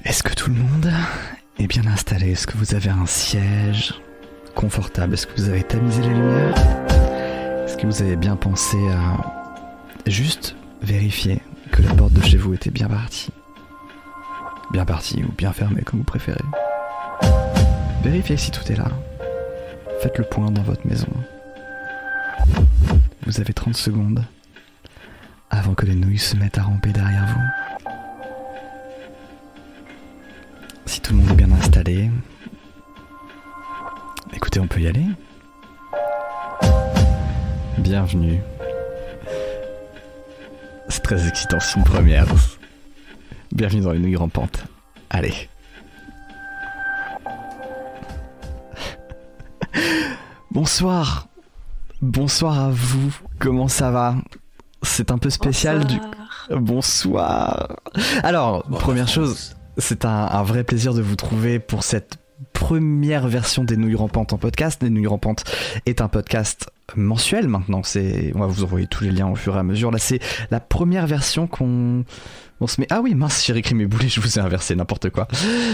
Est-ce que tout le monde est bien installé? Est-ce que vous avez un siège confortable? Est-ce que vous avez tamisé les lumières? Est-ce que vous avez bien pensé à juste vérifier que la porte de chez vous était bien partie? Bien partie ou bien fermée, comme vous préférez. Vérifiez si tout est là. Faites le point dans votre maison. Vous avez 30 secondes avant que les nouilles se mettent à ramper derrière vous. Si tout le monde est bien installé, écoutez, on peut y aller. Bienvenue. C'est très excitant, c'est une première. Bienvenue dans les nouilles rampantes. Allez. Bonsoir. Bonsoir à vous. Comment ça va? C'est un peu spécial. Bonsoir. Alors, première chose, c'est un vrai plaisir de vous trouver pour cette première version des Nouilles Rampantes en podcast. Les Nouilles Rampantes est un podcast mensuel maintenant. On va vous envoyer tous les liens au fur et à mesure. Là, c'est la première version qu'on se met. Ah oui, mince, Chéri Crime et Boulet, je vous ai inversé, n'importe quoi.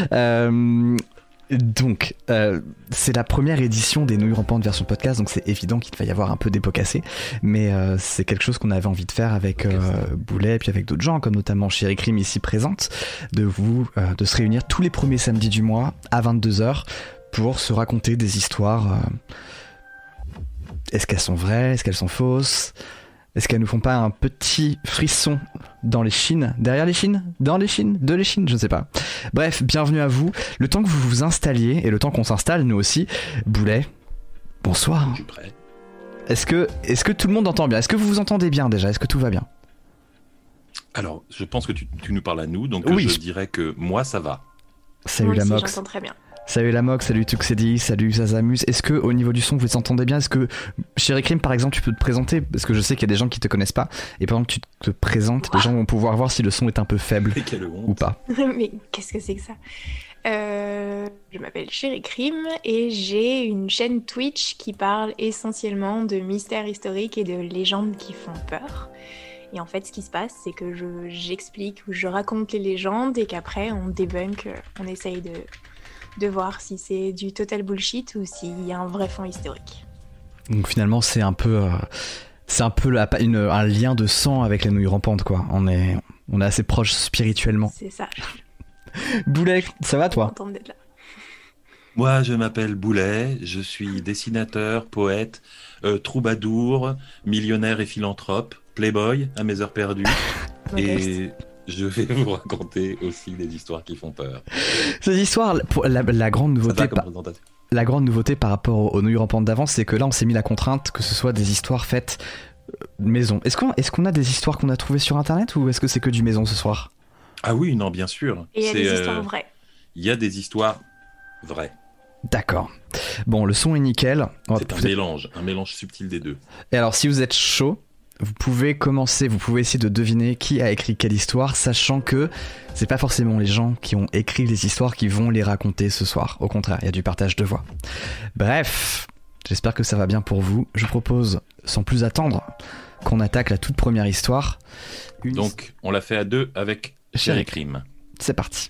Donc, c'est la première édition des Nouilles Rampantes version podcast, donc c'est évident qu'il va y avoir un peu des pots cassés, mais c'est quelque chose qu'on avait envie de faire avec Boulet et puis avec d'autres gens, comme notamment Chéri Crime ici présente, de se réunir tous les premiers samedis du mois à 22h pour se raconter des histoires. Est-ce qu'elles sont vraies? Est-ce qu'elles sont fausses? Est-ce qu'elles nous font pas un petit frisson dans les chines? Derrière les chines? Dans les chines? De les chines? Je ne sais pas. Bref, bienvenue à vous. Le temps que vous vous installiez, et le temps qu'on s'installe, nous aussi, Boulet, bonsoir. Je suis prêt. Est-ce que tout le monde entend bien? Est-ce que vous vous entendez bien déjà? Est-ce que tout va bien? Alors, je pense que tu nous parles à nous, donc oui. Je dirais que moi, ça va. Salut la Mox. J'entends très bien. Salut la Mox, salut Tuxedi, salut Sazamus. Est-ce que au niveau du son vous les entendez bien? Est-ce que Chéri Crime par exemple tu peux te présenter? Parce que je sais qu'il y a des gens qui te connaissent pas. Et pendant que tu te présentes, les gens vont pouvoir voir si le son est un peu faible ou pas. Mais qu'est-ce que c'est que ça? Je m'appelle Chéri Crime et j'ai une chaîne Twitch qui parle essentiellement de mystères historiques et de légendes qui font peur. Et en fait, ce qui se passe, c'est que j'explique ou je raconte les légendes et qu'après on débunk, on essaye de voir si c'est du total bullshit ou s'il y a un vrai fond historique. Donc finalement c'est un peu un lien de sang avec les Nouilles Rampantes quoi. On est assez proches spirituellement. C'est ça. Boulet, ça va toi? Content d'être là. Moi, je m'appelle Boulet, je suis dessinateur, poète, troubadour, millionnaire et philanthrope, playboy à mes heures perdues. Et je vais vous raconter aussi des histoires qui font peur. Ces histoires, la grande nouveauté, la grande nouveauté par rapport aux Nouilles Rampantes d'avant, c'est que là on s'est mis la contrainte que ce soit des histoires faites maison. Est-ce qu'on a des histoires qu'on a trouvées sur internet ou est-ce que c'est que du maison ce soir? Ah oui, non, bien sûr. Et il y a des histoires vraies. Il y a des histoires vraies. D'accord. Bon, le son est nickel. C'est un mélange subtil des deux. Et alors, si vous êtes chaud, vous pouvez essayer de deviner qui a écrit quelle histoire, sachant que c'est pas forcément les gens qui ont écrit les histoires qui vont les raconter ce soir. Au contraire, il y a du partage de voix. Bref, j'espère que ça va bien pour vous. Je propose, sans plus attendre, qu'on attaque la toute première histoire. Donc, on l'a fait à deux avec Chéri Crime. C'est parti.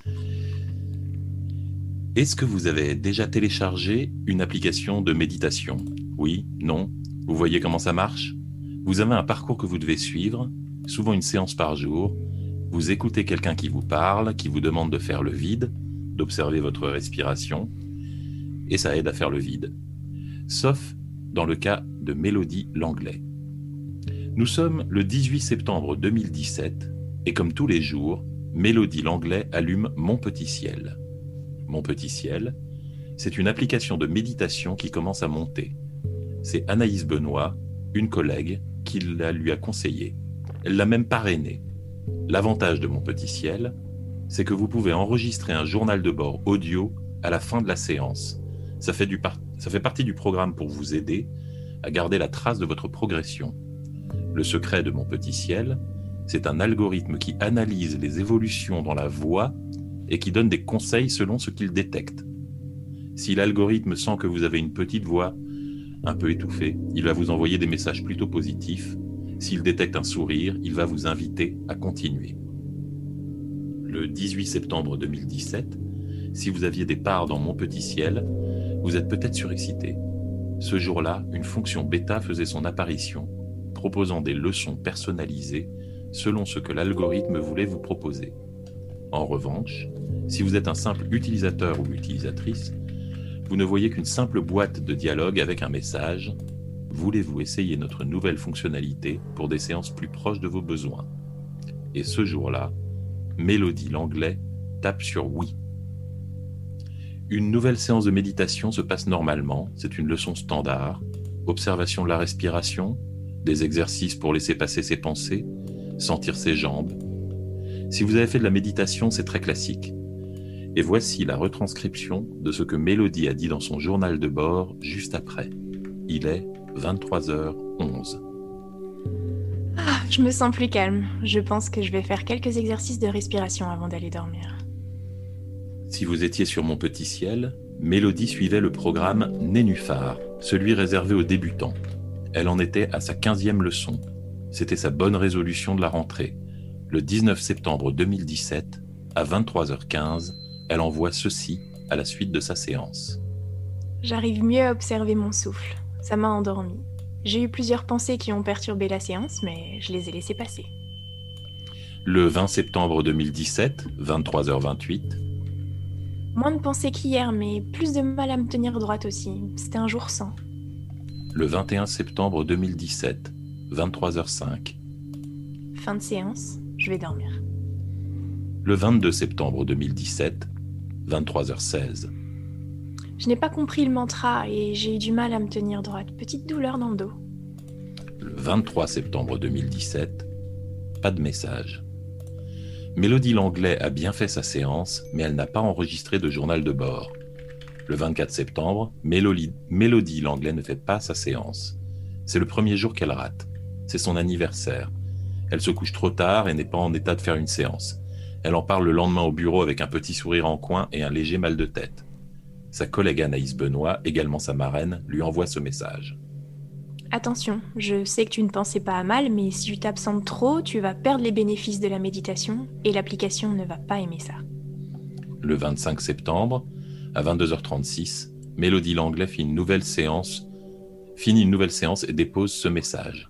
Est-ce que vous avez déjà téléchargé une application de méditation? Oui? Non? Vous voyez comment ça marche? Vous avez un parcours que vous devez suivre, souvent une séance par jour. Vous écoutez quelqu'un qui vous parle, qui vous demande de faire le vide, d'observer votre respiration, et ça aide à faire le vide. Sauf dans le cas de Mélodie Langlais. Nous sommes le 18 septembre 2017, et comme tous les jours, Mélodie Langlais allume Mon Petit Ciel. Mon Petit Ciel, c'est une application de méditation qui commence à monter. C'est Anaïs Benoît, une collègue, qui lui a conseillé. Elle l'a même parrainé. L'avantage de Mon Petit Ciel, c'est que vous pouvez enregistrer un journal de bord audio à la fin de la séance. Ça fait partie du programme pour vous aider à garder la trace de votre progression. Le secret de Mon Petit Ciel, c'est un algorithme qui analyse les évolutions dans la voix et qui donne des conseils selon ce qu'il détecte. Si l'algorithme sent que vous avez une petite voix un peu étouffée, il va vous envoyer des messages plutôt positifs. S'il détecte un sourire, il va vous inviter à continuer. le 18 septembre 2017, si vous aviez des parts dans Mon Petit Ciel, vous êtes peut-être surexcité. Ce jour-là, une fonction bêta faisait son apparition, proposant des leçons personnalisées selon ce que l'algorithme voulait vous proposer. En revanche, si vous êtes un simple utilisateur ou utilisatrice, vous ne voyez qu'une simple boîte de dialogue avec un message « Voulez-vous essayer notre nouvelle fonctionnalité pour des séances plus proches de vos besoins ?» Et ce jour-là, Mélodie Langlais tape sur « Oui ». Une nouvelle séance de méditation se passe normalement, c'est une leçon standard, observation de la respiration, des exercices pour laisser passer ses pensées, sentir ses jambes. Si vous avez fait de la méditation, c'est très classique. Et voici la retranscription de ce que Mélodie a dit dans son journal de bord juste après. Il est 23h11. Ah, je me sens plus calme. Je pense que je vais faire quelques exercices de respiration avant d'aller dormir. Si vous étiez sur Mon Petit Ciel, Mélodie suivait le programme Nénuphar, celui réservé aux débutants. Elle en était à sa 15e leçon. C'était sa bonne résolution de la rentrée. Le 19 septembre 2017, à 23h15, elle envoie ceci à la suite de sa séance. J'arrive mieux à observer mon souffle. Ça m'a endormie. J'ai eu plusieurs pensées qui ont perturbé la séance, mais je les ai laissées passer. Le 20 septembre 2017, 23h28. Moins de pensées qu'hier, mais plus de mal à me tenir droite aussi. C'était un jour sans. Le 21 septembre 2017, 23h05. Fin de séance, je vais dormir. Le 22 septembre 2017, 23h16. Je n'ai pas compris le mantra et j'ai eu du mal à me tenir droite. Petite douleur dans le dos. Le 23 septembre 2017, pas de message. Mélodie Langlais a bien fait sa séance, mais elle n'a pas enregistré de journal de bord. Le 24 septembre, Mélodie Langlais ne fait pas sa séance. C'est le premier jour qu'elle rate. C'est son anniversaire. Elle se couche trop tard et n'est pas en état de faire une séance. Elle en parle le lendemain au bureau avec un petit sourire en coin et un léger mal de tête. Sa collègue Anaïs Benoît, également sa marraine, lui envoie ce message. Attention, je sais que tu ne pensais pas à mal, mais si tu t'absentes trop, tu vas perdre les bénéfices de la méditation et l'application ne va pas aimer ça. Le 25 septembre, à 22h36, Mélodie Langlais finit une nouvelle séance et dépose ce message.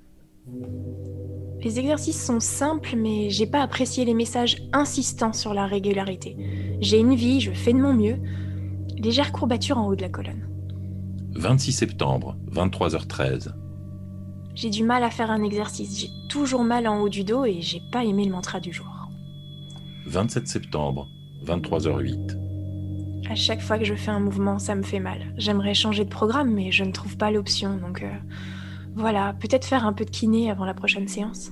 Les exercices sont simples, mais j'ai pas apprécié les messages insistants sur la régularité. J'ai une vie, je fais de mon mieux. Légère courbature en haut de la colonne. 26 septembre, 23h13. J'ai du mal à faire un exercice. J'ai toujours mal en haut du dos et j'ai pas aimé le mantra du jour. 27 septembre, 23h08. À chaque fois que je fais un mouvement, ça me fait mal. J'aimerais changer de programme, mais je ne trouve pas l'option, donc voilà, peut-être faire un peu de kiné avant la prochaine séance.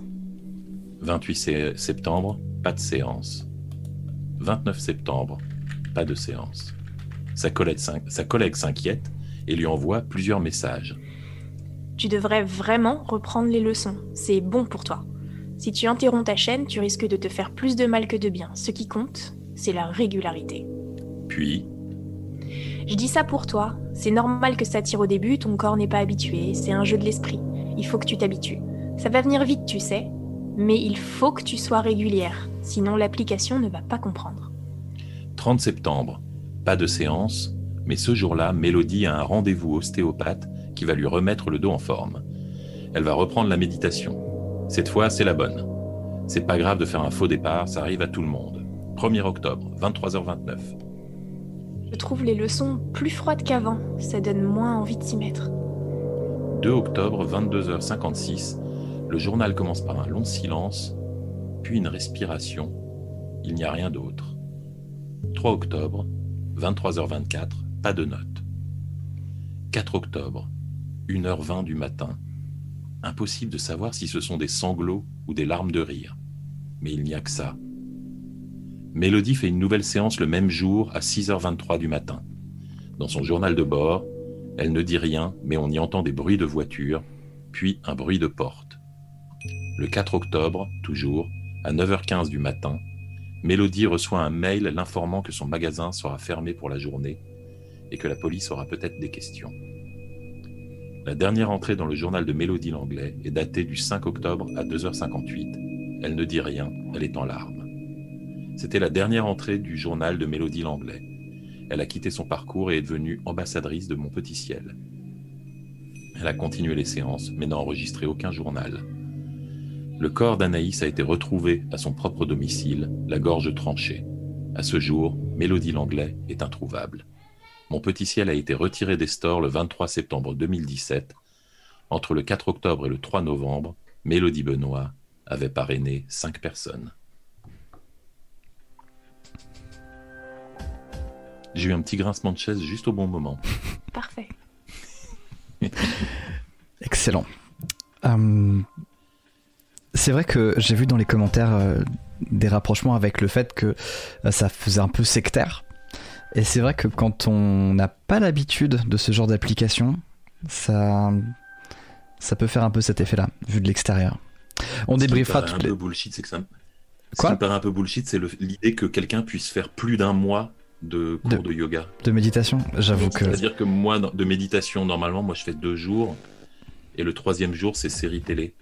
28 septembre, pas de séance. 29 septembre, pas de séance. Sa collègue s'inquiète et lui envoie plusieurs messages. Tu devrais vraiment reprendre les leçons, c'est bon pour toi. Si tu interromps ta chaîne, tu risques de te faire plus de mal que de bien. Ce qui compte, c'est la régularité. Puis, je dis ça pour toi, c'est normal que ça tire au début, ton corps n'est pas habitué, c'est un jeu de l'esprit. Il faut que tu t'habitues. Ça va venir vite, tu sais, mais il faut que tu sois régulière, sinon l'application ne va pas comprendre. 30 septembre, pas de séance, mais ce jour-là, Mélodie a un rendez-vous ostéopathe qui va lui remettre le dos en forme. Elle va reprendre la méditation. Cette fois, c'est la bonne. C'est pas grave de faire un faux départ, ça arrive à tout le monde. 1er octobre, 23h29. Je trouve les leçons plus froides qu'avant, ça donne moins envie de s'y mettre. 2 octobre, 22h56, le journal commence par un long silence, puis une respiration. Il n'y a rien d'autre. 3 octobre, 23h24, pas de notes. 4 octobre, 1h20 du matin. Impossible de savoir si ce sont des sanglots ou des larmes de rire. Mais il n'y a que ça. Mélodie fait une nouvelle séance le même jour à 6h23 du matin. Dans son journal de bord, elle ne dit rien, mais on y entend des bruits de voiture, puis un bruit de porte. Le 4 octobre, toujours, à 9h15 du matin, Mélodie reçoit un mail l'informant que son magasin sera fermé pour la journée et que la police aura peut-être des questions. La dernière entrée dans le journal de Mélodie Langlais est datée du 5 octobre à 2h58. Elle ne dit rien, elle est en larmes. C'était la dernière entrée du journal de Mélodie Langlais. Elle a quitté son parcours et est devenue ambassadrice de Mon Petit Ciel. Elle a continué les séances, mais n'a enregistré aucun journal. Le corps d'Anaïs a été retrouvé à son propre domicile, la gorge tranchée. À ce jour, Mélodie Langlais est introuvable. Mon Petit Ciel a été retiré des stores le 23 septembre 2017. Entre le 4 octobre et le 3 novembre, Mélodie Benoît avait parrainé 5 personnes. J'ai eu un petit grincement de chaise juste au bon moment. Parfait. Excellent. C'est vrai que j'ai vu dans les commentaires des rapprochements avec le fait que ça faisait un peu sectaire. Et c'est vrai que quand on n'a pas l'habitude de ce genre d'application, ça peut faire un peu cet effet-là, vu de l'extérieur. On débriefera tout. Ce qui me paraît un peu bullshit, c'est que ça. Quoi ? Ce qui me paraît un peu bullshit, c'est l'idée que quelqu'un puisse faire plus d'un mois de cours de yoga. De méditation, j'avoue que. C'est-à-dire que moi, de méditation, normalement, moi je fais 2 jours. Et le 3e jour, c'est série télé.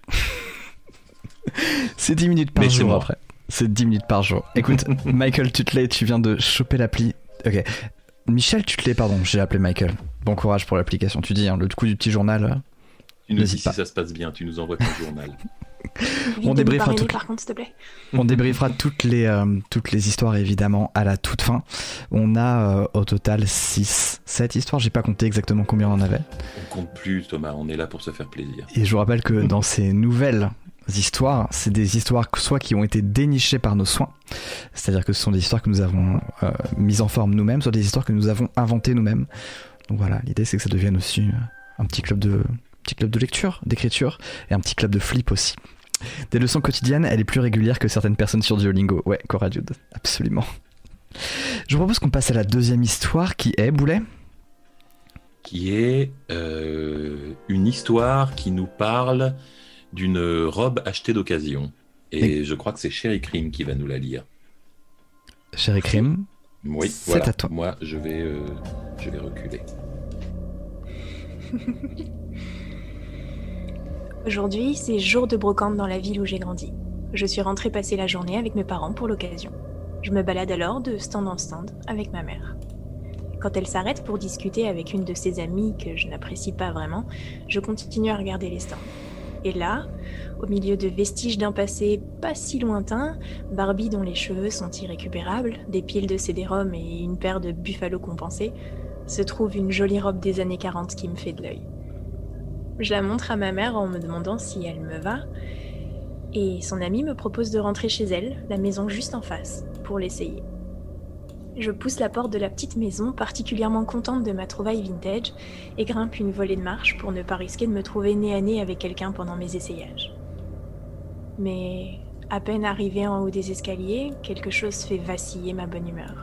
C'est 10 minutes par jour après. C'est 10 minutes par jour. Écoute, Michael Tutley, tu viens de choper l'appli. Ok. Michel Tutley, pardon, j'ai appelé Michael. Bon courage pour l'application. Tu dis, hein, le coup du petit journal. Tu nous dis si ça se passe bien, tu nous envoies ton journal. On débriefera par contre, s'il te plaît. On débriefera toutes les histoires évidemment à la toute fin. On a au total 7 histoires, j'ai pas compté exactement combien on en avait. On compte plus Thomas, on est là pour se faire plaisir. Et je vous rappelle que dans ces nouvelles histoires, c'est des histoires soit qui ont été dénichées par nos soins, c'est-à-dire que ce sont des histoires que nous avons mises en forme nous-mêmes, soit des histoires que nous avons inventées nous-mêmes. Donc voilà, l'idée c'est que ça devienne aussi un petit club de lecture, d'écriture, et un petit club de flip aussi. Des leçons quotidiennes, elle est plus régulière que certaines personnes sur Duolingo. Ouais, Cora Jude, absolument. Je vous propose qu'on passe à la deuxième histoire qui est, Boulet ? Qui est une histoire qui nous parle d'une robe achetée d'occasion. Et je crois que c'est Chéri Crime qui va nous la lire. Chéri Crime ? Oui, c'est voilà. À toi. Moi, je vais reculer. Aujourd'hui, c'est jour de brocante dans la ville où j'ai grandi. Je suis rentrée passer la journée avec mes parents pour l'occasion. Je me balade alors de stand en stand avec ma mère. Quand elle s'arrête pour discuter avec une de ses amies que je n'apprécie pas vraiment, je continue à regarder les stands. Et là, au milieu de vestiges d'un passé pas si lointain, Barbie dont les cheveux sont irrécupérables, des piles de CD-ROM et une paire de Buffalo compensés, se trouve une jolie robe des années 40 qui me fait de l'œil. Je la montre à ma mère en me demandant si elle me va, et son amie me propose de rentrer chez elle, la maison juste en face, pour l'essayer. Je pousse la porte de la petite maison, particulièrement contente de ma trouvaille vintage, et grimpe une volée de marche pour ne pas risquer de me trouver nez à nez avec quelqu'un pendant mes essayages. Mais à peine arrivée en haut des escaliers, quelque chose fait vaciller ma bonne humeur.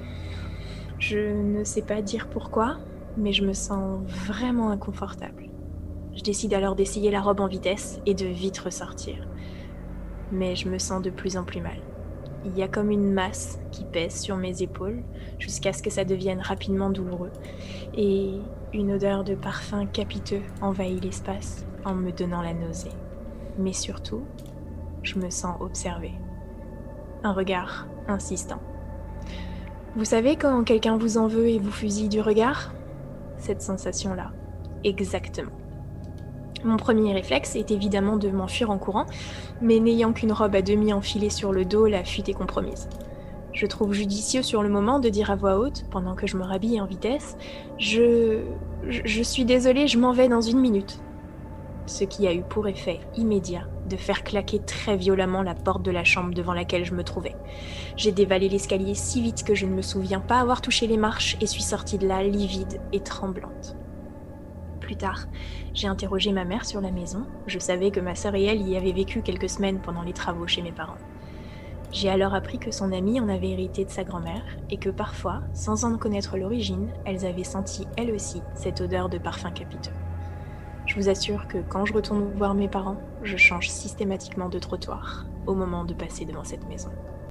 Je ne sais pas dire pourquoi, mais je me sens vraiment inconfortable. Je décide alors d'essayer la robe en vitesse et de vite ressortir. Mais je me sens de plus en plus mal. Il y a comme une masse qui pèse sur mes épaules jusqu'à ce que ça devienne rapidement douloureux. Et une odeur de parfum capiteux envahit l'espace en me donnant la nausée. Mais surtout, je me sens observée. Un regard insistant. Vous savez quand quelqu'un vous en veut et vous fusille du regard ? Cette sensation-là. Exactement. Mon premier réflexe est évidemment de m'enfuir en courant, mais n'ayant qu'une robe à demi enfilée sur le dos, la fuite est compromise. Je trouve judicieux sur le moment de dire à voix haute, pendant que je me rhabille en vitesse, je suis désolée, je m'en vais dans 1 minute. Ce qui a eu pour effet immédiat de faire claquer très violemment la porte de la chambre devant laquelle je me trouvais. J'ai dévalé l'escalier si vite que je ne me souviens pas avoir touché les marches et suis sortie de là livide et tremblante. Plus tard, j'ai interrogé ma mère sur la maison. Je savais que ma sœur et elle y avaient vécu quelques semaines pendant les travaux chez mes parents. J'ai alors appris que son amie en avait hérité de sa grand-mère et que parfois, sans en connaître l'origine, elles avaient senti elles aussi cette odeur de parfum capiteux. Je vous assure que quand je retourne voir mes parents, je change systématiquement de trottoir au moment de passer devant cette maison.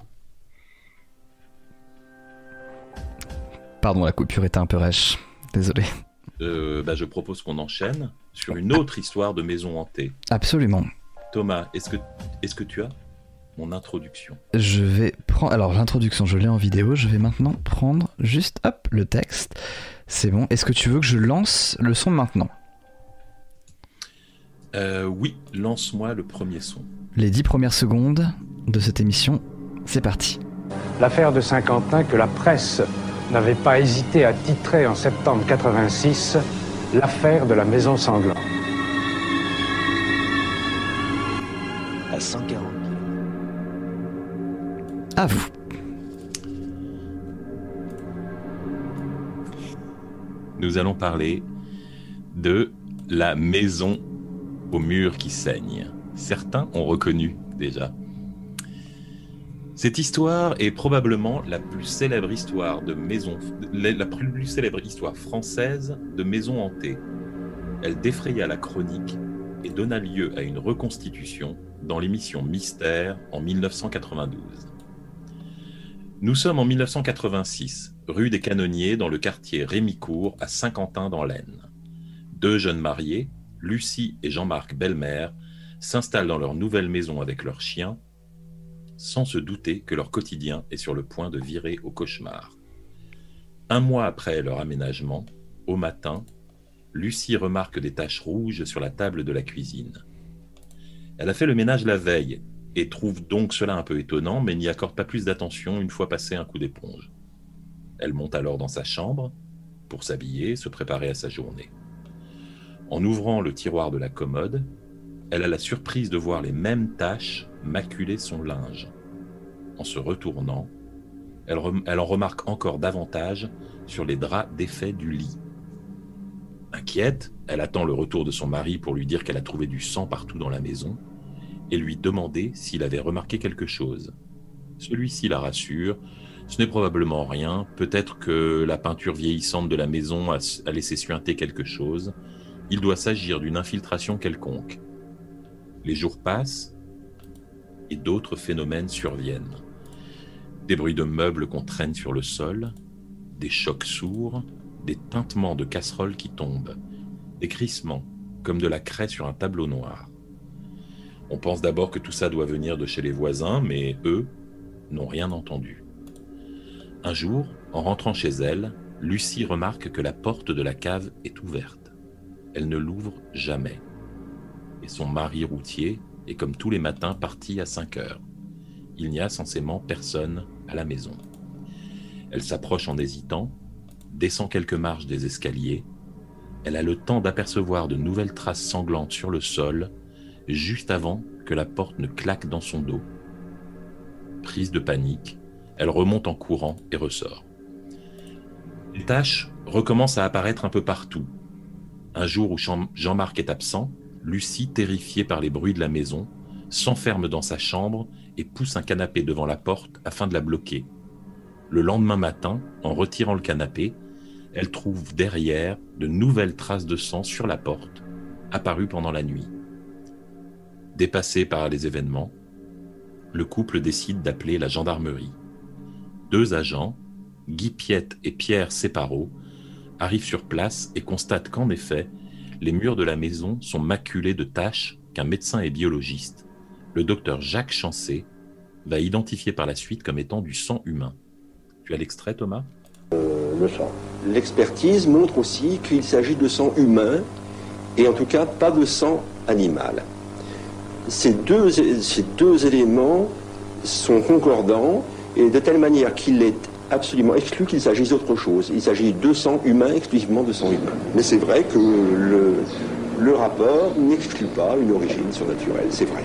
Pardon, la coupure était un peu rêche. Désolé. Je propose qu'on enchaîne sur une autre histoire de maison hantée. Absolument. Thomas, est-ce que tu as ? mon introduction. Je vais prendre... Alors l'introduction, je l'ai en vidéo, je vais maintenant prendre juste, hop, le texte. C'est bon, est-ce que tu veux que je lance le son maintenant ? Oui, lance-moi le premier son. Les 10 premières secondes de cette émission, c'est parti. L'affaire de Saint-Quentin que la presse n'avait pas hésité à titrer en septembre 86, l'affaire de la maison sanglante. À 140 km. À vous. Nous allons parler de la maison au mur qui saigne. Certains ont reconnu déjà. Cette histoire est probablement la plus célèbre histoire de maison, la plus célèbre histoire française de maison hantée. Elle défraya la chronique et donna lieu à une reconstitution dans l'émission Mystère en 1992. Nous sommes en 1986, rue des Canonniers, dans le quartier Rémicourt, à Saint-Quentin dans l'Aisne. Deux jeunes mariés, Lucie et Jean-Marc Bellemare, s'installent dans leur nouvelle maison avec leurs chiens, sans se douter que leur quotidien est sur le point de virer au cauchemar. Un mois après leur aménagement, au matin, Lucie remarque des taches rouges sur la table de la cuisine. Elle a fait le ménage la veille et trouve donc cela un peu étonnant, mais n'y accorde pas plus d'attention une fois passé un coup d'éponge. Elle monte alors dans sa chambre pour s'habiller, se préparer à sa journée. En ouvrant le tiroir de la commode, elle a la surprise de voir les mêmes taches maculer son linge. En se retournant, elle en remarque encore davantage sur les draps défaits du lit. Inquiète, elle attend le retour de son mari pour lui dire qu'elle a trouvé du sang partout dans la maison et lui demander s'il avait remarqué quelque chose. Celui-ci la rassure, ce n'est probablement rien, peut-être que la peinture vieillissante de la maison a laissé suinter quelque chose, il doit s'agir d'une infiltration quelconque. Les jours passent et d'autres phénomènes surviennent. Des bruits de meubles qu'on traîne sur le sol, des chocs sourds, des tintements de casseroles qui tombent, des crissements, comme de la craie sur un tableau noir. On pense d'abord que tout ça doit venir de chez les voisins, mais eux n'ont rien entendu. Un jour, en rentrant chez elle, Lucie remarque que la porte de la cave est ouverte. Elle ne l'ouvre jamais. Et son mari routier est comme tous les matins parti à 5 heures. Il n'y a censément personne à la maison. Elle s'approche en hésitant, descend quelques marches des escaliers. Elle a le temps d'apercevoir de nouvelles traces sanglantes sur le sol, juste avant que la porte ne claque dans son dos. Prise de panique, elle remonte en courant et ressort. Les taches recommencent à apparaître un peu partout. Un jour où Jean-Marc est absent, Lucie, terrifiée par les bruits de la maison, s'enferme dans sa chambre et pousse un canapé devant la porte afin de la bloquer. Le lendemain matin, en retirant le canapé, elle trouve derrière de nouvelles traces de sang sur la porte, apparues pendant la nuit. Dépassé par les événements, le couple décide d'appeler la gendarmerie. 2 agents, Guy Piette et Pierre Séparot, arrivent sur place et constatent qu'en effet, les murs de la maison sont maculés de taches qu'un médecin et biologiste, le docteur Jacques Chancé, va identifier par la suite comme étant du sang humain. Tu as l'extrait, Thomas ? Le sang. L'expertise montre aussi qu'il s'agit de sang humain et en tout cas pas de sang animal. Ces deux éléments sont concordants et de telle manière qu'il est absolument exclu qu'il s'agisse d'autre chose. Il s'agit de sang humain, exclusivement de sang humain. Mais c'est vrai que le rapport n'exclut pas une origine surnaturelle, c'est vrai.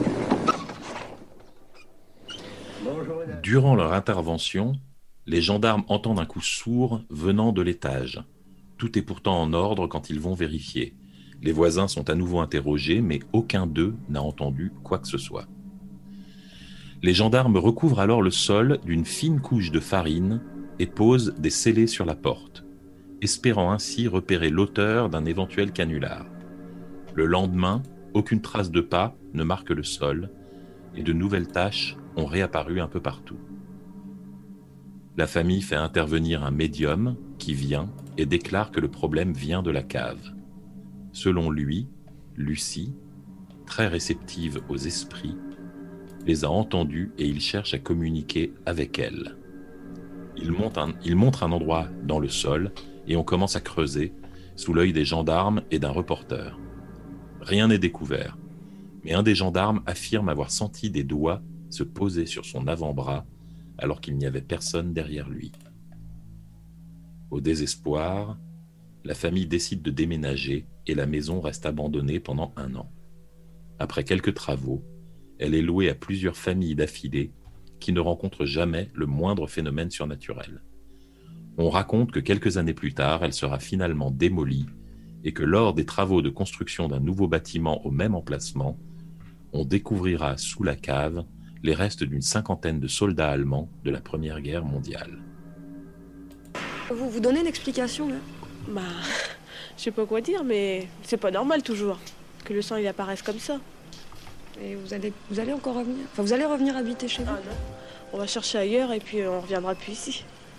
Durant leur intervention, les gendarmes entendent un coup sourd venant de l'étage. Tout est pourtant en ordre quand ils vont vérifier. Les voisins sont à nouveau interrogés, mais aucun d'eux n'a entendu quoi que ce soit. Les gendarmes recouvrent alors le sol d'une fine couche de farine et posent des scellés sur la porte, espérant ainsi repérer l'auteur d'un éventuel canular. Le lendemain, aucune trace de pas ne marque le sol et de nouvelles taches ont réapparu un peu partout. La famille fait intervenir un médium qui vient et déclare que le problème vient de la cave. Selon lui, Lucie, très réceptive aux esprits, les a entendues et il cherche à communiquer avec elles. Il montre un endroit dans le sol et on commence à creuser sous l'œil des gendarmes et d'un reporter. Rien n'est découvert, mais un des gendarmes affirme avoir senti des doigts se poser sur son avant-bras alors qu'il n'y avait personne derrière lui. Au désespoir, la famille décide de déménager et la maison reste abandonnée pendant 1 an. Après quelques travaux, elle est louée à plusieurs familles d'affilée qui ne rencontrent jamais le moindre phénomène surnaturel. On raconte que quelques années plus tard, elle sera finalement démolie et que lors des travaux de construction d'un nouveau bâtiment au même emplacement, on découvrira sous la cave les restes d'une 50aine de soldats allemands de la Première Guerre mondiale. Vous donnez une explication, là ? Bah, je sais pas quoi dire, mais c'est pas normal toujours que le sang il apparaisse comme ça. Et vous allez encore revenir ? Enfin, vous allez revenir habiter chez vous ? Ah non, on va chercher ailleurs et puis on reviendra plus ici.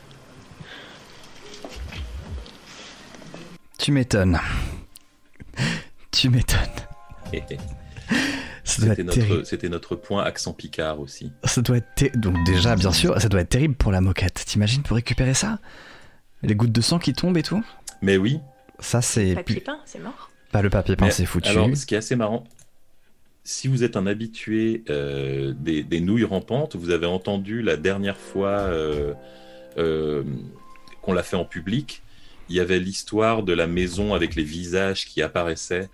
Tu m'étonnes. Tu m'étonnes. C'était notre point accent picard aussi. Ça doit être donc déjà, bien sûr, ça doit être terrible pour la moquette. T'imagines pour récupérer ça ? Les gouttes de sang qui tombent et tout ? Mais oui. Ça, c'est... Le papier peint, c'est mort. Pas le papier peint, c'est foutu. Alors, ce qui est assez marrant, si vous êtes un habitué des nouilles rampantes, vous avez entendu la dernière fois qu'on l'a fait en public, il y avait l'histoire de la maison avec les visages qui apparaissaient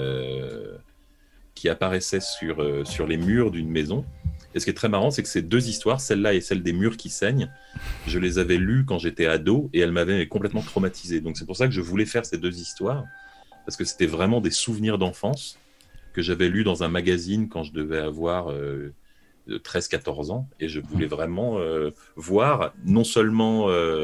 sur les murs d'une maison. Et ce qui est très marrant, c'est que ces 2 histoires, celle-là et celle des murs qui saignent, je les avais lues quand j'étais ado et elles m'avaient complètement traumatisé. Donc c'est pour ça que je voulais faire ces 2 histoires, parce que c'était vraiment des souvenirs d'enfance que j'avais lus dans un magazine quand je devais avoir 13-14 ans. Et je voulais vraiment voir, non seulement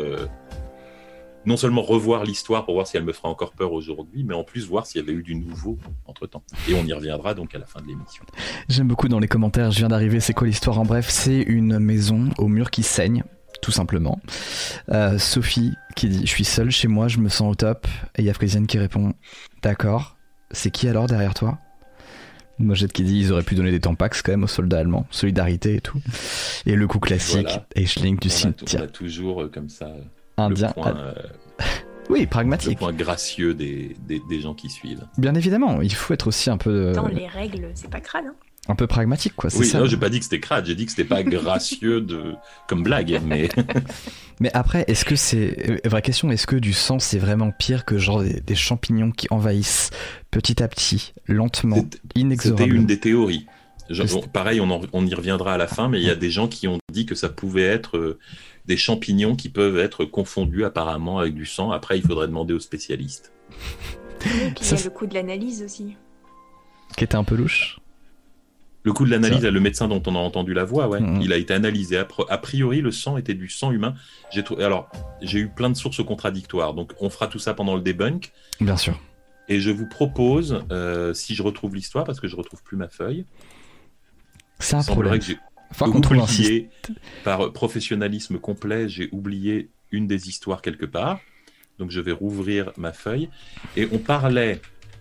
revoir l'histoire pour voir si elle me fera encore peur aujourd'hui, mais en plus voir s'il y avait eu du nouveau entre-temps. Et on y reviendra donc à la fin de l'émission. J'aime beaucoup dans les commentaires, je viens d'arriver, c'est quoi l'histoire en bref ? C'est une maison au mur qui saigne, tout simplement. Sophie qui dit « Je suis seule chez moi, je me sens au top ». Et il y a Frisienne qui répond « D'accord, c'est qui alors derrière toi ?» Mojette qui dit « Ils auraient pu donner des tampax quand même aux soldats allemands, solidarité et tout ». Et le coup classique, voilà. Aisling du cimetière. On a toujours comme ça... Indien. Oui, pragmatique. Le point gracieux des gens qui suivent. Bien évidemment, il faut être aussi un peu... Dans les règles, c'est pas crade, hein. Un peu pragmatique, quoi. Oui, ça. Non, j'ai pas dit que c'était crade, j'ai dit que c'était pas gracieux comme blague, mais... Mais après, est-ce que c'est... Vraie question, est-ce que du sang, c'est vraiment pire que genre des champignons qui envahissent petit à petit, lentement, inexorablement ? C'était une des théories. Pareil, on y reviendra à la fin, mais il y a des gens qui ont dit que ça pouvait être... des champignons qui peuvent être confondus apparemment avec du sang. Après, il faudrait demander aux spécialistes. Et puis il y a le coup de l'analyse aussi. Qui était un peu louche. Le coup de l'analyse, le médecin dont on a entendu la voix, ouais, il a été analysé. A priori, le sang était du sang humain. Alors, j'ai eu plein de sources contradictoires. Donc, on fera tout ça pendant le debunk. Bien sûr. Et je vous propose, si je retrouve l'histoire, parce que je retrouve plus ma feuille. C'est un problème. Que j'ai oublié, par professionnalisme complet, j'ai oublié une des histoires quelque part. Donc je vais rouvrir ma feuille. Et on parlait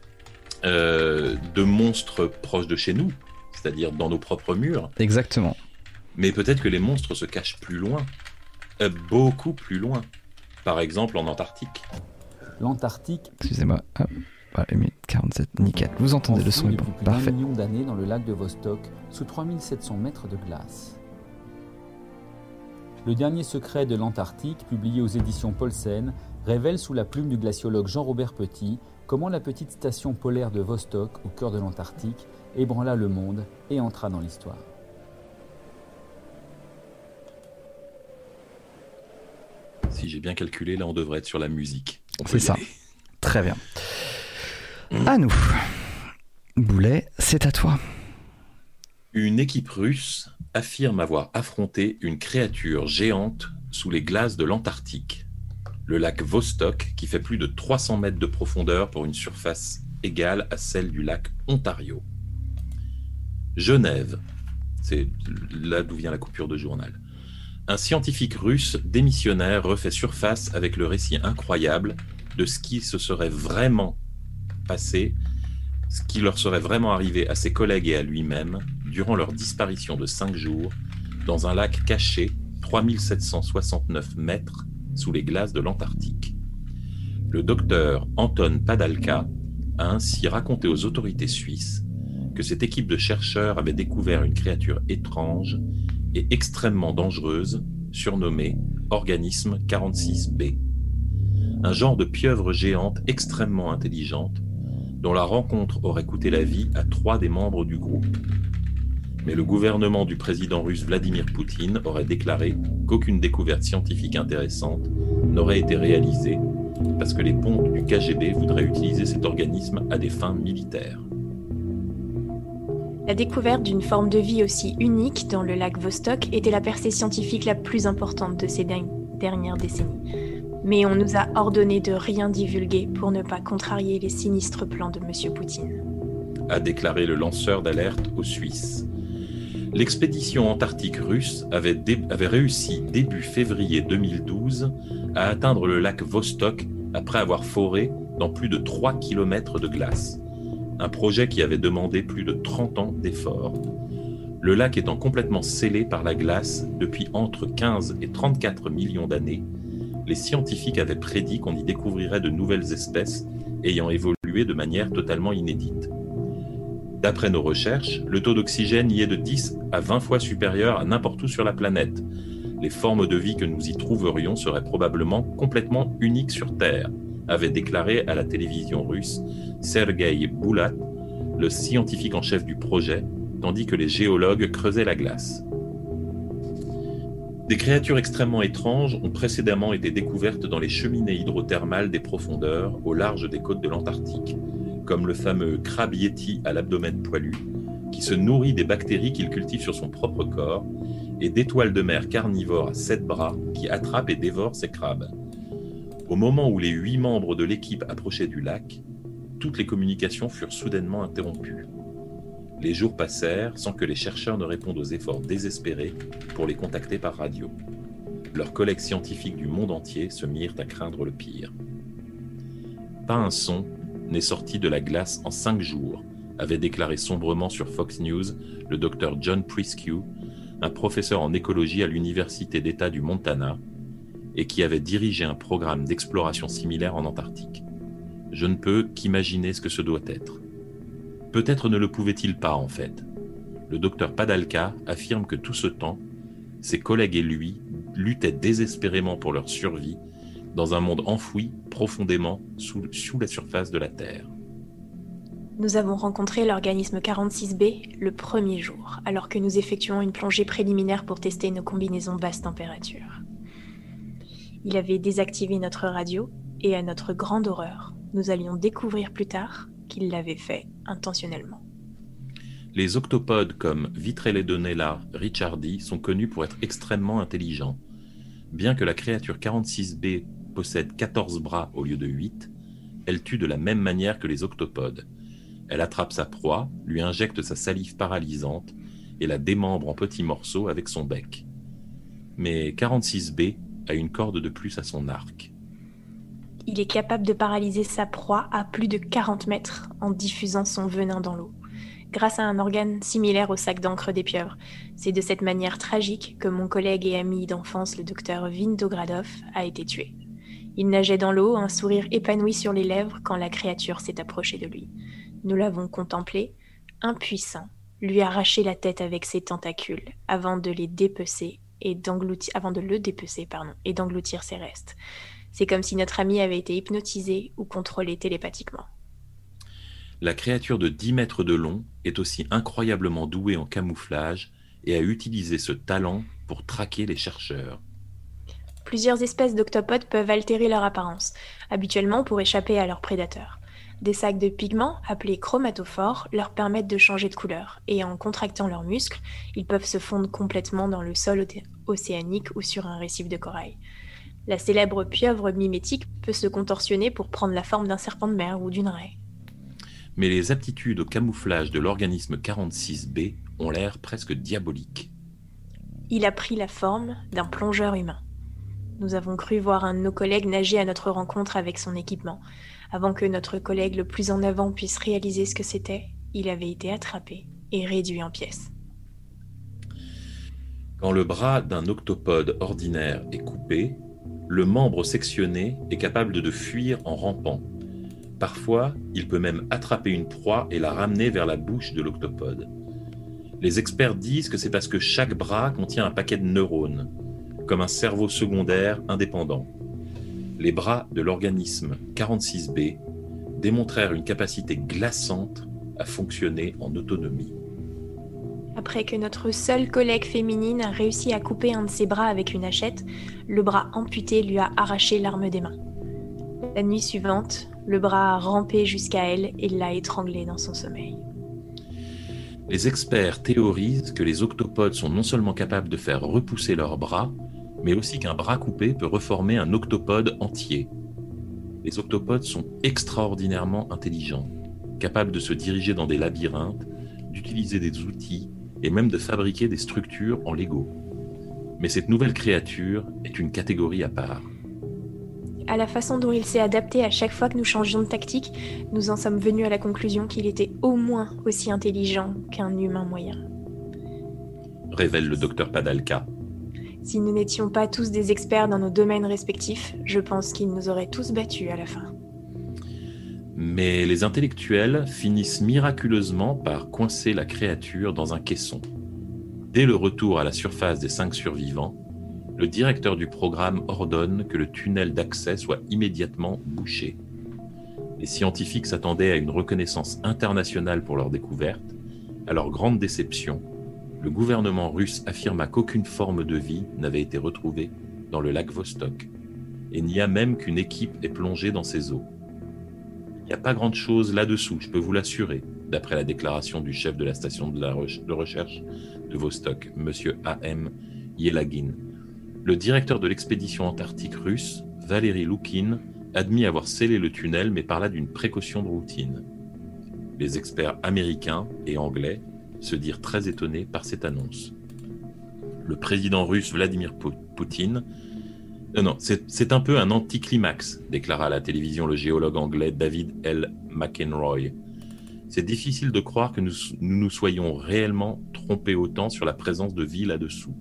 de monstres proches de chez nous, c'est-à-dire dans nos propres murs. Exactement. Mais peut-être que les monstres se cachent plus loin, beaucoup plus loin. Par exemple en Antarctique. L'Antarctique. Excusez-moi. Hop. Voilà, 47, nickel. Vous entendez le son est bon. Parfait. Depuis plus d'1 million d'années dans le lac de Vostok, sous 3700 mètres de glace. Le dernier secret de l'Antarctique, publié aux éditions Paulsen, révèle sous la plume du glaciologue Jean-Robert Petit comment la petite station polaire de Vostok, au cœur de l'Antarctique, ébranla le monde et entra dans l'histoire. Si j'ai bien calculé, là on devrait être sur la musique. C'est ça. Très bien. À nous. Boulet, c'est à toi. Une équipe russe affirme avoir affronté une créature géante sous les glaces de l'Antarctique, le lac Vostok, qui fait plus de 300 mètres de profondeur pour une surface égale à celle du lac Ontario. Genève, c'est là d'où vient la coupure de journal. Un scientifique russe démissionnaire refait surface avec le récit incroyable de ce qui se serait vraiment passé, ce qui leur serait vraiment arrivé à ses collègues et à lui-même durant leur disparition de 5 jours dans un lac caché 3769 mètres sous les glaces de l'Antarctique. Le docteur Anton Padalka a ainsi raconté aux autorités suisses que cette équipe de chercheurs avait découvert une créature étrange et extrêmement dangereuse surnommée organisme 46B. Un genre de pieuvre géante extrêmement intelligente dont la rencontre aurait coûté la vie à 3 des membres du groupe. Mais le gouvernement du président russe Vladimir Poutine aurait déclaré qu'aucune découverte scientifique intéressante n'aurait été réalisée parce que les pontes du KGB voudraient utiliser cet organisme à des fins militaires. La découverte d'une forme de vie aussi unique dans le lac Vostok était la percée scientifique la plus importante de ces dernières décennies. Mais on nous a ordonné de rien divulguer pour ne pas contrarier les sinistres plans de M. Poutine. A déclaré le lanceur d'alerte aux Suisses. L'expédition antarctique russe avait réussi début février 2012 à atteindre le lac Vostok après avoir foré dans plus de 3 km de glace. Un projet qui avait demandé plus de 30 ans d'efforts. Le lac étant complètement scellé par la glace depuis entre 15 et 34 millions d'années, les scientifiques avaient prédit qu'on y découvrirait de nouvelles espèces ayant évolué de manière totalement inédite. D'après nos recherches, le taux d'oxygène y est de 10 à 20 fois supérieur à n'importe où sur la planète. Les formes de vie que nous y trouverions seraient probablement complètement uniques sur Terre, avait déclaré à la télévision russe Sergei Boulat, le scientifique en chef du projet, tandis que les géologues creusaient la glace. Des créatures extrêmement étranges ont précédemment été découvertes dans les cheminées hydrothermales des profondeurs au large des côtes de l'Antarctique, comme le fameux crabe yéti à l'abdomen poilu, qui se nourrit des bactéries qu'il cultive sur son propre corps, et d'étoiles de mer carnivores à 7 bras qui attrapent et dévorent ces crabes. Au moment où les 8 membres de l'équipe approchaient du lac, toutes les communications furent soudainement interrompues. Les jours passèrent sans que les chercheurs ne répondent aux efforts désespérés pour les contacter par radio. Leurs collègues scientifiques du monde entier se mirent à craindre le pire. Pas un son n'est sorti de la glace en 5 jours, avait déclaré sombrement sur Fox News le docteur John Priscu, un professeur en écologie à l'Université d'État du Montana, et qui avait dirigé un programme d'exploration similaire en Antarctique. Je ne peux qu'imaginer ce que ce doit être. Peut-être ne le pouvait-il pas, en fait. Le docteur Padalka affirme que tout ce temps, ses collègues et lui luttaient désespérément pour leur survie dans un monde enfoui profondément sous la surface de la Terre. Nous avons rencontré l'organisme 46B le premier jour, alors que nous effectuons une plongée préliminaire pour tester nos combinaisons basse température. Il avait désactivé notre radio et à notre grande horreur, nous allions découvrir plus tard qu'il l'avait fait intentionnellement. Les octopodes comme Vitreledonella richardi sont connus pour être extrêmement intelligents. Bien que la créature 46B possède 14 bras au lieu de 8, elle tue de la même manière que les octopodes. Elle attrape sa proie, lui injecte sa salive paralysante et la démembre en petits morceaux avec son bec. Mais 46B a une corde de plus à son arc. Il est capable de paralyser sa proie à plus de 40 mètres en diffusant son venin dans l'eau, grâce à un organe similaire au sac d'encre des pieuvres. C'est de cette manière tragique que mon collègue et ami d'enfance, le docteur Vindogradov, a été tué. Il nageait dans l'eau, un sourire épanoui sur les lèvres quand la créature s'est approchée de lui. Nous l'avons contemplé, impuissant, lui arracher la tête avec ses tentacules avant de le dépecer et d'engloutir ses restes. C'est comme si notre ami avait été hypnotisé ou contrôlé télépathiquement. La créature de 10 mètres de long est aussi incroyablement douée en camouflage et a utilisé ce talent pour traquer les chercheurs. Plusieurs espèces d'octopodes peuvent altérer leur apparence, habituellement pour échapper à leurs prédateurs. Des sacs de pigments, appelés chromatophores, leur permettent de changer de couleur, et en contractant leurs muscles, ils peuvent se fondre complètement dans le sol océanique ou sur un récif de corail. La célèbre pieuvre mimétique peut se contorsionner pour prendre la forme d'un serpent de mer ou d'une raie. Mais les aptitudes au camouflage de l'organisme 46B ont l'air presque diaboliques. Il a pris la forme d'un plongeur humain. Nous avons cru voir un de nos collègues nager à notre rencontre avec son équipement. Avant que notre collègue le plus en avant puisse réaliser ce que c'était, il avait été attrapé et réduit en pièces. Quand le bras d'un octopode ordinaire est coupé, le membre sectionné est capable de fuir en rampant. Parfois, il peut même attraper une proie et la ramener vers la bouche de l'octopode. Les experts disent que c'est parce que chaque bras contient un paquet de neurones, comme un cerveau secondaire indépendant. Les bras de l'organisme 46B démontrèrent une capacité glaçante à fonctionner en autonomie. Après que notre seule collègue féminine a réussi à couper un de ses bras avec une hachette, le bras amputé lui a arraché l'arme des mains. La nuit suivante, le bras a rampé jusqu'à elle et l'a étranglée dans son sommeil. Les experts théorisent que les octopodes sont non seulement capables de faire repousser leurs bras, mais aussi qu'un bras coupé peut reformer un octopode entier. Les octopodes sont extraordinairement intelligents, capables de se diriger dans des labyrinthes, d'utiliser des outils et même de fabriquer des structures en Lego. Mais cette nouvelle créature est une catégorie à part. À la façon dont il s'est adapté à chaque fois que nous changions de tactique, nous en sommes venus à la conclusion qu'il était au moins aussi intelligent qu'un humain moyen. Révèle le docteur Padalka. Si nous n'étions pas tous des experts dans nos domaines respectifs, je pense qu'ils nous auraient tous battus à la fin. Mais les intellectuels finissent miraculeusement par coincer la créature dans un caisson. Dès le retour à la surface des 5 survivants, le directeur du programme ordonne que le tunnel d'accès soit immédiatement bouché. Les scientifiques s'attendaient à une reconnaissance internationale pour leur découverte. À leur grande déception, le gouvernement russe affirma qu'aucune forme de vie n'avait été retrouvée dans le lac Vostok, et n'y a même qu'une équipe est plongée dans ces eaux. Il n'y a pas grande-chose là-dessous, je peux vous l'assurer, d'après la déclaration du chef de la station de recherche de Vostok, M. A.M. Yelagin. Le directeur de l'expédition antarctique russe, Valery Loukine, admit avoir scellé le tunnel, mais parla d'une précaution de routine. Les experts américains et anglais se dirent très étonnés par cette annonce. Le président russe Vladimir Poutine... Non, c'est un peu un anticlimax, déclara à la télévision le géologue anglais David L. McEnroy. C'est difficile de croire que nous soyons réellement trompés autant sur la présence de vie là-dessous.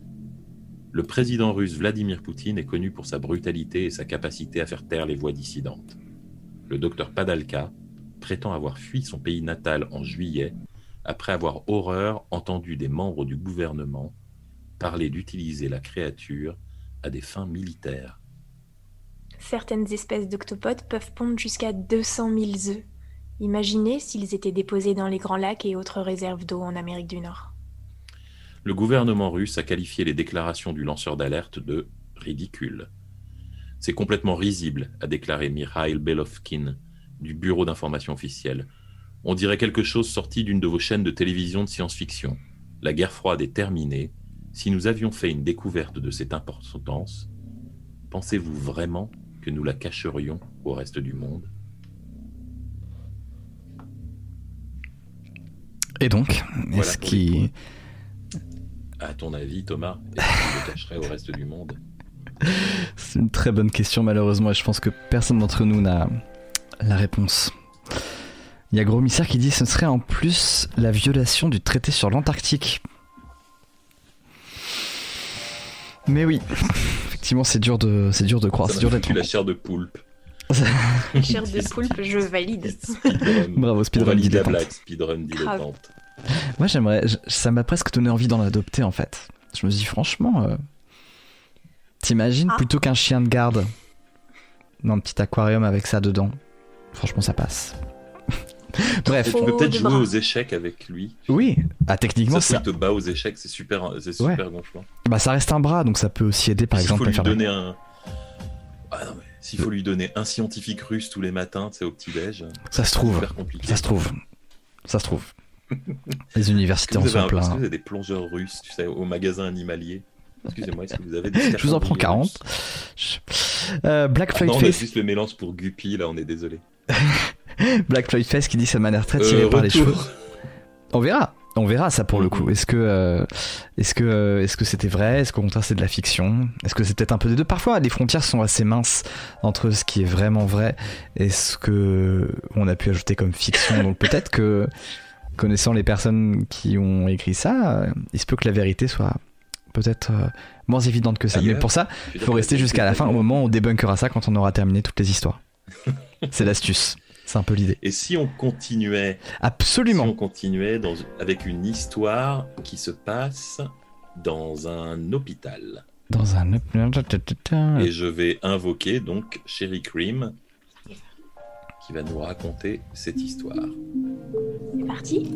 Le président russe Vladimir Poutine est connu pour sa brutalité et sa capacité à faire taire les voix dissidentes. Le docteur Padalka prétend avoir fui son pays natal en juillet après avoir horreur entendu des membres du gouvernement parler d'utiliser la créature à des fins militaires. Certaines espèces d'octopodes peuvent pondre jusqu'à 200 000 œufs. Imaginez s'ils étaient déposés dans les grands lacs et autres réserves d'eau en Amérique du Nord. Le gouvernement russe a qualifié les déclarations du lanceur d'alerte de « ridicules ». C'est complètement risible, a déclaré Mikhail Belovkin du Bureau d'information officielle. On dirait quelque chose sorti d'une de vos chaînes de télévision de science-fiction. La guerre froide est terminée. Si nous avions fait une découverte de cette importance, pensez-vous vraiment que nous la cacherions au reste du monde ? Et donc, voilà est-ce qu'il... À ton avis, Thomas, est-ce qu'il le cacherait au reste du monde ? C'est une très bonne question, malheureusement, et je pense que personne d'entre nous n'a la réponse. Il y a Gros Mystère qui dit que ce serait en plus la violation du traité sur l'Antarctique. Mais oui, effectivement, c'est dur de croire, c'est dur d'être... la chair de poulpe. Chair de poulpe, je valide. Bravo, speedrun dilettante. Blague, speedrun dilettante. Moi, ça m'a presque donné envie d'en adopter, en fait. Je me dis, franchement, t'imagines, plutôt qu'un chien de garde dans un petit aquarium avec ça dedans. Franchement, ça passe. Bref. Tu peux peut-être jouer aux échecs avec lui. Oui, techniquement ça te bat aux échecs, c'est super gonflant. Bah ça reste un bras, donc ça peut aussi aider par exemple à faire. S'il faut lui donner un scientifique russe tous les matins, tu sais, au petit-déj. Ça se trouve. Ça se trouve. Les universités en sont plein. Est-ce que vous avez des plongeurs russes, tu sais, au magasin animalier? Excusez-moi, est-ce que vous avez des... Je vous en prends 40. Black Floyd Face. On a juste le mélange pour Guppy, là, on est désolé. Black Floyd Face qui dit ça m'a l'air très tiré par les cheveux. On verra ça pour le coup. Est-ce que c'était vrai? Est-ce qu'au contraire c'est de la fiction? Est-ce que c'est peut-être un peu des deux? Parfois les frontières sont assez minces entre ce qui est vraiment vrai et ce que on a pu ajouter comme fiction. Donc peut-être que, connaissant les personnes qui ont écrit ça, il se peut que la vérité soit peut-être moins évidentes que ça. Ailleurs, mais pour ça, il faut rester jusqu'à la fin, au moment où on débunkera ça, quand on aura terminé toutes les histoires. C'est l'astuce. C'est un peu l'idée. Et si on continuait... Absolument. Si on continuait avec une histoire qui se passe dans un hôpital. Dans un... Et je vais invoquer donc Sherry Cream qui va nous raconter cette histoire. C'est parti.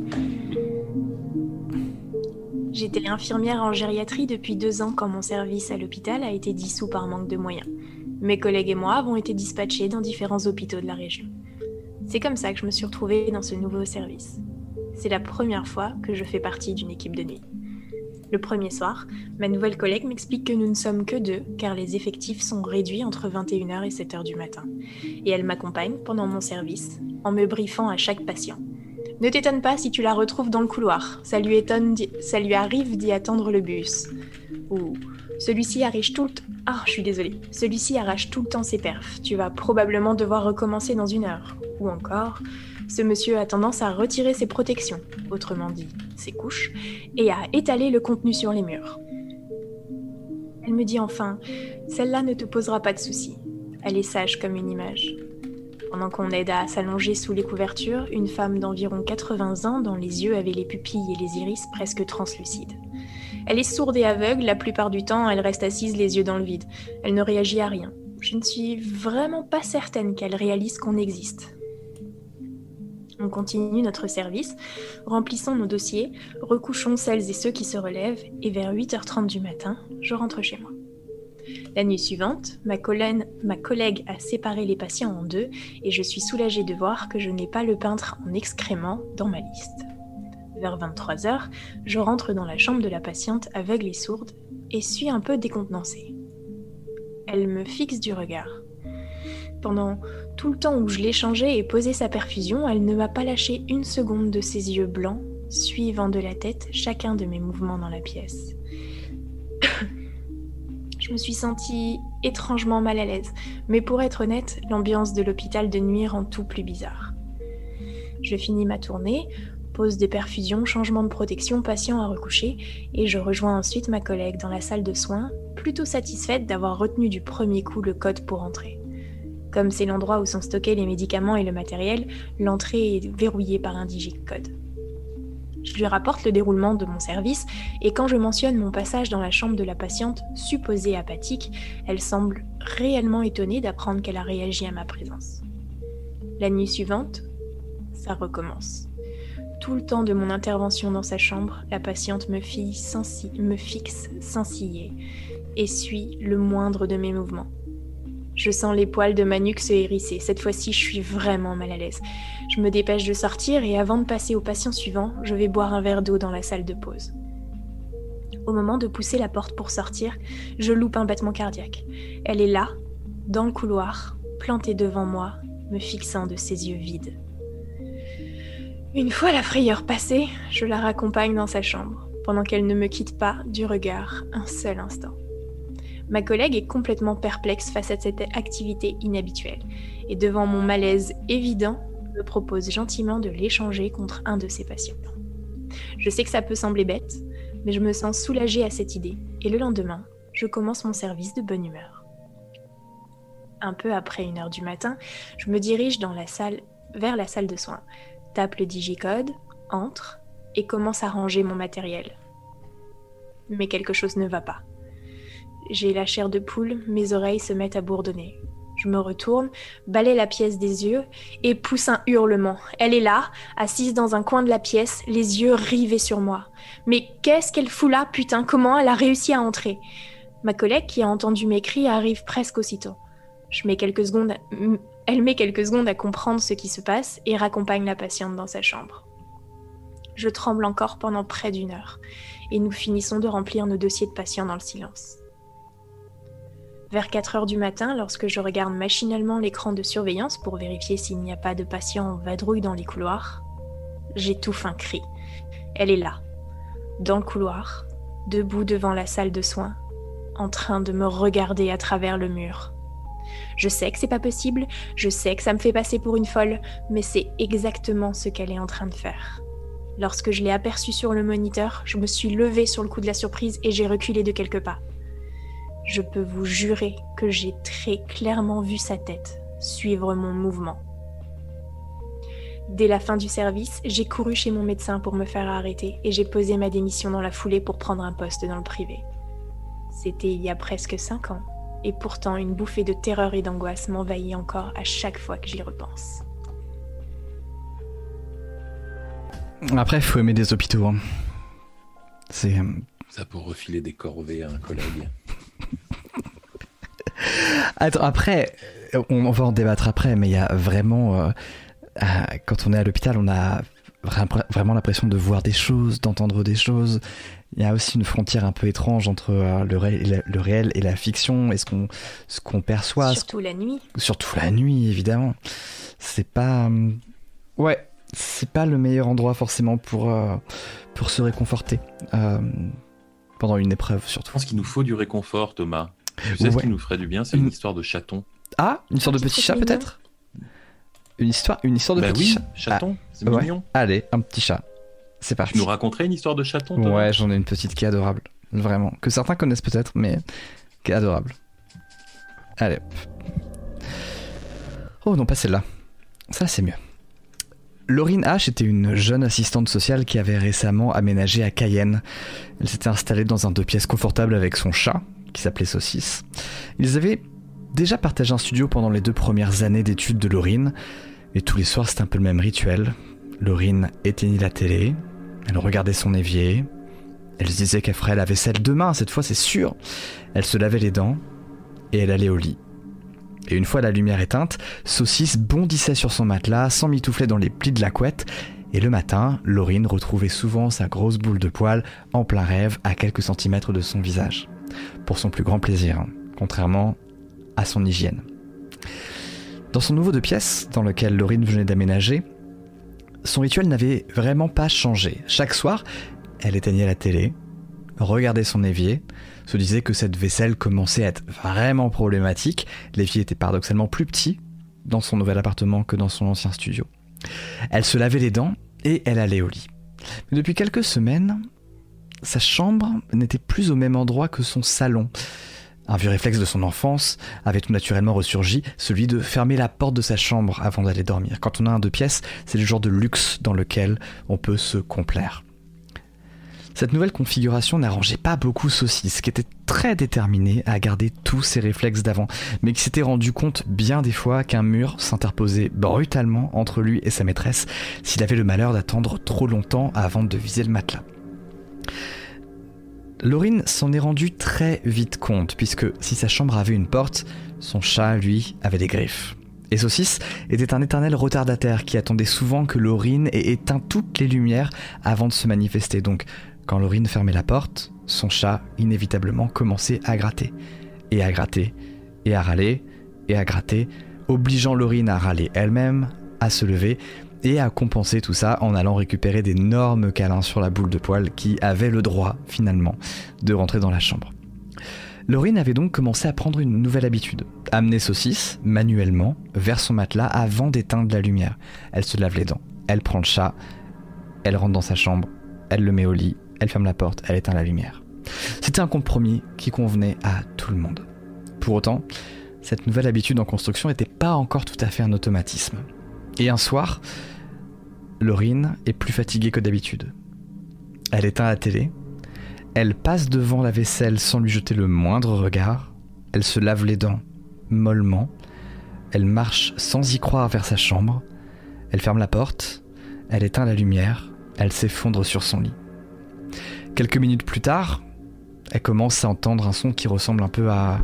J'étais infirmière en gériatrie depuis 2 ans quand mon service à l'hôpital a été dissous par manque de moyens. Mes collègues et moi avons été dispatchés dans différents hôpitaux de la région. C'est comme ça que je me suis retrouvée dans ce nouveau service. C'est la première fois que je fais partie d'une équipe de nuit. Le premier soir, ma nouvelle collègue m'explique que nous ne sommes que 2 car les effectifs sont réduits entre 21h et 7h du matin. Et elle m'accompagne pendant mon service en me briefant à chaque patient. Ne t'étonne pas si tu la retrouves dans le couloir. Ça lui arrive d'y attendre le bus. Ou celui-ci arrache tout le temps. Ah, je suis désolée. Celui-ci arrache tout le temps ses perfs. Tu vas probablement devoir recommencer dans 1 heure. Ou encore, ce monsieur a tendance à retirer ses protections, autrement dit ses couches, et à étaler le contenu sur les murs. Elle me dit enfin, celle-là ne te posera pas de soucis. Elle est sage comme une image. Pendant qu'on aide à s'allonger sous les couvertures, une femme d'environ 80 ans dont les yeux avaient les pupilles et les iris presque translucides. Elle est sourde et aveugle, la plupart du temps, elle reste assise les yeux dans le vide. Elle ne réagit à rien. Je ne suis vraiment pas certaine qu'elle réalise qu'on existe. On continue notre service, remplissons nos dossiers, recouchons celles et ceux qui se relèvent, et vers 8h30 du matin, je rentre chez moi. La nuit suivante, ma collègue a séparé les patients en 2 et je suis soulagée de voir que je n'ai pas le peintre en excréments dans ma liste. Vers 23h, je rentre dans la chambre de la patiente aveugle et sourde et suis un peu décontenancée. Elle me fixe du regard. Pendant tout le temps où je l'échangeais et posais sa perfusion, elle ne m'a pas lâché 1 seconde de ses yeux blancs, suivant de la tête chacun de mes mouvements dans la pièce. Je me suis sentie étrangement mal à l'aise, mais pour être honnête, l'ambiance de l'hôpital de nuit rend tout plus bizarre. Je finis ma tournée, pose de perfusion, changement de protection, patient à recoucher, et je rejoins ensuite ma collègue dans la salle de soins, plutôt satisfaite d'avoir retenu du premier coup le code pour entrer. Comme c'est l'endroit où sont stockés les médicaments et le matériel, l'entrée est verrouillée par un digicode. Je lui rapporte le déroulement de mon service et quand je mentionne mon passage dans la chambre de la patiente, supposée apathique, elle semble réellement étonnée d'apprendre qu'elle a réagi à ma présence. La nuit suivante, ça recommence. Tout le temps de mon intervention dans sa chambre, la patiente me fixe sans ciller et suit le moindre de mes mouvements. Je sens les poils de ma nuque se hérisser. Cette fois-ci, je suis vraiment mal à l'aise. Je me dépêche de sortir et avant de passer au patient suivant, je vais boire un verre d'eau dans la salle de pause. Au moment de pousser la porte pour sortir, je loupe un battement cardiaque. Elle est là, dans le couloir, plantée devant moi, me fixant de ses yeux vides. Une fois la frayeur passée, je la raccompagne dans sa chambre, pendant qu'elle ne me quitte pas du regard un seul instant. Ma collègue est complètement perplexe face à cette activité inhabituelle, et devant mon malaise évident, me propose gentiment de l'échanger contre un de ses patients. Je sais que ça peut sembler bête, mais je me sens soulagée à cette idée, et le lendemain, je commence mon service de bonne humeur. Un peu après 1h du matin, je me dirige vers la salle de soins, tape le digicode, entre, et commence à ranger mon matériel. Mais quelque chose ne va pas. J'ai la chair de poule, mes oreilles se mettent à bourdonner. Je me retourne, balaie la pièce des yeux et pousse un hurlement. Elle est là, assise dans un coin de la pièce, les yeux rivés sur moi. Mais qu'est-ce qu'elle fout là, putain? Comment elle a réussi à entrer? Ma collègue, qui a entendu mes cris, arrive presque aussitôt. Elle met quelques secondes à comprendre ce qui se passe et raccompagne la patiente dans sa chambre. Je tremble encore pendant près d'1 heure et nous finissons de remplir nos dossiers de patients dans le silence. Vers 4h du matin, lorsque je regarde machinalement l'écran de surveillance pour vérifier s'il n'y a pas de patients en vadrouille dans les couloirs, j'étouffe un cri. Elle est là, dans le couloir, debout devant la salle de soins, en train de me regarder à travers le mur. Je sais que c'est pas possible, je sais que ça me fait passer pour une folle, mais c'est exactement ce qu'elle est en train de faire. Lorsque je l'ai aperçue sur le moniteur, je me suis levée sur le coup de la surprise et j'ai reculé de quelques pas. Je peux vous jurer que j'ai très clairement vu sa tête suivre mon mouvement. Dès la fin du service, j'ai couru chez mon médecin pour me faire arrêter et j'ai posé ma démission dans la foulée pour prendre un poste dans le privé. C'était il y a presque 5 ans, et pourtant une bouffée de terreur et d'angoisse m'envahit encore à chaque fois que j'y repense. Après, il faut aimer des hôpitaux. Hein. C'est... Ça pour refiler des corvées à un collègue. Attends, après, on va en débattre après, mais il y a vraiment... quand on est à l'hôpital, on a vraiment l'impression de voir des choses, d'entendre des choses. Il y a aussi une frontière un peu étrange entre le réel et la fiction et ce qu'on perçoit. Surtout la nuit. Surtout la nuit, évidemment. C'est pas... Ouais, c'est pas le meilleur endroit forcément pour se réconforter. Pendant une épreuve, surtout. Je pense qu'il nous faut du réconfort, Thomas. Tu sais ce qui nous ferait du bien, c'est une histoire de chaton. Ah, une histoire de petit chat peut-être ? Une histoire de petit chat. Chaton, c'est mignon. Allez, un petit chat. C'est parti. Tu nous raconterais une histoire de chaton, Thomas ? Ouais, j'en ai une petite qui est adorable. Vraiment. Que certains connaissent peut-être, mais qui est adorable. Allez. Oh non, pas celle-là. Ça, c'est mieux. Laurine H était une jeune assistante sociale qui avait récemment aménagé à Cayenne. Elle s'était installée dans un 2 pièces confortable avec son chat, qui s'appelait Saucisse. Ils avaient déjà partagé un studio pendant les 2 premières années d'études de Laurine, et tous les soirs c'était un peu le même rituel. Laurine éteignit la télé, elle regardait son évier, elle se disait qu'elle ferait la vaisselle demain, cette fois c'est sûr. Elle se lavait les dents, et elle allait au lit. Et une fois la lumière éteinte, Saucisse bondissait sur son matelas, s'emmitouflait dans les plis de la couette, et le matin, Laurine retrouvait souvent sa grosse boule de poils en plein rêve à quelques centimètres de son visage. Pour son plus grand plaisir, contrairement à son hygiène. Dans son nouveau 2 pièces, dans lequel Laurine venait d'aménager, son rituel n'avait vraiment pas changé. Chaque soir, elle éteignait la télé, regardait son évier, se disait que cette vaisselle commençait à être vraiment problématique. L'évier était paradoxalement plus petit dans son nouvel appartement que dans son ancien studio. Elle se lavait les dents et elle allait au lit. Mais depuis quelques semaines, sa chambre n'était plus au même endroit que son salon. Un vieux réflexe de son enfance avait tout naturellement ressurgi, celui de fermer la porte de sa chambre avant d'aller dormir. Quand on a un 2 pièces, c'est le genre de luxe dans lequel on peut se complaire. Cette nouvelle configuration n'arrangeait pas beaucoup Saucisse, qui était très déterminé à garder tous ses réflexes d'avant, mais qui s'était rendu compte bien des fois qu'un mur s'interposait brutalement entre lui et sa maîtresse s'il avait le malheur d'attendre trop longtemps avant de viser le matelas. Laurine s'en est rendu très vite compte, puisque si sa chambre avait une porte, son chat, lui, avait des griffes. Et Saucisse était un éternel retardataire qui attendait souvent que Laurine ait éteint toutes les lumières avant de se manifester. Donc, quand Laurine fermait la porte, son chat, inévitablement, commençait à gratter. Et à gratter, et à râler, et à gratter, obligeant Laurine à râler elle-même, à se lever, et à compenser tout ça en allant récupérer d'énormes câlins sur la boule de poils qui avait le droit, finalement, de rentrer dans la chambre. Laurine avait donc commencé à prendre une nouvelle habitude, amener Saucisse, manuellement, vers son matelas avant d'éteindre la lumière. Elle se lave les dents, elle prend le chat, elle rentre dans sa chambre, elle le met au lit, elle ferme la porte, elle éteint la lumière. C'était un compromis qui convenait à tout le monde. Pour autant, cette nouvelle habitude en construction n'était pas encore tout à fait un automatisme. Et un soir, Laurine est plus fatiguée que d'habitude. Elle éteint la télé, elle passe devant la vaisselle sans lui jeter le moindre regard, elle se lave les dents mollement, elle marche sans y croire vers sa chambre, elle ferme la porte, elle éteint la lumière, elle s'effondre sur son lit. Quelques minutes plus tard, elle commence à entendre un son qui ressemble un peu à...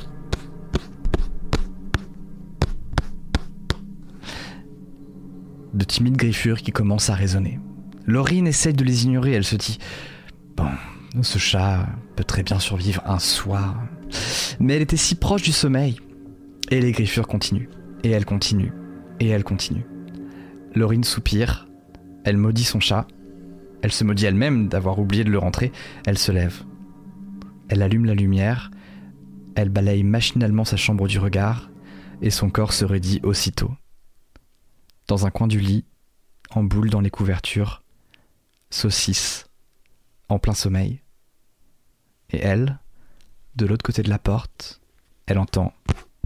de timides griffures qui commencent à résonner. Laurine essaye de les ignorer, elle se dit « Bon, ce chat peut très bien survivre un soir. » Mais elle était si proche du sommeil. Et les griffures continuent, et elles continuent, et elles continuent. Laurine soupire, elle maudit son chat, elle se maudit elle-même d'avoir oublié de le rentrer, elle se lève. Elle allume la lumière, elle balaye machinalement sa chambre du regard, et son corps se raidit aussitôt. Dans un coin du lit, en boule dans les couvertures, saucisse, en plein sommeil. Et elle, de l'autre côté de la porte, elle entend.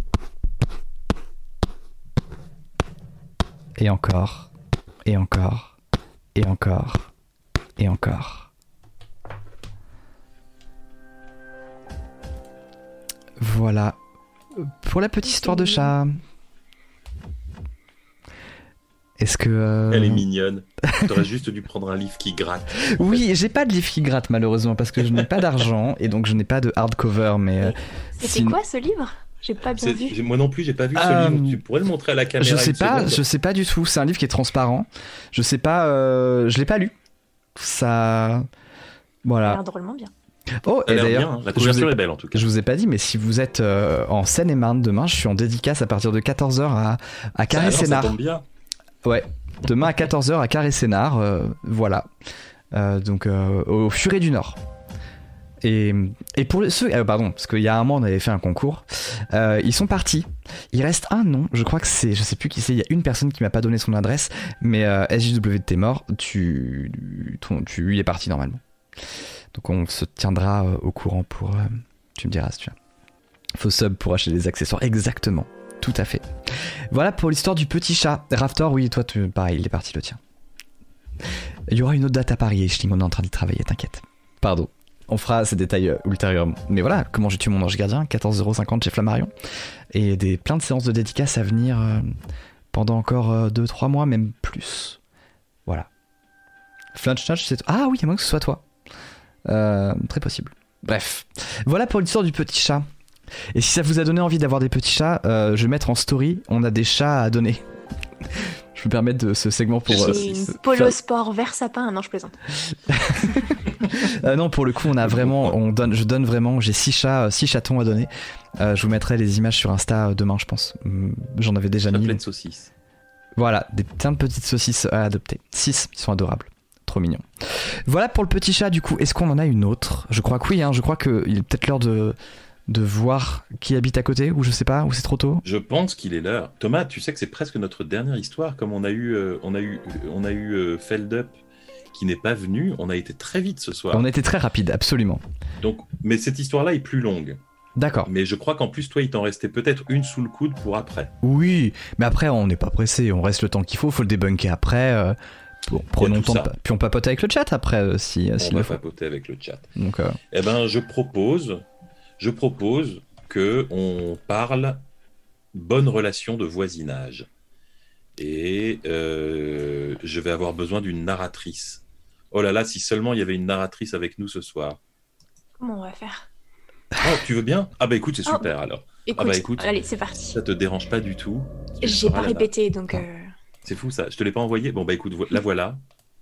Et encore, et encore, et encore, et encore. Voilà pour la petite histoire de chat. Est-ce que... Elle est mignonne. T'aurais juste dû prendre un livre qui gratte. Oui, j'ai pas de livre qui gratte malheureusement parce que je n'ai pas d'argent et donc je n'ai pas de hardcover. Mais c'était quoi ce livre ? J'ai pas bien vu. Moi non plus, j'ai pas vu ce livre. Tu pourrais le montrer à la caméra. Je sais pas du tout. C'est un livre qui est transparent. Je sais pas. Je l'ai pas lu. Ça. Voilà. Ça a l'air drôlement bien. Oh, et d'ailleurs, bien, la couverture est belle en tout cas. Je vous ai pas dit, mais si vous êtes en Seine-et-Marne demain, je suis en dédicace à partir de 14h à Carré-Sénard. Ça tombe bien. Ouais, demain à 14h à Carré-Sénard, voilà. Donc au Furet du Nord. Et pour ceux... pardon, parce qu'il y a un mois on avait fait un concours. Ils sont partis. Il reste un nom, je crois que c'est... Je sais plus qui c'est, il y a une personne qui m'a pas donné son adresse, mais SJW de tes morts, tu y es parti normalement. Donc on se tiendra au courant pour... tu me diras si tu as. Faut sub pour acheter des accessoires, exactement. Tout à fait. Voilà pour l'histoire du petit chat. Raftor, oui, toi, pareil, il est parti le tien. Il y aura une autre date à Paris, Aisling, on est en train d'y travailler, t'inquiète. Pardon, on fera ces détails ultérieurement. Mais voilà, comment j'ai tué mon ange gardien, 14,50€ chez Flammarion. Et plein de séances de dédicaces à venir pendant encore 2-3 mois, même plus. Voilà. Flunch, c'est... Ah oui, il y a moins que ce soit toi. Très possible. Bref. Voilà pour l'histoire du petit chat. Et si ça vous a donné envie d'avoir des petits chats, je vais mettre en story, on a des chats à donner. Je me permettre de ce segment pour... J'ai une polo sport vert sapin, non je plaisante. Non, pour le coup on a vraiment, je donne vraiment, j'ai 6 chatons à donner. Je vous mettrai les images sur Insta demain je pense. J'en avais déjà mis. Plein de saucisses. Voilà, plein de petites saucisses à adopter. 6, ils sont adorables. Trop mignons. Voilà pour le petit chat du coup. Est-ce qu'on en a une autre ? Je crois que oui, hein, je crois qu'il est peut-être l'heure de voir qui habite à côté, ou je sais pas, ou c'est trop tôt. Je pense qu'il est l'heure. Thomas, tu sais que c'est presque notre dernière histoire, comme on a eu Feldup qui n'est pas venu, on a été très vite ce soir. On a été très rapide, absolument. Donc, mais cette histoire-là est plus longue. D'accord. Mais je crois qu'en plus, toi, il t'en restait peut-être une sous le coude pour après. Oui, mais après, on n'est pas pressé, on reste le temps qu'il faut le débunker après. Prenons le temps, puis on papote avec le chat après, si on va papoter avec le chat. Donc, eh ben, je propose que on parle bonne relation de voisinage. Et je vais avoir besoin d'une narratrice. Oh là là, si seulement il y avait une narratrice avec nous ce soir. Comment on va faire ? Oh, tu veux bien ? Ah bah écoute, c'est super alors. Écoute, allez, c'est parti. Ça te dérange pas du tout ? J'ai pas répété, donc... C'est fou ça, je te l'ai pas envoyé ? Bon bah écoute, la voilà.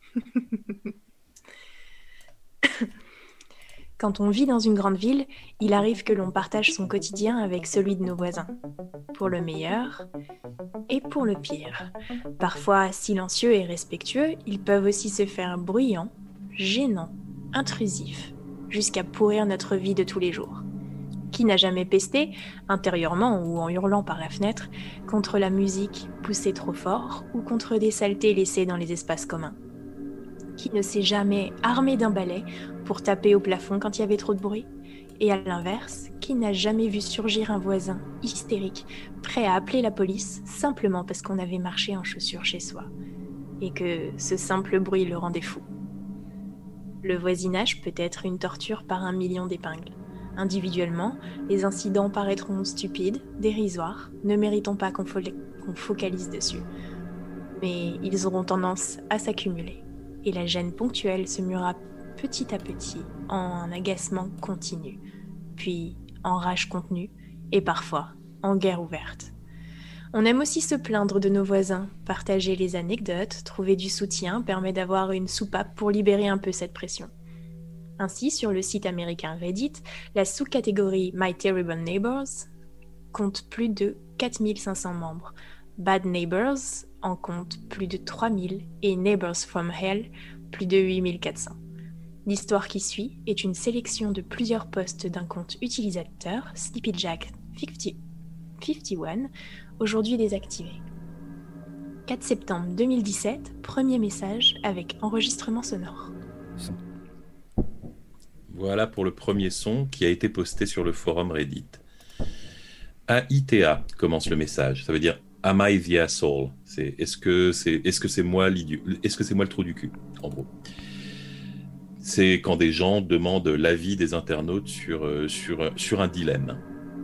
Quand on vit dans une grande ville, il arrive que l'on partage son quotidien avec celui de nos voisins. Pour le meilleur et pour le pire. Parfois silencieux et respectueux, ils peuvent aussi se faire bruyants, gênants, intrusifs, jusqu'à pourrir notre vie de tous les jours. Qui n'a jamais pesté, intérieurement ou en hurlant par la fenêtre, contre la musique poussée trop fort ou contre des saletés laissées dans les espaces communs ? Qui ne s'est jamais armé d'un balai pour taper au plafond quand il y avait trop de bruit ? Et à l'inverse, qui n'a jamais vu surgir un voisin hystérique, prêt à appeler la police simplement parce qu'on avait marché en chaussures chez soi, et que ce simple bruit le rendait fou ? Le voisinage peut être une torture par 1 million d'épingles. Individuellement, les incidents paraîtront stupides, dérisoires, ne méritant pas qu'on focalise dessus. Mais ils auront tendance à s'accumuler. Et la gêne ponctuelle se murera petit à petit en un agacement continu, puis en rage contenue, et parfois en guerre ouverte. On aime aussi se plaindre de nos voisins, partager les anecdotes, trouver du soutien permet d'avoir une soupape pour libérer un peu cette pression. Ainsi, sur le site américain Reddit, la sous-catégorie My Terrible Neighbors compte plus de 4500 membres. Bad Neighbors en compte plus de 3000 et Neighbors from Hell plus de 8400. L'histoire qui suit est une sélection de plusieurs posts d'un compte utilisateur, SleepyJack51, aujourd'hui désactivé. 4 septembre 2017, premier message avec enregistrement sonore. Voilà pour le premier son qui a été posté sur le forum Reddit. AITA commence le message. Ça veut dire Am I the asshole? Est-ce que c'est moi l'idiot? Est-ce que c'est moi le trou du cul? En gros. C'est quand des gens demandent l'avis des internautes sur un dilemme.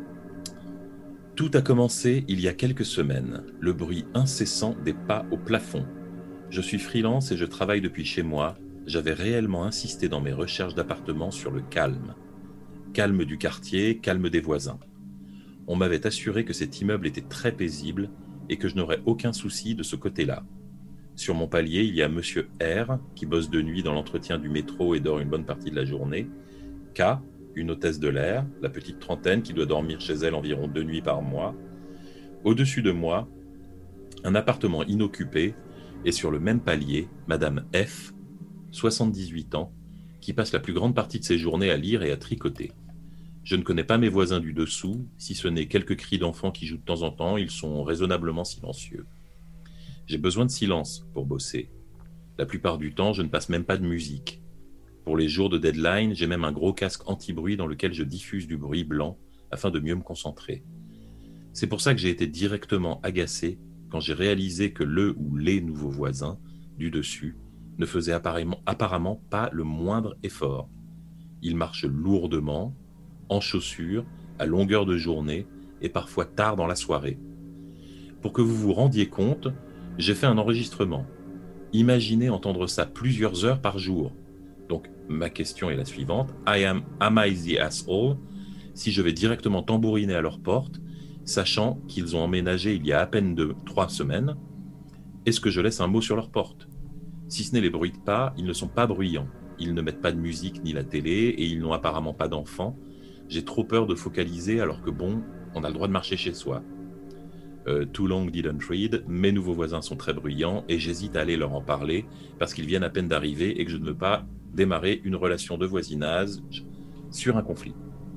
Tout a commencé il y a quelques semaines. Le bruit incessant des pas au plafond. Je suis freelance et je travaille depuis chez moi. J'avais réellement insisté dans mes recherches d'appartements sur le calme. Calme du quartier, calme des voisins. On m'avait assuré que cet immeuble était très paisible et que je n'aurais aucun souci de ce côté-là. Sur mon palier, il y a Monsieur R, qui bosse de nuit dans l'entretien du métro et dort une bonne partie de la journée. K, une hôtesse de l'air, la petite trentaine qui doit dormir chez elle environ 2 nuits par mois. Au-dessus de moi, un appartement inoccupé et sur le même palier, Madame F, 78 ans, qui passe la plus grande partie de ses journées à lire et à tricoter. Je ne connais pas mes voisins du dessous, si ce n'est quelques cris d'enfants qui jouent de temps en temps, ils sont raisonnablement silencieux. J'ai besoin de silence pour bosser. La plupart du temps, je ne passe même pas de musique. Pour les jours de deadline, j'ai même un gros casque anti-bruit dans lequel je diffuse du bruit blanc afin de mieux me concentrer. C'est pour ça que j'ai été directement agacé quand j'ai réalisé que le ou les nouveaux voisins du dessus ne faisaient apparemment pas le moindre effort. Ils marchent lourdement, en chaussures, à longueur de journée et parfois tard dans la soirée. Pour que vous vous rendiez compte, j'ai fait un enregistrement. Imaginez entendre ça plusieurs heures par jour. Donc, ma question est la suivante. Am I the asshole? Si je vais directement tambouriner à leur porte, sachant qu'ils ont emménagé il y a à peine 3 semaines, est-ce que je laisse un mot sur leur porte? Si ce n'est les bruits de pas, ils ne sont pas bruyants. Ils ne mettent pas de musique ni la télé et ils n'ont apparemment pas d'enfants. J'ai trop peur de focaliser alors que bon, on a le droit de marcher chez soi. Too long didn't read, mes nouveaux voisins sont très bruyants et j'hésite à aller leur en parler parce qu'ils viennent à peine d'arriver et que je ne veux pas démarrer une relation de voisinage sur un conflit.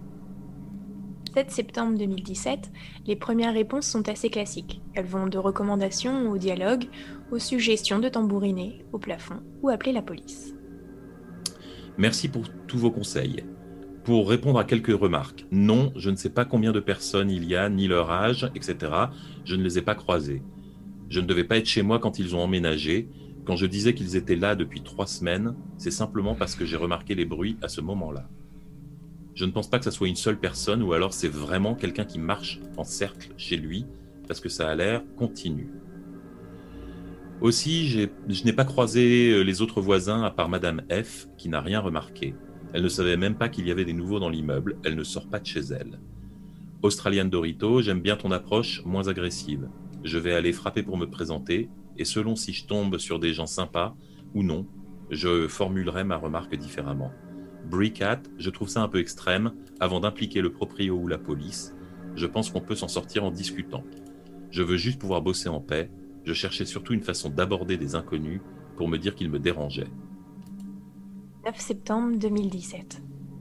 7 septembre 2017, les premières réponses sont assez classiques. Elles vont de recommandations au dialogue, aux suggestions de tambouriner, au plafond ou appeler la police. Merci pour tous vos conseils. Pour répondre à quelques remarques, non, je ne sais pas combien de personnes il y a, ni leur âge, etc. Je ne les ai pas croisés. Je ne devais pas être chez moi quand ils ont emménagé. Quand je disais qu'ils étaient là depuis 3 semaines, c'est simplement parce que j'ai remarqué les bruits à ce moment-là. Je ne pense pas que ça soit une seule personne ou alors c'est vraiment quelqu'un qui marche en cercle chez lui parce que ça a l'air continu. Aussi, je n'ai pas croisé les autres voisins à part Madame F qui n'a rien remarqué. Elle ne savait même pas qu'il y avait des nouveaux dans l'immeuble, elle ne sort pas de chez elle. Australian Dorito, j'aime bien ton approche moins agressive. Je vais aller frapper pour me présenter et selon si je tombe sur des gens sympas ou non, je formulerai ma remarque différemment. Bricat, je trouve ça un peu extrême, avant d'impliquer le proprio ou la police, je pense qu'on peut s'en sortir en discutant. Je veux juste pouvoir bosser en paix, je cherchais surtout une façon d'aborder des inconnus pour me dire qu'ils me dérangeaient. 9 septembre 2017.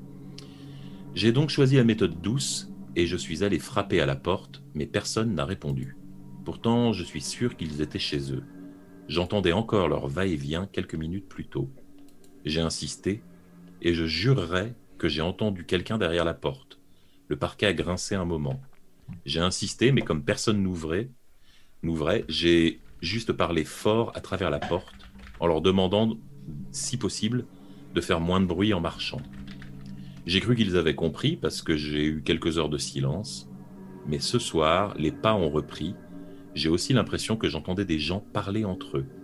J'ai donc choisi la méthode douce et je suis allé frapper à la porte, mais personne n'a répondu. Pourtant, je suis sûr qu'ils étaient chez eux. J'entendais encore leur va-et-vient quelques minutes plus tôt. J'ai insisté et je jurerais que j'ai entendu quelqu'un derrière la porte. Le parquet a grincé un moment. J'ai insisté, mais comme personne n'ouvrait, j'ai juste parlé fort à travers la porte en leur demandant, si possible, de faire moins de bruit en marchant. J'ai cru qu'ils avaient compris parce que j'ai eu quelques heures de silence, mais ce soir, les pas ont repris. J'ai aussi l'impression que j'entendais des gens parler entre eux.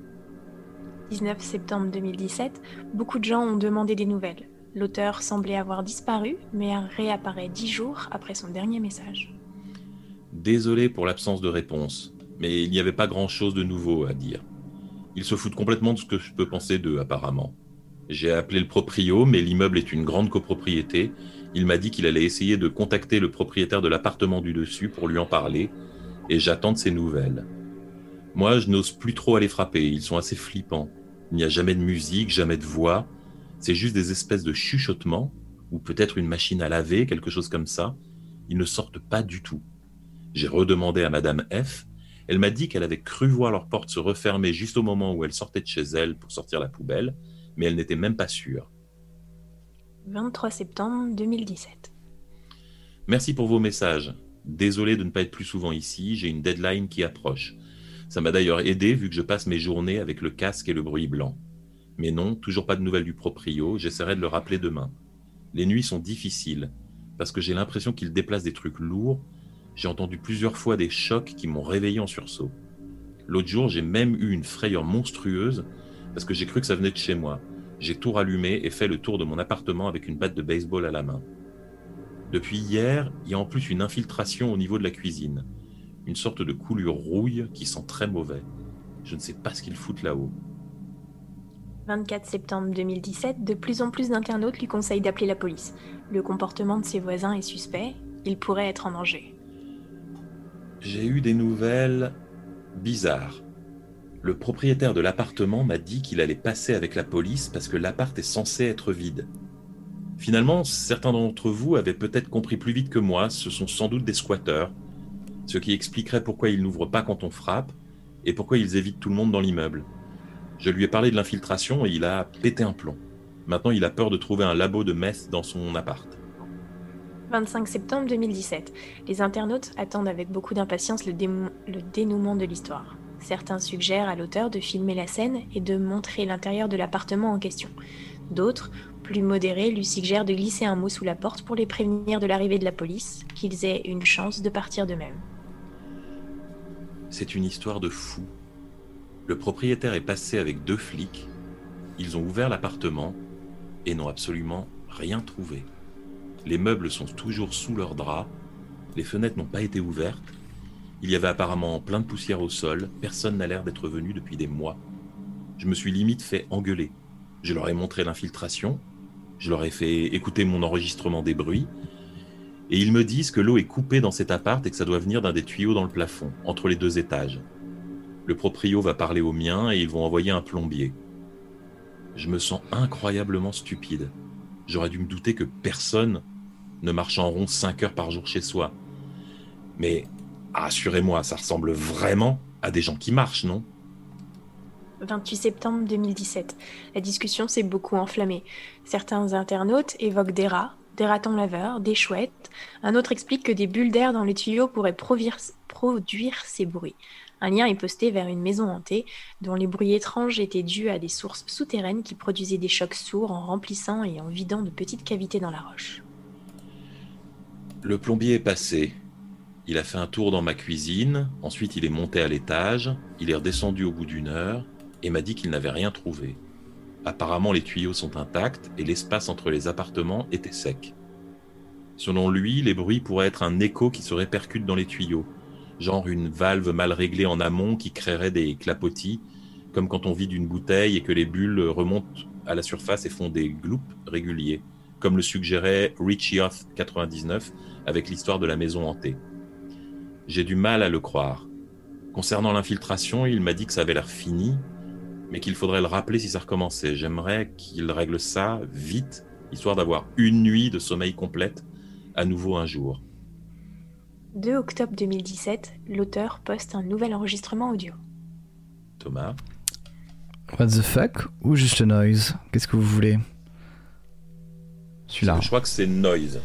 19 septembre 2017, beaucoup de gens ont demandé des nouvelles. L'auteur semblait avoir disparu, mais réapparaît 10 jours après son dernier message. Désolé pour l'absence de réponse, mais il n'y avait pas grand-chose de nouveau à dire. Ils se foutent complètement de ce que je peux penser d'eux, apparemment. J'ai appelé le proprio, mais l'immeuble est une grande copropriété. Il m'a dit qu'il allait essayer de contacter le propriétaire de l'appartement du dessus pour lui en parler, et j'attends de ses nouvelles. Moi, je n'ose plus trop aller frapper, ils sont assez flippants. Il n'y a jamais de musique, jamais de voix. C'est juste des espèces de chuchotements, ou peut-être une machine à laver, quelque chose comme ça. Ils ne sortent pas du tout. J'ai redemandé à Madame F, Elle m'a dit qu'elle avait cru voir leur porte se refermer juste au moment où elle sortait de chez elle pour sortir la poubelle, mais elle n'était même pas sûre. 23 septembre 2017. Merci pour vos messages. Désolé de ne pas être plus souvent ici, j'ai une deadline qui approche. Ça m'a d'ailleurs aidé vu que je passe mes journées avec le casque et le bruit blanc. Mais non, toujours pas de nouvelles du proprio, j'essaierai de le rappeler demain. Les nuits sont difficiles, parce que j'ai l'impression qu'il déplace des trucs lourds. J'ai entendu plusieurs fois des chocs qui m'ont réveillé en sursaut. L'autre jour, j'ai même eu une frayeur monstrueuse, parce que j'ai cru que ça venait de chez moi. J'ai tout rallumé et fait le tour de mon appartement avec une batte de baseball à la main. Depuis hier, il y a en plus une infiltration au niveau de la cuisine. Une sorte de coulure rouille qui sent très mauvais. Je ne sais pas ce qu'ils foutent là-haut. 24 septembre 2017, de plus en plus d'internautes lui conseillent d'appeler la police. Le comportement de ses voisins est suspect, il pourrait être en danger. J'ai eu des nouvelles bizarres. Le propriétaire de l'appartement m'a dit qu'il allait passer avec la police parce que l'appart est censé être vide. Finalement, certains d'entre vous avaient peut-être compris plus vite que moi, ce sont sans doute des squatteurs, ce qui expliquerait pourquoi ils n'ouvrent pas quand on frappe et pourquoi ils évitent tout le monde dans l'immeuble. Je lui ai parlé de l'infiltration et il a pété un plomb. Maintenant, il a peur de trouver un labo de meth dans son appart. 25 septembre 2017. Les internautes attendent avec beaucoup d'impatience le dénouement de l'histoire. Certains suggèrent à l'auteur de filmer la scène et de montrer l'intérieur de l'appartement en question. D'autres, plus modérés, lui suggèrent de glisser un mot sous la porte pour les prévenir de l'arrivée de la police, qu'ils aient une chance de partir d'eux-mêmes. C'est une histoire de fou. Le propriétaire est passé avec 2 flics. Ils ont ouvert l'appartement et n'ont absolument rien trouvé. Les meubles sont toujours sous leurs draps. Les fenêtres n'ont pas été ouvertes. Il y avait apparemment plein de poussière au sol. Personne n'a l'air d'être venu depuis des mois. Je me suis limite fait engueuler. Je leur ai montré l'infiltration. Je leur ai fait écouter mon enregistrement des bruits. Et ils me disent que l'eau est coupée dans cet appart et que ça doit venir d'un des tuyaux dans le plafond, entre les 2 étages. Le proprio va parler au mien et ils vont envoyer un plombier. Je me sens incroyablement stupide. J'aurais dû me douter que personne ne marche en rond 5 heures par jour chez soi. Mais assurez-moi, ça ressemble vraiment à des gens qui marchent, non ? 28 septembre 2017. La discussion s'est beaucoup enflammée. Certains internautes évoquent des rats, des ratons laveurs, des chouettes. Un autre explique que des bulles d'air dans les tuyaux pourraient produire ces bruits. Un lien est posté vers une maison hantée dont les bruits étranges étaient dus à des sources souterraines qui produisaient des chocs sourds en remplissant et en vidant de petites cavités dans la roche. Le plombier est passé. Il a fait un tour dans ma cuisine, ensuite il est monté à l'étage, il est redescendu au bout d'1 heure et m'a dit qu'il n'avait rien trouvé. Apparemment les tuyaux sont intacts et l'espace entre les appartements était sec. Selon lui, les bruits pourraient être un écho qui se répercute dans les tuyaux. Genre une valve mal réglée en amont qui créerait des clapotis, comme quand on vide une bouteille et que les bulles remontent à la surface et font des gloops réguliers, comme le suggérait Richie Oth 99 avec l'histoire de la maison hantée. J'ai du mal à le croire. Concernant l'infiltration, il m'a dit que ça avait l'air fini, mais qu'il faudrait le rappeler si ça recommençait. J'aimerais qu'il règle ça vite, histoire d'avoir une nuit de sommeil complète à nouveau un jour. 2 octobre 2017, l'auteur poste un nouvel enregistrement audio. Thomas ? What the fuck ou juste noise ? Qu'est-ce que vous voulez ? Celui-là. Je crois que c'est noise.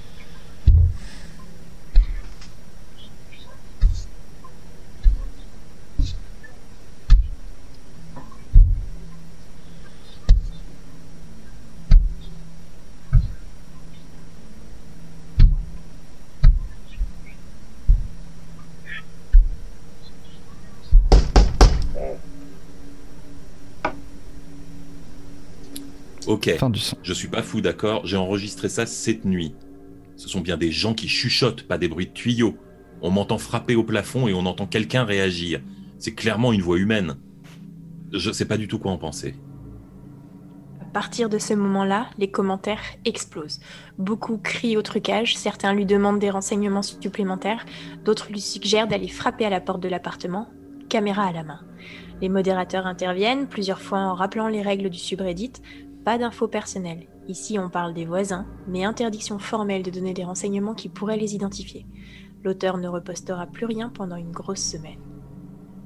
Ok, je suis pas fou, d'accord, j'ai enregistré ça cette nuit. Ce sont bien des gens qui chuchotent, pas des bruits de tuyaux. On m'entend frapper au plafond et on entend quelqu'un réagir. C'est clairement une voix humaine. Je sais pas du tout quoi en penser. À partir de ce moment-là, les commentaires explosent. Beaucoup crient au trucage, certains lui demandent des renseignements supplémentaires, d'autres lui suggèrent d'aller frapper à la porte de l'appartement, caméra à la main. Les modérateurs interviennent, plusieurs fois en rappelant les règles du subreddit. Pas d'infos personnelles. Ici, on parle des voisins, mais interdiction formelle de donner des renseignements qui pourraient les identifier. L'auteur ne repostera plus rien pendant une grosse semaine.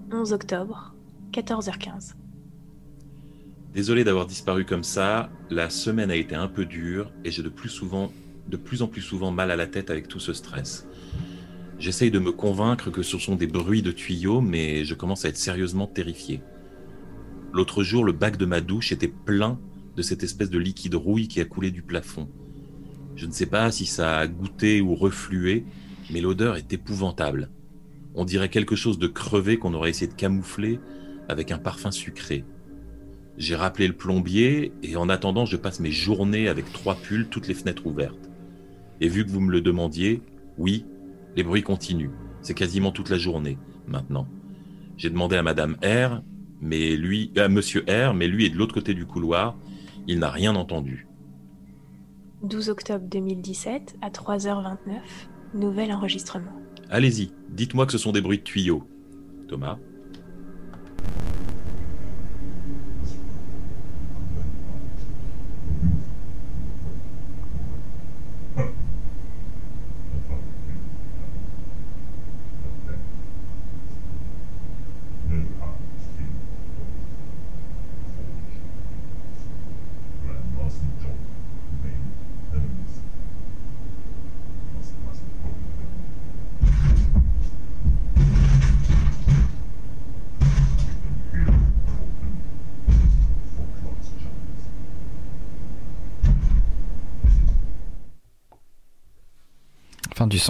11 octobre, 14h15. Désolé d'avoir disparu comme ça, la semaine a été un peu dure et j'ai de plus en plus souvent mal à la tête avec tout ce stress. J'essaye de me convaincre que ce sont des bruits de tuyaux, mais je commence à être sérieusement terrifié. L'autre jour, le bac de ma douche était plein de cette espèce de liquide rouille qui a coulé du plafond. Je ne sais pas si ça a goûté ou reflué, mais l'odeur est épouvantable. On dirait quelque chose de crevé qu'on aurait essayé de camoufler avec un parfum sucré. J'ai rappelé le plombier et en attendant, je passe mes journées avec 3 pulls, toutes les fenêtres ouvertes. Et vu que vous me le demandiez, oui, les bruits continuent. C'est quasiment toute la journée, maintenant. J'ai demandé à Madame R, Monsieur R, mais lui est de l'autre côté du couloir. Il n'a rien entendu. 12 octobre 2017, à 3h29, nouvel enregistrement. Allez-y, dites-moi que ce sont des bruits de tuyaux. Thomas ? Fin du son.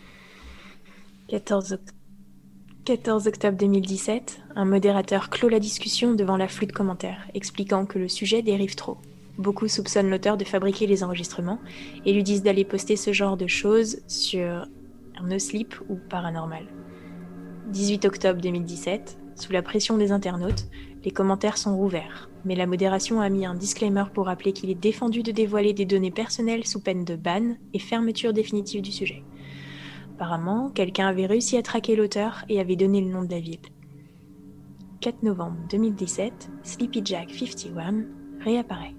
14 octobre 2017, un modérateur clôt la discussion devant l'afflux de commentaires, expliquant que le sujet dérive trop. Beaucoup soupçonnent l'auteur de fabriquer les enregistrements et lui disent d'aller poster ce genre de choses sur No Sleep ou Paranormal. 18 octobre 2017, sous la pression des internautes, les commentaires sont rouverts, mais la modération a mis un disclaimer pour rappeler qu'il est défendu de dévoiler des données personnelles sous peine de ban et fermeture définitive du sujet. Apparemment, quelqu'un avait réussi à traquer l'auteur et avait donné le nom de la ville. 4 novembre 2017, Sleepy Jack 51 réapparaît.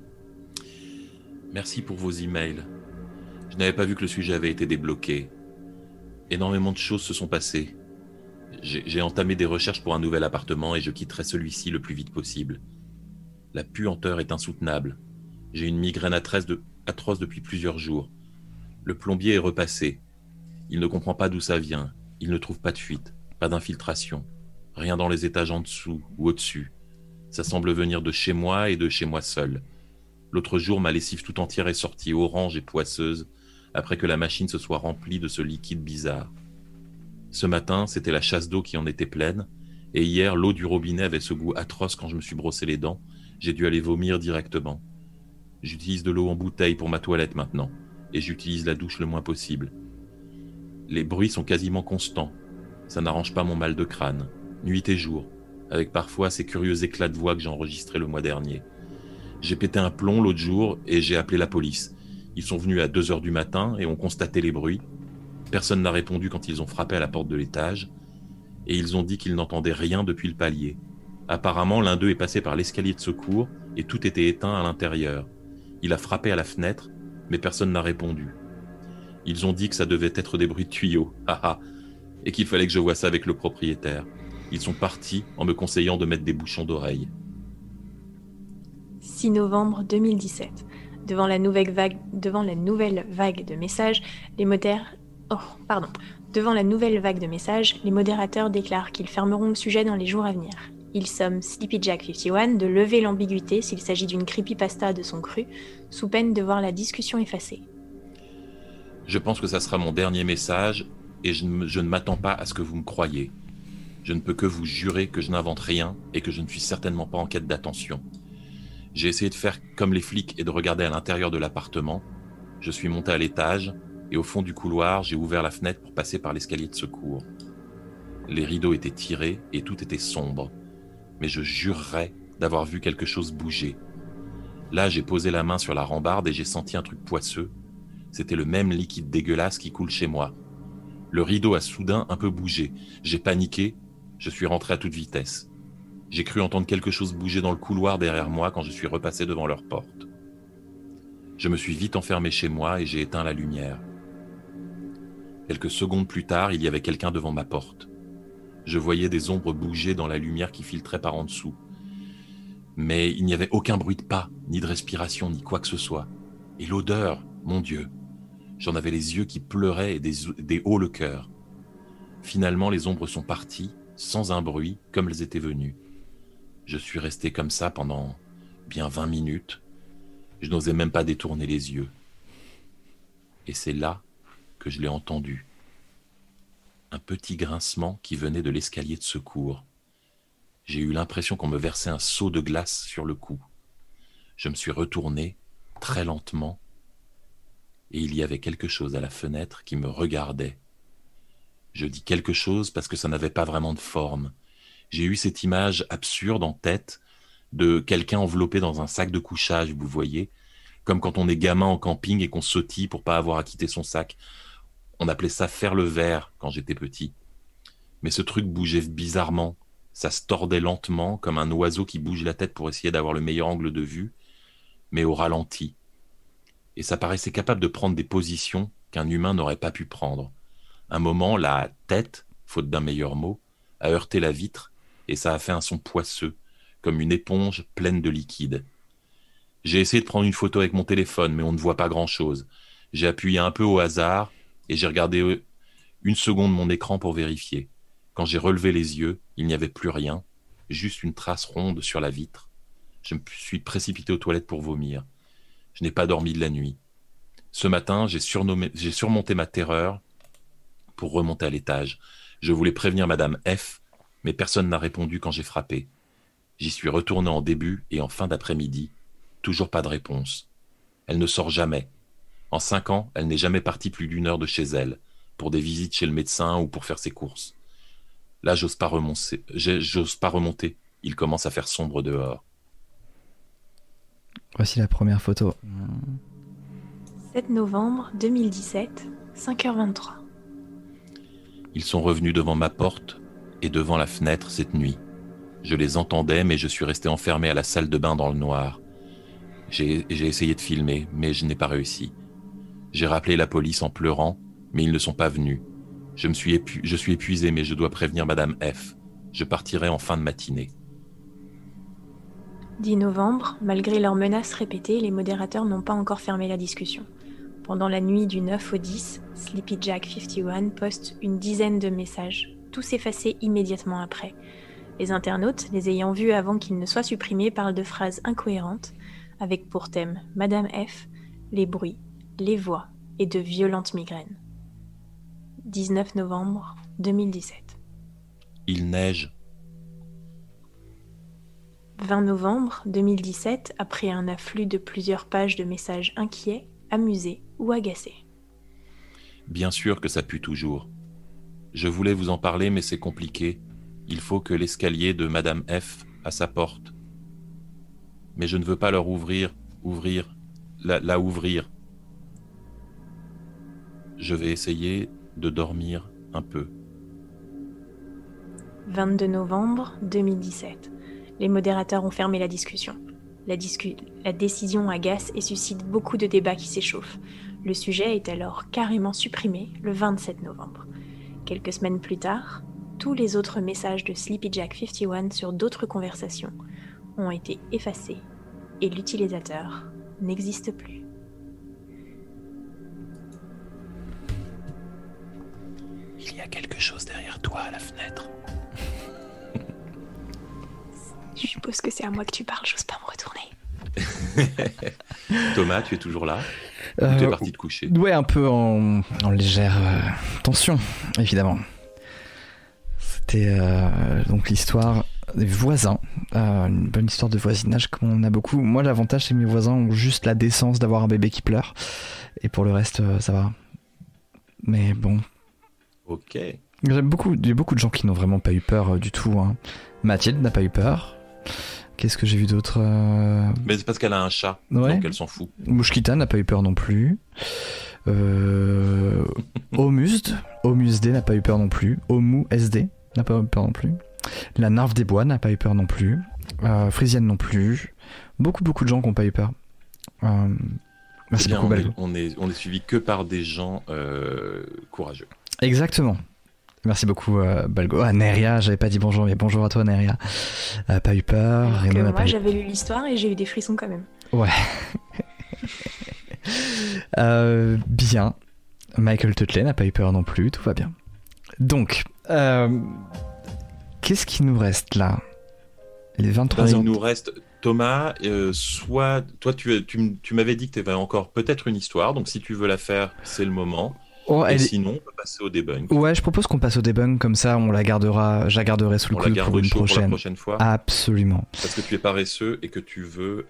Merci pour vos emails. Je n'avais pas vu que le sujet avait été débloqué. Énormément de choses se sont passées. J'ai entamé des recherches pour un nouvel appartement et je quitterai celui-ci le plus vite possible. La puanteur est insoutenable. J'ai une migraine atroce depuis plusieurs jours. Le plombier est repassé. Il ne comprend pas d'où ça vient. Il ne trouve pas de fuite, pas d'infiltration. Rien dans les étages en dessous ou au-dessus. Ça semble venir de chez moi et de chez moi seul. L'autre jour, ma lessive tout entière est sortie orange et poisseuse après que la machine se soit remplie de ce liquide bizarre. Ce matin, c'était la chasse d'eau qui en était pleine, et hier, l'eau du robinet avait ce goût atroce quand je me suis brossé les dents. J'ai dû aller vomir directement. J'utilise de l'eau en bouteille pour ma toilette maintenant, et j'utilise la douche le moins possible. Les bruits sont quasiment constants. Ça n'arrange pas mon mal de crâne, nuit et jour, avec parfois ces curieux éclats de voix que j'ai enregistrés le mois dernier. J'ai pété un plomb l'autre jour et j'ai appelé la police. Ils sont venus à 2h du matin et ont constaté les bruits. Personne n'a répondu quand ils ont frappé à la porte de l'étage, et ils ont dit qu'ils n'entendaient rien depuis le palier. Apparemment, l'un d'eux est passé par l'escalier de secours et tout était éteint à l'intérieur. Il a frappé à la fenêtre, mais personne n'a répondu. Ils ont dit que ça devait être des bruits de tuyaux, et qu'il fallait que je voie ça avec le propriétaire. Ils sont partis en me conseillant de mettre des bouchons d'oreille. 6 novembre 2017. Devant la nouvelle vague de messages, Devant la nouvelle vague de messages, les modérateurs déclarent qu'ils fermeront le sujet dans les jours à venir. Ils somment Sleepy Jack 51 de lever l'ambiguïté s'il s'agit d'une creepypasta de son cru, sous peine de voir la discussion effacée. Je pense que ça sera mon dernier message, et je ne m'attends pas à ce que vous me croyiez. Je ne peux que vous jurer que je n'invente rien et que je ne suis certainement pas en quête d'attention. J'ai essayé de faire comme les flics et de regarder à l'intérieur de l'appartement. Je suis monté à l'étage, et au fond du couloir, j'ai ouvert la fenêtre pour passer par l'escalier de secours. Les rideaux étaient tirés et tout était sombre, mais je jurerais d'avoir vu quelque chose bouger. Là, j'ai posé la main sur la rambarde et j'ai senti un truc poisseux. C'était le même liquide dégueulasse qui coule chez moi. Le rideau a soudain un peu bougé. J'ai paniqué, je suis rentré à toute vitesse. J'ai cru entendre quelque chose bouger dans le couloir derrière moi quand je suis repassé devant leur porte. Je me suis vite enfermé chez moi et j'ai éteint la lumière. Quelques secondes plus tard, il y avait quelqu'un devant ma porte. Je voyais des ombres bouger dans la lumière qui filtrait par en dessous. Mais il n'y avait aucun bruit de pas, ni de respiration, ni quoi que ce soit. Et l'odeur, mon Dieu, j'en avais les yeux qui pleuraient et des hauts le cœur. Finalement, les ombres sont parties, sans un bruit, comme elles étaient venues. Je suis resté comme ça pendant bien 20 minutes. Je n'osais même pas détourner les yeux. Et c'est là que je l'ai entendu. Un petit grincement qui venait de l'escalier de secours. J'ai eu l'impression qu'on me versait un seau de glace sur le cou. Je me suis retourné, très lentement, et il y avait quelque chose à la fenêtre qui me regardait. Je dis quelque chose parce que ça n'avait pas vraiment de forme. J'ai eu cette image absurde en tête de quelqu'un enveloppé dans un sac de couchage, vous voyez, comme quand on est gamin en camping et qu'on sautille pour pas avoir à quitter son sac. On appelait ça faire le vert quand j'étais petit. Mais ce truc bougeait bizarrement. Ça se tordait lentement, comme un oiseau qui bouge la tête pour essayer d'avoir le meilleur angle de vue, mais au ralenti. Et ça paraissait capable de prendre des positions qu'un humain n'aurait pas pu prendre. Un moment, la tête, faute d'un meilleur mot, a heurté la vitre et ça a fait un son poisseux, comme une éponge pleine de liquide. J'ai essayé de prendre une photo avec mon téléphone, mais on ne voit pas grand-chose. J'ai appuyé un peu au hasard et j'ai regardé une seconde mon écran pour vérifier. Quand j'ai relevé les yeux, il n'y avait plus rien, juste une trace ronde sur la vitre. Je me suis précipité aux toilettes pour vomir. Je n'ai pas dormi de la nuit. Ce matin, j'ai surmonté ma terreur pour remonter à l'étage. Je voulais prévenir Madame F, mais personne n'a répondu quand j'ai frappé. J'y suis retourné en début et en fin d'après-midi. Toujours pas de réponse. Elle ne sort jamais. En 5 ans, elle n'est jamais partie plus d'1 heure de chez elle, pour des visites chez le médecin ou pour faire ses courses. Là, j'ose pas remonter. Il commence à faire sombre dehors. Voici la première photo. 7 novembre 2017, 5h23. Ils sont revenus devant ma porte et devant la fenêtre cette nuit. Je les entendais, mais je suis resté enfermé à la salle de bain dans le noir. J'ai essayé de filmer, mais je n'ai pas réussi. J'ai rappelé la police en pleurant, mais ils ne sont pas venus. Je suis épuisé, mais je dois prévenir Madame F. Je partirai en fin de matinée. 10 novembre, malgré leurs menaces répétées, les modérateurs n'ont pas encore fermé la discussion. Pendant la nuit du 9 au 10, Sleepy Jack 51 poste une dizaine de messages, tous effacés immédiatement après. Les internautes, les ayant vus avant qu'ils ne soient supprimés, parlent de phrases incohérentes, avec pour thème Madame F, les bruits, les voix et de violentes migraines. 19 novembre 2017. Il neige. 20 novembre 2017, après un afflux de plusieurs pages de messages inquiets, amusés ou agacés. Bien sûr que ça pue toujours. Je voulais vous en parler, mais c'est compliqué. Il faut que l'escalier de Madame F à sa porte. Mais je ne veux pas leur ouvrir. Je vais essayer de dormir un peu. 22 novembre 2017. Les modérateurs ont fermé la discussion. La décision agace et suscite beaucoup de débats qui s'échauffent. Le sujet est alors carrément supprimé le 27 novembre. Quelques semaines plus tard, tous les autres messages de Sleepy Jack 51 sur d'autres conversations ont été effacés et l'utilisateur n'existe plus. Il y a quelque chose derrière toi à la fenêtre. Je suppose que c'est à moi que tu parles, j'ose pas me retourner. Thomas, tu es toujours là? Tu es parti te coucher? Ouais, un peu en légère tension, évidemment. C'était donc l'histoire des voisins, une bonne histoire de voisinage comme on a beaucoup. Moi, l'avantage, c'est que mes voisins ont juste la décence d'avoir un bébé qui pleure. Et pour le reste, ça va. Mais bon. Ok. Il y a beaucoup de gens qui n'ont vraiment pas eu peur du tout. Hein. Mathilde n'a pas eu peur. Qu'est-ce que j'ai vu d'autre Mais c'est parce qu'elle a un chat, ouais. Donc elle s'en fout. Mouchkita n'a pas eu peur non plus. Omusd n'a pas eu peur non plus. Omu SD n'a pas eu peur non plus. La Narve des Bois n'a pas eu peur non plus. Frisienne non plus. Beaucoup de gens qui n'ont pas eu peur. Merci beaucoup, on est suivi que par des gens courageux. Exactement. Merci beaucoup, Balgo. Ah, Neria, j'avais pas dit bonjour, mais bonjour à toi, Neria. Pas eu peur. Moi, j'avais lu l'histoire et j'ai eu des frissons quand même. Ouais. Bien. Michael Tutley n'a pas eu peur non plus, tout va bien. Donc, qu'est-ce qui nous reste là? Les 23 Il nous reste Thomas, soit toi tu m'avais dit que tu avais encore peut-être une histoire, donc si tu veux la faire, c'est le moment. Et sinon, on peut passer au debunk. Ouais, je propose qu'on passe au debunk, comme ça je la garderai sous le coude pour une prochaine. Pour la prochaine fois. Absolument. Parce que tu es paresseux et que tu veux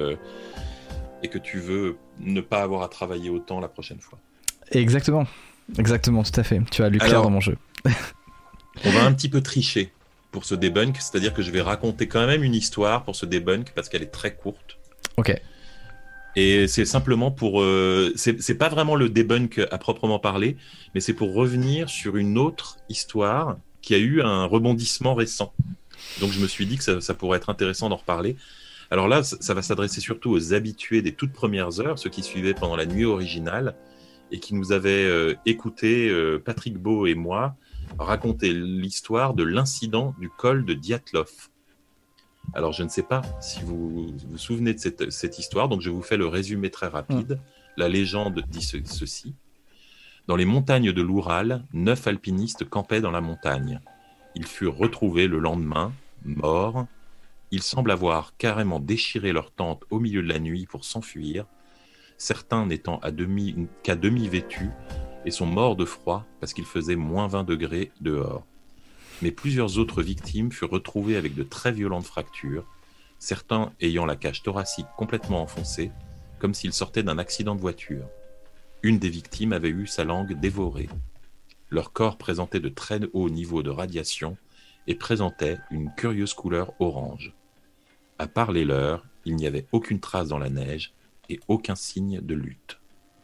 ne pas avoir à travailler autant la prochaine fois. Exactement, tout à fait. Tu as lu clair dans mon jeu. On va un petit peu tricher pour ce debunk, c'est-à-dire que je vais raconter quand même une histoire pour ce debunk parce qu'elle est très courte. Ok. Et c'est simplement pour... c'est pas vraiment le debunk à proprement parler, mais c'est pour revenir sur une autre histoire qui a eu un rebondissement récent. Donc je me suis dit que ça pourrait être intéressant d'en reparler. Alors là, ça va s'adresser surtout aux habitués des toutes premières heures, ceux qui suivaient pendant la nuit originale et qui nous avaient écouté, Patrick Beau et moi, raconter l'histoire de l'incident du col de Dyatlov. Alors, je ne sais pas si vous vous souvenez de cette histoire, donc je vous fais le résumé très rapide. La légende dit ceci. Dans les montagnes de l'Oural, 9 alpinistes campaient dans la montagne. Ils furent retrouvés le lendemain, morts. Ils semblent avoir carrément déchiré leur tente au milieu de la nuit pour s'enfuir, certains n'étant qu'à demi vêtus et sont morts de froid parce qu'il faisait moins 20 degrés dehors. Mais plusieurs autres victimes furent retrouvées avec de très violentes fractures, certains ayant la cage thoracique complètement enfoncée, comme s'ils sortaient d'un accident de voiture. Une des victimes avait eu sa langue dévorée. Leur corps présentait de très hauts niveaux de radiation et présentait une curieuse couleur orange. À part les leurs, il n'y avait aucune trace dans la neige et aucun signe de lutte.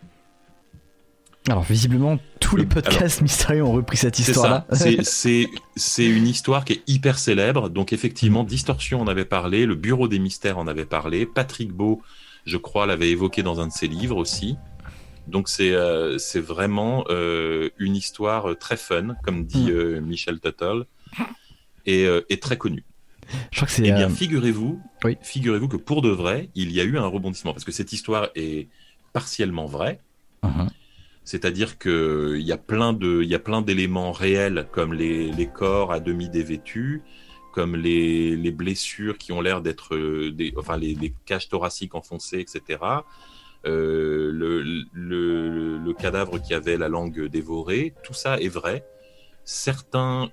Alors visiblement, tous les podcasts mystérieux ont repris cette histoire-là. C'est une histoire qui est hyper célèbre. Donc effectivement, Distorsion en avait parlé, le Bureau des Mystères en avait parlé, Patrick Beau, je crois, l'avait évoqué dans un de ses livres aussi. Donc c'est vraiment une histoire très fun, comme dit Michel Tuttle, et très connue. Je crois que c'est. Eh bien, figurez-vous que pour de vrai, il y a eu un rebondissement, parce que cette histoire est partiellement vraie. C'est-à-dire qu'il y a plein d'éléments réels, comme les corps à demi dévêtus, comme les blessures qui ont l'air d'être les cages thoraciques enfoncées, etc. Le cadavre qui avait la langue dévorée, tout ça est vrai. Certains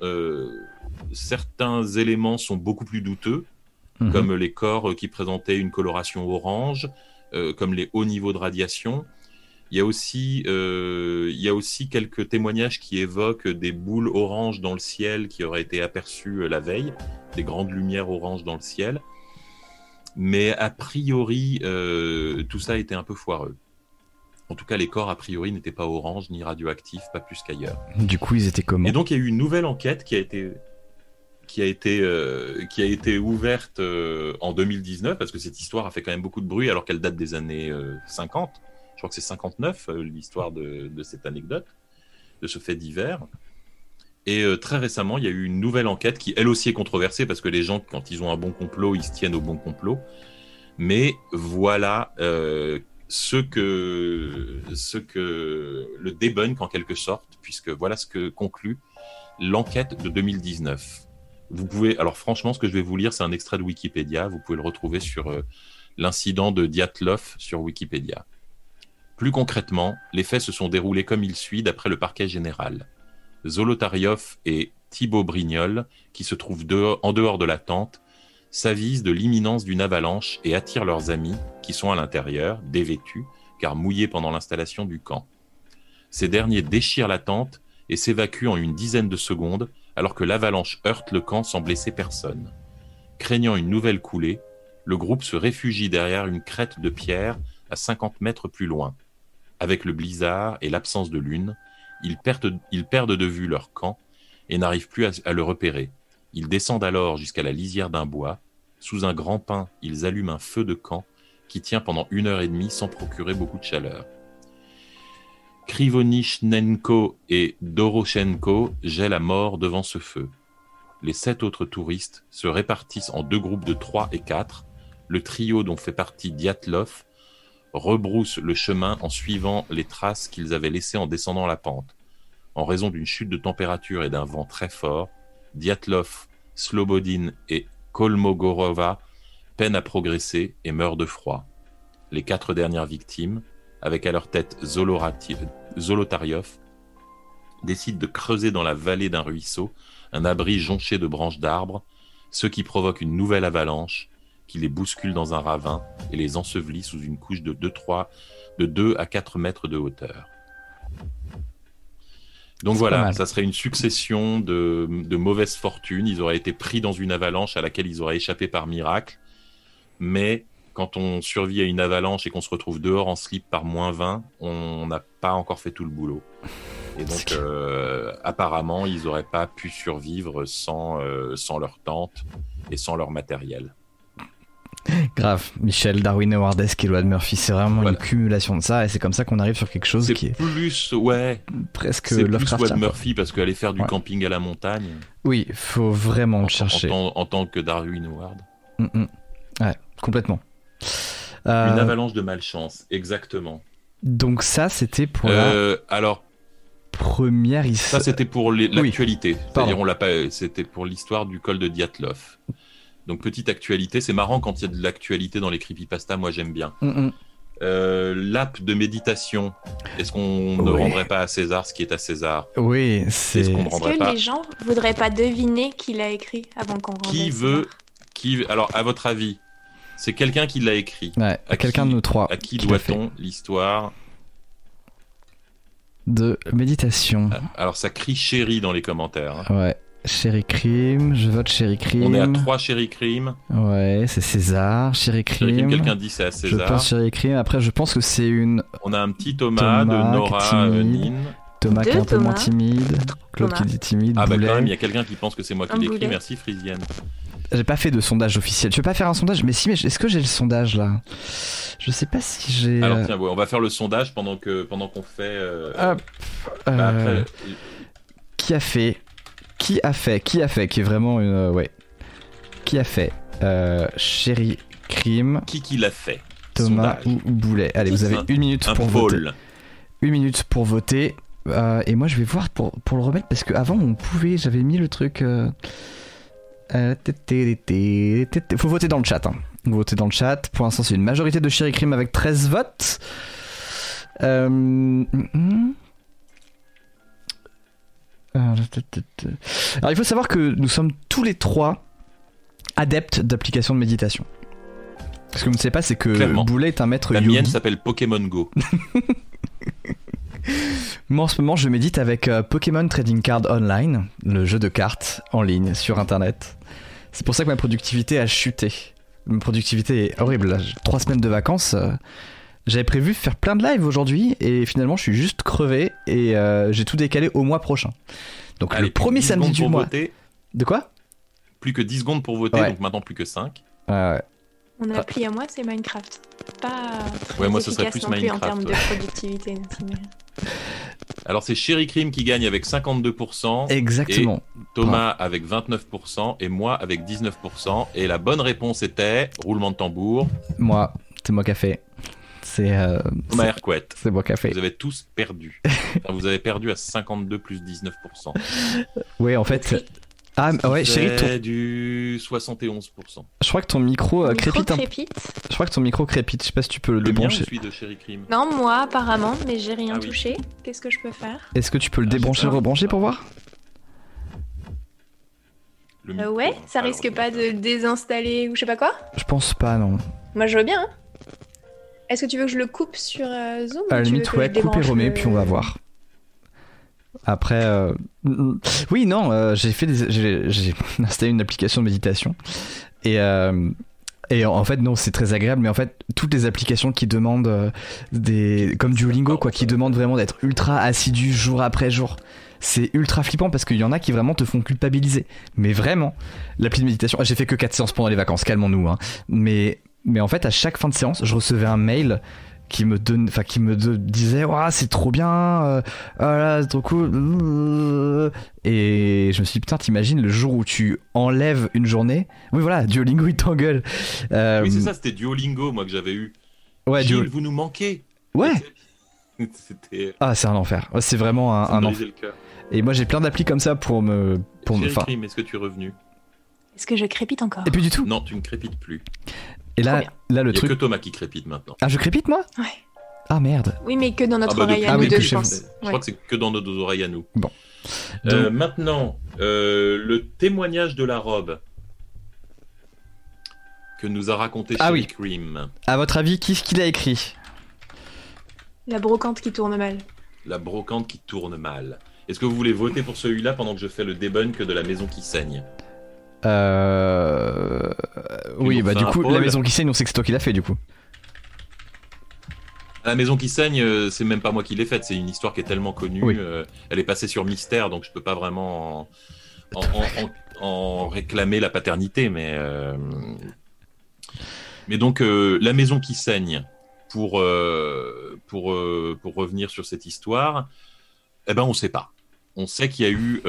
éléments sont beaucoup plus douteux, comme les corps qui présentaient une coloration orange, comme les hauts niveaux de radiation. Il y a aussi quelques témoignages qui évoquent des boules oranges dans le ciel qui auraient été aperçues la veille, des grandes lumières oranges dans le ciel. Mais a priori, tout ça était un peu foireux. En tout cas, les corps, a priori, n'étaient pas oranges ni radioactifs, pas plus qu'ailleurs. Du coup, ils étaient comment ? Et donc, il y a eu une nouvelle enquête qui a été ouverte en 2019, parce que cette histoire a fait quand même beaucoup de bruit, alors qu'elle date des années 50. Je crois que c'est 59, l'histoire de cette anecdote, de ce fait divers. Et très récemment, il y a eu une nouvelle enquête qui, elle aussi, est controversée, parce que les gens, quand ils ont un bon complot, ils se tiennent au bon complot. Mais voilà ce que le debunk, en quelque sorte, puisque voilà ce que conclut l'enquête de 2019. Vous pouvez, alors franchement, ce que je vais vous lire, c'est un extrait de Wikipédia. Vous pouvez le retrouver sur l'incident de Dyatlov sur Wikipédia. Plus concrètement, les faits se sont déroulés comme il suit d'après le parquet général. Zolotariov et Thibaut Brignol, qui se trouvent en dehors de la tente, s'avisent de l'imminence d'une avalanche et attirent leurs amis, qui sont à l'intérieur, dévêtus, car mouillés pendant l'installation du camp. Ces derniers déchirent la tente et s'évacuent en une dizaine de secondes, alors que l'avalanche heurte le camp sans blesser personne. Craignant une nouvelle coulée, le groupe se réfugie derrière une crête de pierre à 50 mètres plus loin. Avec le blizzard et l'absence de lune, ils perdent de vue leur camp et n'arrivent plus à le repérer. Ils descendent alors jusqu'à la lisière d'un bois. Sous un grand pin, ils allument un feu de camp qui tient pendant 1h30 sans procurer beaucoup de chaleur. Krivonichnenko et Doroshenko gèlent à mort devant ce feu. Les 7 autres touristes se répartissent en 2 groupes de 3 et 4. Le trio dont fait partie Dyatlov rebrousse le chemin en suivant les traces qu'ils avaient laissées en descendant la pente. En raison d'une chute de température et d'un vent très fort, Dyatlov, Slobodin et Kolmogorova peinent à progresser et meurent de froid. Les 4 dernières victimes, avec à leur tête Zolotariov, décident de creuser dans la vallée d'un ruisseau un abri jonché de branches d'arbres, ce qui provoque une nouvelle avalanche qui les bouscule dans un ravin et les ensevelit sous une couche de 2 à 4 mètres de hauteur. Donc c'est voilà, ça serait une succession de mauvaises fortunes. Ils auraient été pris dans une avalanche à laquelle ils auraient échappé par miracle. Mais quand on survit à une avalanche et qu'on se retrouve dehors en slip par -20, on n'a pas encore fait tout le boulot. Et donc, apparemment, ils n'auraient pas pu survivre sans leur tente et sans leur matériel. Grave, Michel, Darwin Howardesque et Edward Murphy, c'est vraiment une cumulation de ça, et c'est comme ça qu'on arrive sur quelque chose qui est plus, presque c'est plus Lovecraftien. Edward Murphy, parce qu'aller faire du camping à la montagne. Oui, faut vraiment le chercher. En tant que Darwin Howard. Ouais, complètement. Une avalanche de malchance, exactement. Donc ça, c'était pour alors, première histoire. Ça, c'était pour l'actualité. Oui. C'est-à-dire, c'était pour l'histoire du col de Dyatlov. Donc, petite actualité. C'est marrant quand il y a de l'actualité dans les creepypasta. Moi, j'aime bien. L'app de méditation. Est-ce qu'on ne rendrait pas à César ce qui est à César? Oui, c'est... Est-ce que les gens voudraient pas deviner qui l'a écrit avant qu'on rende Alors, à votre avis, c'est quelqu'un qui l'a écrit. Ouais, à quelqu'un de nous trois. À qui doit-on l'histoire de méditation? Alors, ça crie chéri dans les commentaires. Ouais. Chéri Crime, je vote Chéri Crime. On est à 3 Chéri Crime. Ouais, c'est César, Chéri Crime. Quelqu'un dit c'est à César. Je pense Chéri Crime. Après, je pense que c'est une. On a un petit Thomas de Nora Nin. Thomas qui est un peu moins timide. Claude qui dit timide. Ah, bah quand même, il y a quelqu'un qui pense que c'est moi qui l'ai écrit. Merci, Frisienne. J'ai pas fait de sondage officiel. Tu veux pas faire un sondage? Mais si, mais est-ce que j'ai le sondage là? Je sais pas si j'ai. Alors tiens, on va faire le sondage pendant qu'on fait. Après... Qui a fait? Qui est vraiment une. Ouais. Qui a fait Chéri Crime. Qui l'a fait? Thomas ou Boulet. Allez, vous avez 1 minute pour voter. 1 minute pour voter. Et moi, je vais voir pour le remettre parce qu'avant, on pouvait. J'avais mis le truc. Faut voter dans le chat. Votez dans le chat. Pour l'instant, c'est une majorité de Chéri Crime avec 13 votes. Alors il faut savoir que nous sommes tous les 3 adeptes d'applications de méditation. Ce que vous ne savez pas, c'est que clairement. Boulet est un maître yogi. La mienne s'appelle Pokémon Go. Moi en ce moment je médite avec Pokémon Trading Card Online, le jeu de cartes en ligne sur internet. C'est pour ça que ma productivité a chuté. Ma productivité est horrible. Là, j'ai 3 semaines de vacances. J'avais prévu faire plein de lives aujourd'hui et finalement je suis juste crevé et j'ai tout décalé au mois prochain. Donc allez, le premier samedi du mois. Voter. De quoi? Plus que 10 secondes pour voter, donc maintenant plus que 5. Ouais. Mon appli à moi c'est Minecraft. Pas ouais, moi ce serait plus Minecraft en termes de productivité. Alors c'est Chéri Crime qui gagne avec 52%. Exactement. Et Thomas avec 29% et moi avec 19%. Et la bonne réponse était, roulement de tambour. Moi, c'est moi qui a fait. C'est moi qui a fait. Vous avez tous perdu. Enfin, vous avez perdu à 52 plus 19%. Oui, en fait. Ah ouais, Chéri, c'est du 71%. Je crois que ton micro crépite. Je crois que ton micro crépite. Je sais pas si tu peux le débrancher. Mien, celui de Chéri Crime. Non, moi apparemment, mais j'ai rien touché. Oui. Qu'est-ce que je peux faire? Est-ce que tu peux le débrancher et le rebrancher pour voir? Ouais, ça risque pas de désinstaller ou je sais pas quoi? Je pense pas, non. Moi je veux bien. Hein. Est-ce que tu veux que je le coupe sur Zoom? À la limite, ouais, coupe et remets, puis on va voir. Après, oui, non, j'ai installé une application de méditation et en fait, non, c'est très agréable, mais en fait, toutes les applications qui demandent comme Duolingo, quoi, qui demandent vraiment d'être ultra assidu jour après jour. C'est ultra flippant parce qu'il y en a qui vraiment te font culpabiliser. Mais vraiment, l'appli de méditation, j'ai fait que 4 séances pendant les vacances, calmons-nous, hein. Mais en fait, à chaque fin de séance, je recevais un mail qui me disait c'est trop bien, voilà, c'est trop cool. Et je me suis dit, putain, t'imagines le jour où tu enlèves une journée. Oui, voilà, Duolingo il t'engueule. Oui, c'est ça, c'était Duolingo, moi, que j'avais eu. Ouais, Gilles, vous nous manquez. Ouais. C'était... Ah, c'est un enfer. C'est vraiment un enfer. Et moi, j'ai plein d'applis comme ça pour me. Crime, est-ce que tu es revenu? Est-ce que je crépite encore? Et plus du tout. Non, tu ne crépites plus. Et là le truc. Il n'y a que Thomas qui crépite maintenant. Ah, je crépite, moi? Ouais. Ah, merde. Oui, mais que dans notre oreille à nous deux, je pense. Je crois que c'est que dans nos deux oreilles à nous. Bon. Maintenant, le témoignage de la robe que nous a raconté Sherry Cream. À votre avis, qu'est-ce qu'il a écrit? La brocante qui tourne mal. La brocante qui tourne mal. Est-ce que vous voulez voter pour celui-là pendant que je fais le debunk de la maison qui saigne? Oui, bah du coup, la maison qui saigne, on sait que c'est toi qui l'as fait, du coup. La maison qui saigne, c'est même pas moi qui l'ai faite, c'est une histoire qui est tellement connue. Oui. Elle est passée sur Mystère, donc je peux pas vraiment en réclamer la paternité, mais donc la maison qui saigne, pour revenir sur cette histoire, eh ben on sait pas. On sait qu'il y a eu,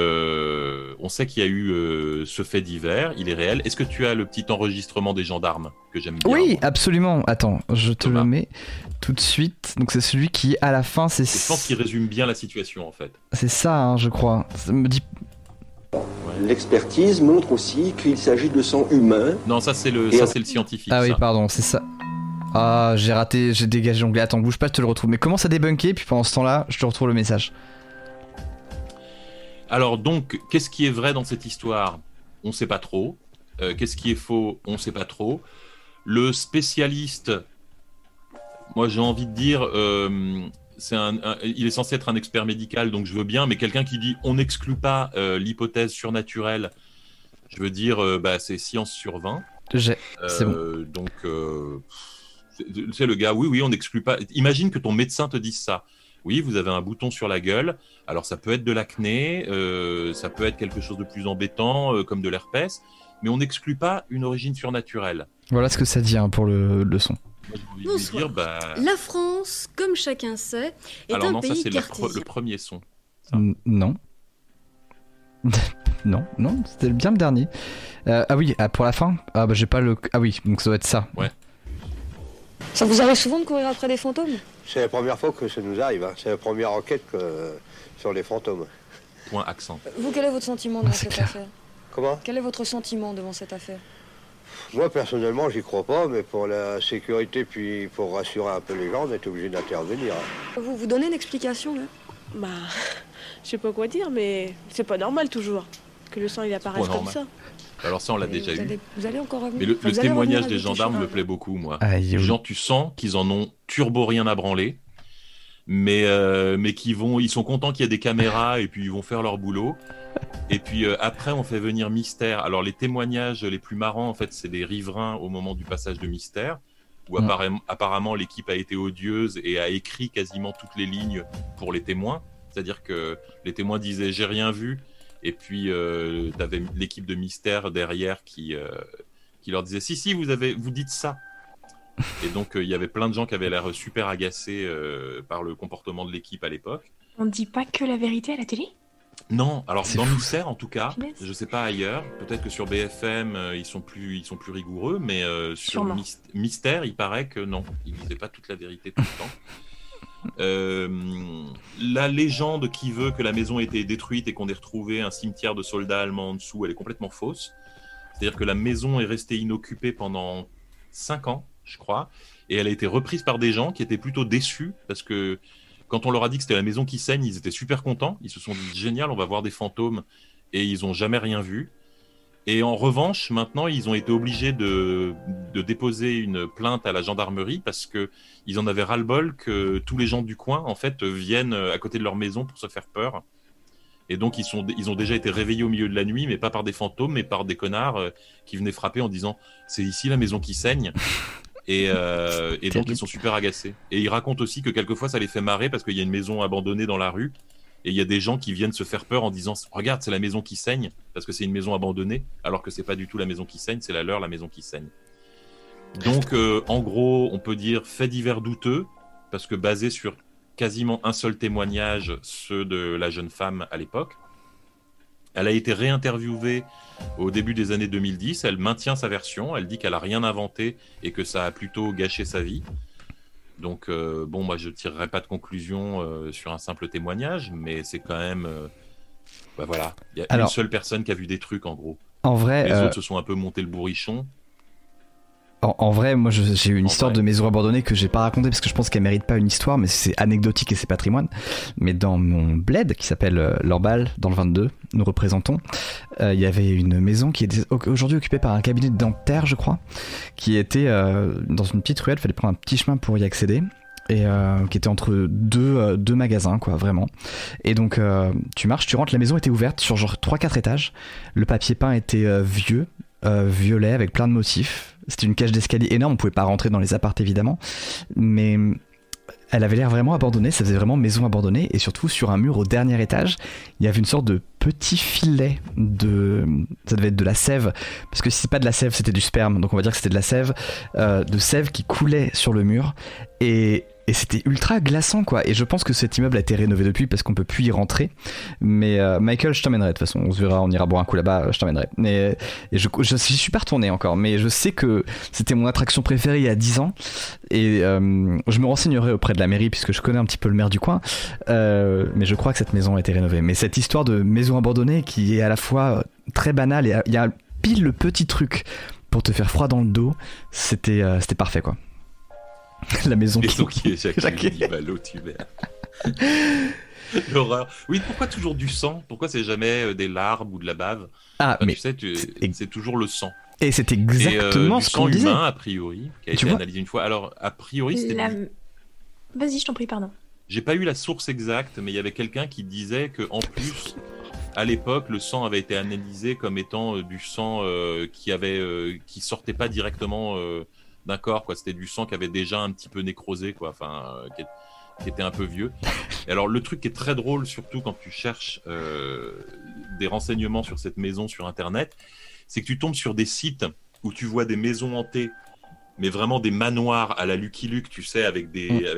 ce fait divers, il est réel. Est-ce que tu as le petit enregistrement des gendarmes que j'aime bien? Oui, absolument. Attends, je te le mets tout de suite. Donc c'est celui qui, à la fin, c'est... Je pense qu'il résume bien la situation, en fait. C'est ça, hein, je crois. Ça me dit... L'expertise montre aussi qu'il s'agit de sang humain. Non, ça c'est le scientifique. Ah oui, ça. pardon, c'est ça. Ah, j'ai raté, j'ai dégagé l'onglet. Attends, bouge pas, je te le retrouve. Mais commence à débunker, puis pendant ce temps-là, je te retrouve le message. Alors donc, qu'est-ce qui est vrai dans cette histoire? On ne sait pas trop. Qu'est-ce qui est faux? On ne sait pas trop. Le spécialiste, moi j'ai envie de dire, il est censé être un expert médical, donc je veux bien, mais quelqu'un qui dit on n'exclut pas l'hypothèse surnaturelle, je veux dire, c'est science sur 20. C'est bon. Donc, c'est le gars, oui, on n'exclut pas. Imagine que ton médecin te dise ça. Oui, vous avez un bouton sur la gueule. Alors, ça peut être de l'acné, ça peut être quelque chose de plus embêtant, comme de l'herpès, mais on n'exclut pas une origine surnaturelle. Voilà ce que ça dit pour le son. Bonsoir. La France, comme chacun sait, est un pays cartésien. Alors non, ça c'est le premier son. Non. non, c'était bien le dernier. Ah oui, pour la fin. Ah bah j'ai pas le... Ah oui, donc ça doit être ça. Ouais. Ça vous arrive souvent de courir après des fantômes? C'est la première fois que ça nous arrive, hein. C'est la première enquête sur les fantômes. Point accent. Vous, quel est votre sentiment devant cette affaire? Comment? Quel est votre sentiment devant cette affaire? Moi, personnellement, j'y crois pas, mais pour la sécurité, puis pour rassurer un peu les gens, on est obligé d'intervenir. Vous donnez une explication, là? Bah, je sais pas quoi dire, mais c'est pas normal toujours que le sang il apparaisse comme ça. Alors ça, on l'a déjà eu. Vous allez encore revenir. Mais le témoignage des gendarmes me plaît beaucoup, moi. Les gens, tu sens qu'ils en ont turbo rien à branler, mais ils sont contents qu'il y ait des caméras et puis ils vont faire leur boulot. Et puis après, on fait venir Mystère. Alors les témoignages les plus marrants, en fait, c'est des riverains au moment du passage de Mystère, où apparemment l'équipe a été odieuse et a écrit quasiment toutes les lignes pour les témoins. C'est-à-dire que les témoins disaient « j'ai rien vu ». Et puis, t'avais l'équipe de Mystère derrière qui leur disait « si, vous dites ça ». Et donc, il y avait plein de gens qui avaient l'air super agacés par le comportement de l'équipe à l'époque. On ne dit pas que la vérité à la télé? Non, alors dans Mystère en tout cas, je sais pas ailleurs, peut-être que sur BFM ils sont plus rigoureux, mais sur Mystère il paraît que non, ils disaient pas toute la vérité tout le temps. La légende qui veut que la maison ait été détruite et qu'on ait retrouvé un cimetière de soldats allemands en dessous, elle est complètement fausse. C'est-à-dire que la maison est restée inoccupée pendant 5 ans, je crois, et elle a été reprise par des gens qui étaient plutôt déçus parce que quand on leur a dit que c'était la maison qui saigne, ils étaient super contents. Ils se sont dit génial, on va voir des fantômes, et ils n'ont jamais rien vu. Et en revanche, maintenant, ils ont été obligés de déposer une plainte à la gendarmerie parce que ils en avaient ras-le-bol que tous les gens du coin, en fait, viennent à côté de leur maison pour se faire peur. Et donc, ils ont déjà été réveillés au milieu de la nuit, mais pas par des fantômes, mais par des connards qui venaient frapper en disant « c'est ici la maison qui saigne ». Et donc, ils sont super agacés. Et ils racontent aussi que quelquefois, ça les fait marrer parce qu'il y a une maison abandonnée dans la rue. Et il y a des gens qui viennent se faire peur en disant « regarde, c'est la maison qui saigne », parce que c'est une maison abandonnée, alors que c'est pas du tout la maison qui saigne, c'est la maison qui saigne. Donc, en gros, on peut dire fait divers douteux, parce que basé sur quasiment un seul témoignage, ceux de la jeune femme à l'époque. Elle a été réinterviewée au début des années 2010. Elle maintient sa version. Elle dit qu'elle n'a rien inventé et que ça a plutôt gâché sa vie. Donc, moi, je ne tirerai pas de conclusion sur un simple témoignage, mais c'est quand même... voilà. Il y a une seule personne qui a vu des trucs, en gros. En vrai... Les autres se sont un peu monté le bourrichon. En vrai, moi j'ai eu une histoire de maison abandonnée que j'ai pas racontée parce que je pense qu'elle mérite pas une histoire, mais c'est anecdotique et c'est patrimoine. Mais dans mon bled qui s'appelle L'Orbal, dans le 22, nous représentons, il y avait une maison qui est aujourd'hui occupée par un cabinet dentaire, je crois, qui était dans une petite ruelle, fallait prendre un petit chemin pour y accéder. Et qui était entre deux magasins, quoi, vraiment. Et donc tu marches, tu rentres, la maison était ouverte sur genre 3-4 étages. Le papier peint était vieux, violet avec plein de motifs. C'était une cage d'escalier énorme, on pouvait pas rentrer dans les apparts évidemment, mais elle avait l'air vraiment abandonnée, ça faisait vraiment maison abandonnée, et surtout sur un mur au dernier étage, il y avait une sorte de petit filet ça devait être de la sève, parce que si c'est pas de la sève, c'était du sperme, donc on va dire que c'était de la sève, de sève qui coulait sur le mur, et c'était ultra glaçant, quoi. Et je pense que cet immeuble a été rénové depuis parce qu'on peut plus y rentrer. Mais Michael, je t'emmènerai de toute façon. On se verra, on ira boire un coup là-bas, je t'emmènerai. Et je suis pas retourné encore, mais je sais que c'était mon attraction préférée il y a 10 ans. Et je me renseignerai auprès de la mairie puisque je connais un petit peu le maire du coin. Mais je crois que cette maison a été rénovée. Mais cette histoire de maison abandonnée qui est à la fois très banale et il y a pile le petit truc pour te faire froid dans le dos, c'était parfait, quoi. La maison qui éjacule, dit Malo, tu verras. L'horreur. Oui, pourquoi toujours du sang? Pourquoi c'est jamais des larmes ou de la bave? Mais tu sais, c'est toujours le sang. Et c'est exactement ce qu'on disait. Du sang humain, a priori, qui a été analysé une fois. Alors, a priori, c'était... Vas-y, je t'en prie, pardon. J'ai pas eu la source exacte, mais il y avait quelqu'un qui disait que en plus, à l'époque, le sang avait été analysé comme étant du sang qui sortait pas directement... d'un corps, quoi. C'était du sang qui avait déjà un petit peu nécrosé, quoi. Enfin, qui était un peu vieux. Et alors, le truc qui est très drôle, surtout quand tu cherches des renseignements sur cette maison sur Internet, c'est que tu tombes sur des sites où tu vois des maisons hantées, mais vraiment des manoirs à la Lucky Luke, tu sais, avec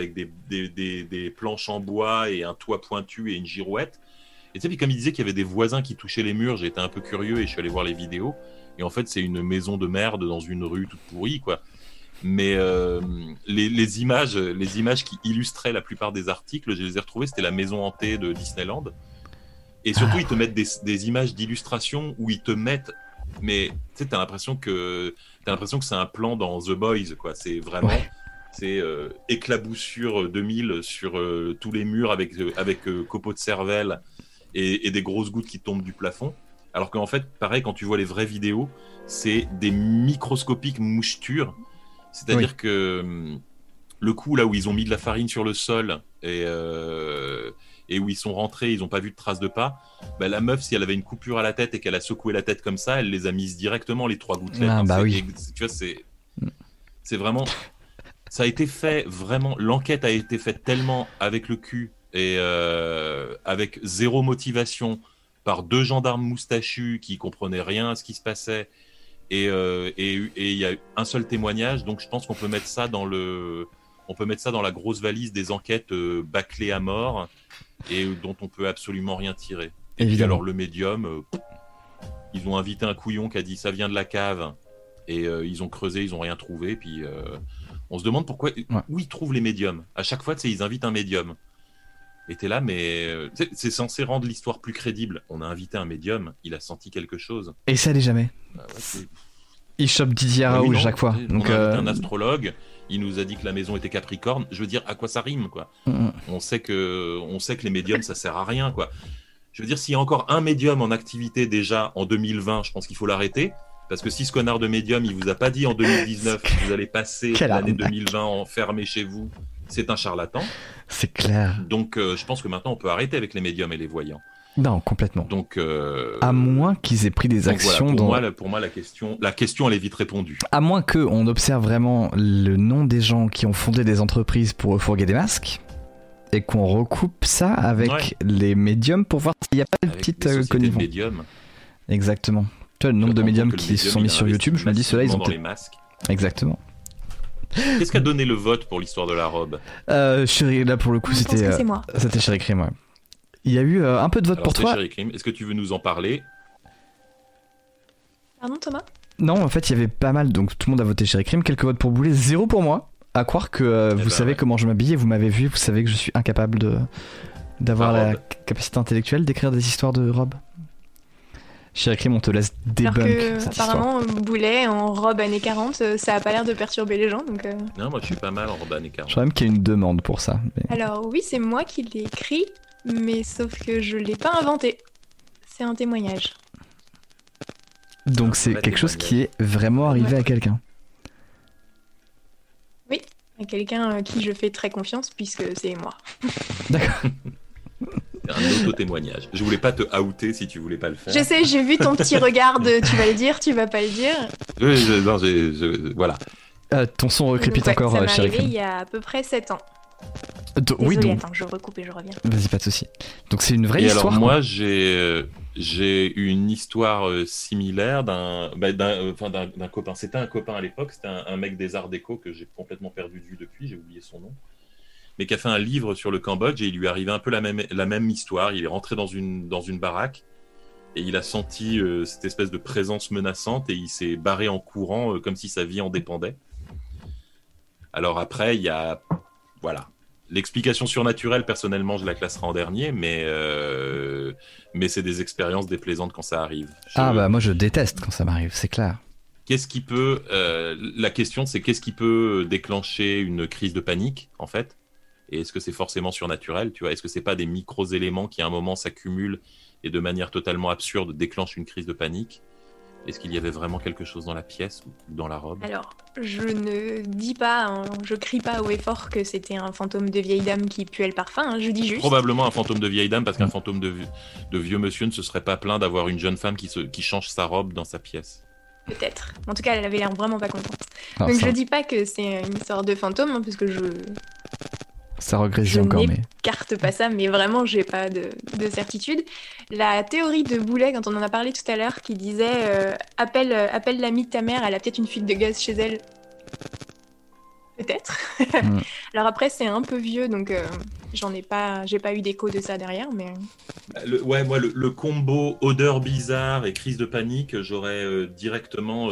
des planches en bois et un toit pointu et une girouette. Et tu sais, puis comme il disait qu'il y avait des voisins qui touchaient les murs, j'ai été un peu curieux et je suis allé voir les vidéos. Et en fait, c'est une maison de merde dans une rue toute pourrie, quoi. Mais les images qui illustraient la plupart des articles, je les ai retrouvées, c'était la maison hantée de Disneyland. Et surtout, ils te mettent des images d'illustration où ils te mettent... Mais tu sais, t'as l'impression que c'est un plan dans The Boys, quoi. C'est vraiment... Ouais. C'est éclaboussure 2000 sur tous les murs avec copeaux de cervelle et des grosses gouttes qui tombent du plafond. Alors qu'en fait, pareil, quand tu vois les vraies vidéos, c'est des microscopiques mouchetures. C'est-à-dire que le coup là où ils ont mis de la farine sur le sol et où ils sont rentrés, ils n'ont pas vu de traces de pas, bah, la meuf, si elle avait une coupure à la tête et qu'elle a secoué la tête comme ça, elle les a mises directement, les 3 gouttelettes. Ah, bah oui. Tu vois, c'est vraiment... Ça a été fait vraiment... L'enquête a été faite tellement avec le cul et avec zéro motivation par 2 gendarmes moustachus qui comprenaient rien à ce qui se passait. Et il y a un seul témoignage, donc je pense qu'on peut mettre ça dans la grosse valise des enquêtes bâclées à mort et dont on peut absolument rien tirer. Et puis alors le médium, ils ont invité un couillon qui a dit ça vient de la cave et ils ont creusé, ils ont rien trouvé. Puis on se demande pourquoi où ils trouvent les médiums. À chaque fois, tu sais, ils invitent un médium. Et t'es là, mais c'est censé rendre l'histoire plus crédible. On a invité un médium, il a senti quelque chose. Et ça l'est jamais. Il chope Didier Raoult chaque fois. Donc, on a invité un astrologue, il nous a dit que la maison était Capricorne. Je veux dire, à quoi ça rime, quoi. On sait que les médiums, ça sert à rien, quoi. Je veux dire, s'il y a encore un médium en activité déjà en 2020, je pense qu'il faut l'arrêter. Parce que si ce connard de médium, il vous a pas dit en 2019 que vous allez passer l'année 2020 enfermé chez vous, c'est un charlatan. C'est clair. Donc, je pense que maintenant, on peut arrêter avec les médiums et les voyants. Non, complètement. Donc, à moins qu'ils aient pris des actions... Voilà, pour moi, la question, elle est vite répondue. À moins qu'on observe vraiment le nom des gens qui ont fondé des entreprises pour refourguer des masques et qu'on recoupe ça avec les médiums pour voir s'il n'y a pas une petite connivence. Médiums. Exactement. Tu vois, le nombre de médiums qui se sont mis sur YouTube, je me dis, ceux-là, ils ont dans les masques. Exactement. Qu'est-ce qu'a donné le vote pour l'histoire de la robe? Là pour le coup c'était c'est moi. C'était Chéri Crime, ouais. Il y a eu un peu de vote Alors, pour toi. Chéri Crime. Est-ce que tu veux nous en parler? Pardon Thomas? Non, en fait il y avait pas mal, donc tout le monde a voté Chéri Crime, quelques votes pour Boulet, 0 pour moi. À croire que vous savez comment je m'habille, vous m'avez vu, vous savez que je suis incapable d'avoir la capacité intellectuelle d'écrire des histoires de robes. Chéri Crime, on te laisse débunk cette apparemment, histoire. Boulet en robe années 40, ça a pas l'air de perturber les gens. Donc, Non, moi je suis pas mal en robe années 40. Je crois même qu'il y a une demande pour ça. Mais... Alors oui, c'est moi qui l'ai écrit, mais sauf que je l'ai pas inventé. C'est un témoignage. Donc c'est quelque chose qui est vraiment arrivé à quelqu'un. Oui, à quelqu'un à qui je fais très confiance puisque c'est moi. D'accord. Un auto-témoignage. Je voulais pas te outer si tu voulais pas le faire. Je sais, j'ai vu ton petit regard de tu vas le dire, tu vas pas le dire. Voilà. Ton son recrépite encore, ça m'est Chéri arrivé Crime. il y a à peu près 7 ans. Oui, Désolée, donc... attends, je recoupe et je reviens. Vas-y, pas de souci. Donc c'est une vraie histoire. Alors moi, j'ai une histoire similaire d'un copain. C'était un copain à l'époque, c'était un mec des arts déco que j'ai complètement perdu de vue depuis, j'ai oublié son nom, mais qui a fait un livre sur le Cambodge et il lui arrivait un peu la même histoire. Il est rentré dans une baraque et il a senti cette espèce de présence menaçante et il s'est barré en courant comme si sa vie en dépendait. Alors après, il y a... Voilà. L'explication surnaturelle, personnellement, je la classerai en dernier, mais c'est des expériences déplaisantes quand ça arrive. Moi je déteste quand ça m'arrive, c'est clair. Qu'est-ce qui peut... la question, c'est qu'est-ce qui peut déclencher une crise de panique, en fait? Et est-ce que c'est forcément surnaturel, tu vois? Est-ce que c'est pas des micros-éléments qui, à un moment, s'accumulent et de manière totalement absurde déclenchent une crise de panique? Est-ce qu'il y avait vraiment quelque chose dans la pièce ou dans la robe? Alors, je ne dis pas, je crie pas haut et fort que c'était un fantôme de vieille dame qui puait le parfum, je dis juste... Probablement un fantôme de vieille dame, parce qu'un fantôme de vieux monsieur ne se serait pas plaint d'avoir une jeune femme qui change sa robe dans sa pièce. Peut-être. En tout cas, elle avait l'air vraiment pas contente. Donc je dis pas que c'est une sorte de fantôme, parce que ça regrésille encore, mais... n'écarte pas ça, mais vraiment, j'ai pas de certitude. La théorie de Boulet, quand on en a parlé tout à l'heure, qui disait appelle l'amie de ta mère, elle a peut-être une fuite de gaz chez elle. Peut-être. Alors après, c'est un peu vieux, donc j'ai pas eu d'écho de ça derrière, mais... Moi, le combo odeur bizarre et crise de panique, j'aurais directement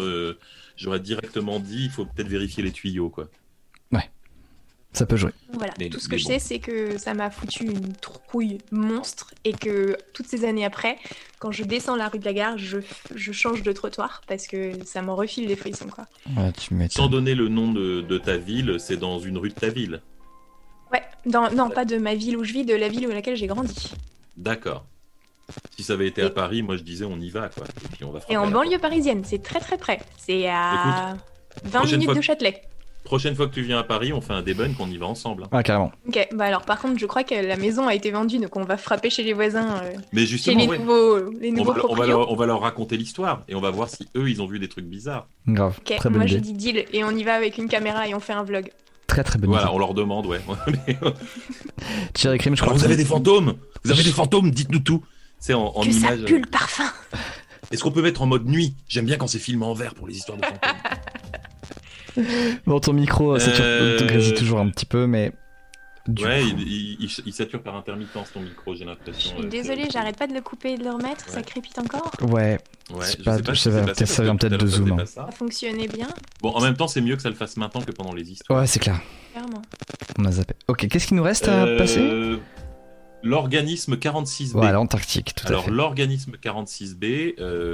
dit, il faut peut-être vérifier les tuyaux, quoi. Ouais. Ça peut jouer. Voilà, tout ce que je sais, c'est que ça m'a foutu une trouille monstre et que toutes ces années après, quand je descends la rue de la Gare, je change de trottoir parce que ça m'en refile des frissons, quoi. Ouais, tu m'étonnes. Sans donner le nom de ta ville, c'est dans une rue de ta ville? Ouais, non, pas de ma ville où je vis, de la ville où laquelle j'ai grandi. D'accord. Si ça avait été à Paris, moi je disais on y va, quoi. Et puis on va et en banlieue parisienne, c'est très très près. C'est à 20 minutes de Châtelet. Prochaine fois que tu viens à Paris, on fait un débunk, on y va ensemble. Ah, carrément. Ok, alors par contre, je crois que la maison a été vendue, donc on va frapper chez les voisins. Mais justement, chez les nouveaux propriétaires. On va leur raconter l'histoire et on va voir si eux, ils ont vu des trucs bizarres. Grave. Ok, très bonne moi idée. je dis deal et on y va avec une caméra et on fait un vlog. Très très bonne idée. Voilà, on leur demande, ouais. Chéri Crime, je crois. Alors, vous avez des fantômes? Vous avez des fantômes? Dites-nous tout. C'est en que image. Ça pue le parfum. Est-ce qu'on peut mettre en mode nuit? J'aime bien quand c'est filmé en vert pour les histoires de fantômes. Bon, ton micro, te grésille toujours un petit peu, mais... Ouais, il sature par intermittence ton micro, j'ai l'impression. Je suis désolée, j'arrête pas de le couper et de le remettre, ça crépite encore. Ouais, ça vient peut-être de Zoom. Hein. Ça fonctionnait bien. Bon, en même temps, c'est mieux que ça le fasse maintenant que pendant les histoires. Ouais, c'est clair. Clairement. On a zappé. Ok, qu'est-ce qu'il nous reste à passer? L'organisme 46B. Ouais, l'Antarctique, tout à fait. Alors, l'organisme 46B,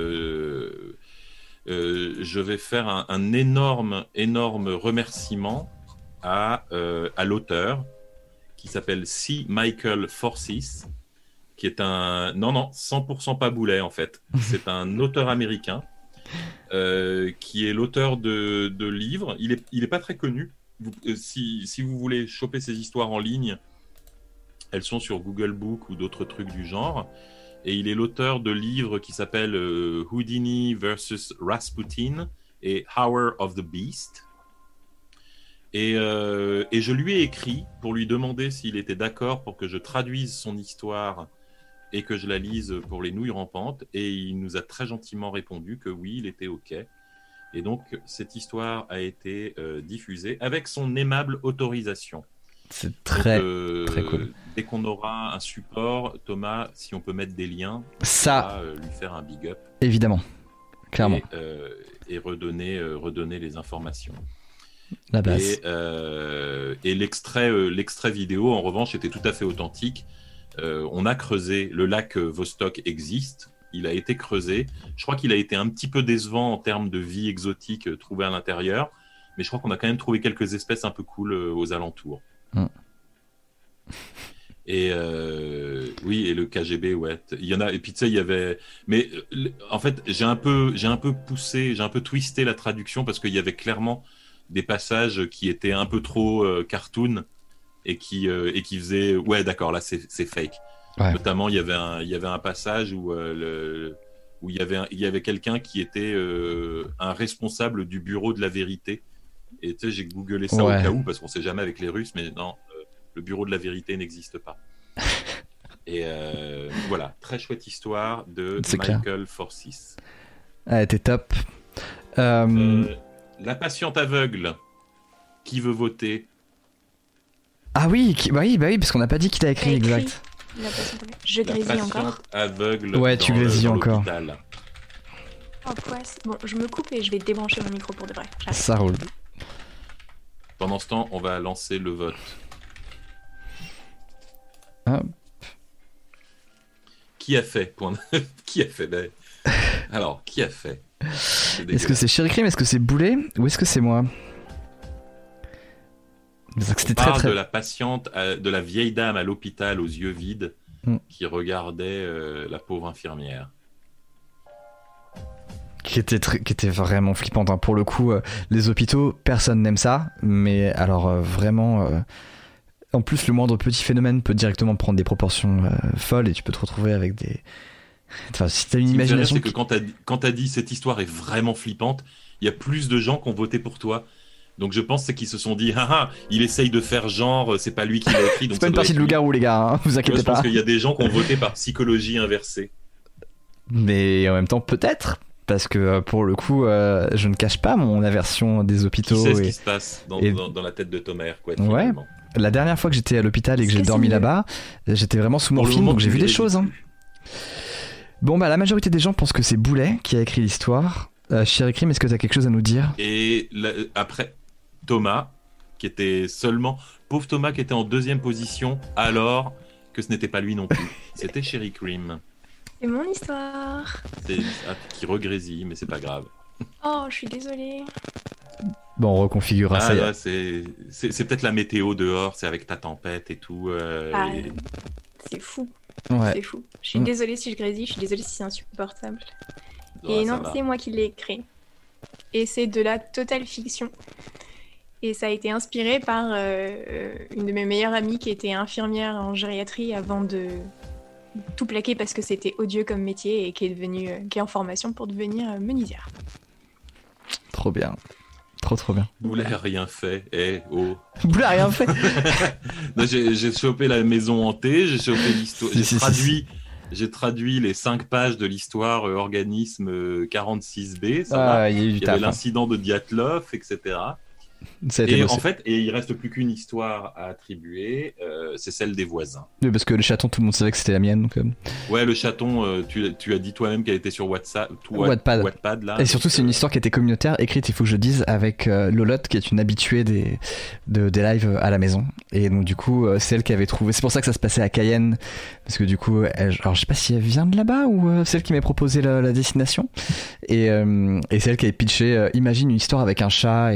je vais faire un énorme remerciement à l'auteur qui s'appelle C. Michael Forsyth, qui est un... Non, 100% pas Boulet, en fait. C'est un auteur américain qui est l'auteur de livres. Il est pas très connu. Si vous voulez choper ses histoires en ligne, elles sont sur Google Book ou d'autres trucs du genre. Et il est l'auteur de livres qui s'appellent Houdini versus Rasputin et Hour of the Beast. Et je lui ai écrit pour lui demander s'il était d'accord pour que je traduise son histoire et que je la lise pour les nouilles rampantes. Et il nous a très gentiment répondu que oui, il était OK. Et donc, cette histoire a été diffusée avec son aimable autorisation. C'est très cool. Dès qu'on aura un support, Thomas, si on peut mettre des liens, ça, on va lui faire un big up. Évidemment, clairement. Et redonner les informations. La base. Et l'extrait vidéo, en revanche, était tout à fait authentique. On a creusé, le lac Vostok existe, il a été creusé. Je crois qu'il a été un petit peu décevant en termes de vie exotique trouvée à l'intérieur, mais je crois qu'on a quand même trouvé quelques espèces un peu cool aux alentours. Et oui, et le KGB, ouais, il y en a. Et puis tu sais, il y avait. Mais en fait, j'ai un peu twisté la traduction parce qu'il y avait clairement des passages qui étaient un peu trop cartoon et qui faisaient. Ouais, d'accord, là c'est fake. Ouais. Notamment, il y avait un passage où il y avait quelqu'un qui était un responsable du bureau de la vérité. Et tu sais, j'ai googlé ça au cas où parce qu'on sait jamais avec les Russes, mais non. Le bureau de la vérité n'existe pas. Et voilà, très chouette histoire de Michael Forsis. Elle était top. La patiente aveugle, qui veut voter? Ah oui, bah oui, parce qu'on n'a pas dit qui t'a écrit, exact. Je grésille encore. La patiente aveugle. Ouais, tu grésilles encore. Oh, poisse. Bon, je me coupe et je vais débrancher mon micro pour de vrai. Ça roule. Pendant ce temps, on va lancer le vote. Qui a fait Qui a fait Alors, qui a fait? Est-ce que c'est Chéri Crime? Est-ce que c'est Boulet? Ou est-ce que c'est moi? On parle de la patiente, de la vieille dame à l'hôpital aux yeux vides qui regardait la pauvre infirmière. Qui était vraiment flippante. Hein. Pour le coup, les hôpitaux, personne n'aime ça. Mais alors vraiment... En plus, le moindre petit phénomène peut directement prendre des proportions folles et tu peux te retrouver avec des... Enfin, si t'as une imagination... C'est que quand t'as dit cette histoire est vraiment flippante, il y a plus de gens qui ont voté pour toi. Donc je pense qu'ils se sont dit, il essaye de faire genre, c'est pas lui qui l'a écrit. C'est pas une partie de loup-garou, les gars, hein, vous inquiétez pas. Je pense qu'il y a des gens qui ont voté par psychologie inversée. Mais en même temps, peut-être, parce que pour le coup, je ne cache pas mon aversion des hôpitaux. Qui sait ce qui se passe dans la tête de Thomas Hercouet, finalement. Ouais. La dernière fois que j'étais à l'hôpital et que j'ai dormi là-bas, j'étais vraiment sous morphine, donc j'ai vu des choses. Hein. Bon, bah la majorité des gens pensent que c'est Boulet qui a écrit l'histoire. Chéri Crime, est-ce que tu as quelque chose à nous dire? Et après, Thomas, qui était seulement... Pauvre Thomas qui était en deuxième position, alors que ce n'était pas lui non plus. C'était Chéri Crime. C'est mon histoire. Qui regrésille, mais c'est pas grave. Oh, je suis désolée. Bon, on reconfigurera ça. Là, c'est peut-être la météo dehors, c'est avec ta tempête et tout. C'est fou. Ouais. C'est fou. Je suis désolée si je grésille, je suis désolée si c'est insupportable. Et non, c'est moi qui l'ai écrit. Et c'est de la totale fiction. Et ça a été inspiré par une de mes meilleures amies qui était infirmière en gériatrie avant de tout plaquer parce que c'était odieux comme métier et qui est en formation pour devenir menuisière. Trop bien. Trop bien. Boulet a rien fait. Boulet a rien fait. Non, j'ai chopé la maison hantée, j'ai chopé l'histoire. J'ai traduit les 5 pages de l'histoire organisme 46B. Il y avait l'incident de Diatlov, etc. Et en fait, il reste plus qu'une histoire à attribuer, c'est celle des voisins. Oui, parce que le chaton, tout le monde savait que c'était la mienne. Donc, Ouais, le chaton, tu as dit toi-même qu'elle était sur Wattpad là. Et surtout, c'est une histoire qui était communautaire, écrite, il faut que je dise, avec Lolotte, qui est une habituée des lives à la maison. Et donc, du coup, c'est elle qui avait trouvé. C'est pour ça que ça se passait à Cayenne, parce que du coup, alors je sais pas si elle vient de là-bas ou celle qui m'a proposé la destination. Et c'est elle qui avait pitché. Imagine une histoire avec un chat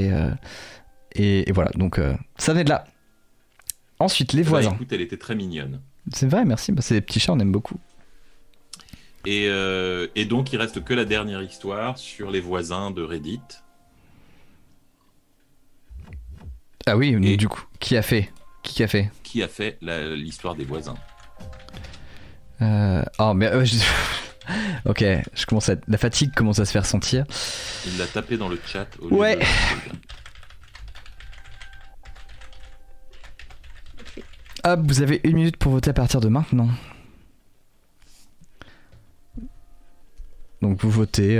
et voilà, donc ça venait de là. Ensuite, les voisins. Écoute, elle était très mignonne. C'est vrai, merci. C'est des petits chats, on aime beaucoup. Et donc, il reste que la dernière histoire sur les voisins de Reddit. Ah oui, du coup, qui a fait l'histoire des voisins? Ok, la fatigue commence à se faire sentir. Il l'a tapé dans le chat. Ouais. Hop, vous avez 1 minute pour voter à partir de maintenant. Donc vous votez.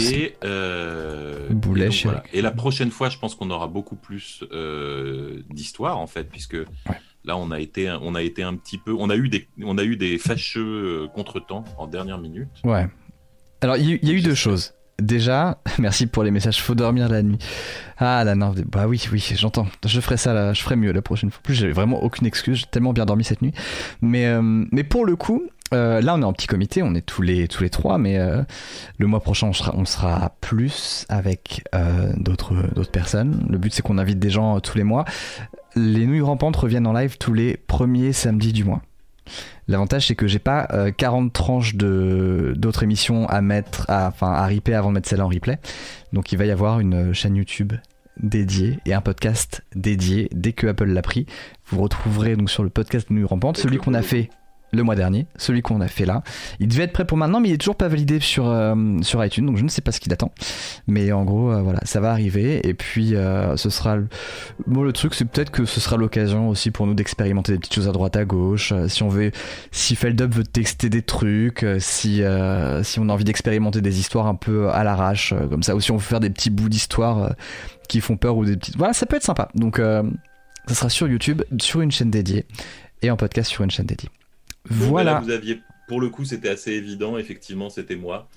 Boulet, voilà. Et la prochaine fois, je pense qu'on aura beaucoup plus d'histoires en fait, puisque là on a été un petit peu, on a eu des fâcheux contretemps en dernière minute. Ouais. Alors il y a eu deux choses. Déjà, merci pour les messages. Faut dormir la nuit. Ah là non, bah oui, j'entends. Je ferai ça là, je ferai mieux la prochaine fois. En plus, j'ai vraiment aucune excuse. J'ai tellement bien dormi cette nuit. Mais pour le coup. Là on est en petit comité, on est tous les trois, mais le mois prochain on sera plus avec d'autres personnes. Le but c'est qu'on invite des gens tous les mois. Les Nouilles Rampantes reviennent en live tous les premiers samedis du mois. L'avantage c'est que j'ai pas 40 tranches d'autres émissions à ripper avant de mettre celle-là en replay. Donc il va y avoir une chaîne YouTube dédiée et un podcast dédié dès que Apple l'a pris. Vous retrouverez donc sur le podcast Nouilles Rampantes celui qu'on a fait le mois dernier, celui qu'on a fait là. Il devait être prêt pour maintenant, mais il est toujours pas validé sur iTunes, donc je ne sais pas ce qu'il attend. Mais en gros, voilà, ça va arriver. Et puis, ce sera... le truc, c'est peut-être que ce sera l'occasion aussi pour nous d'expérimenter des petites choses à droite, à gauche. Si Feldup veut texter des trucs, si on a envie d'expérimenter des histoires un peu à l'arrache, comme ça, ou si on veut faire des petits bouts d'histoire qui font peur, ou des petites... Voilà, ça peut être sympa. Donc, ça sera sur YouTube, sur une chaîne dédiée, et en podcast sur une chaîne dédiée. Voilà. Là, vous aviez, pour le coup, c'était assez évident. Effectivement, c'était moi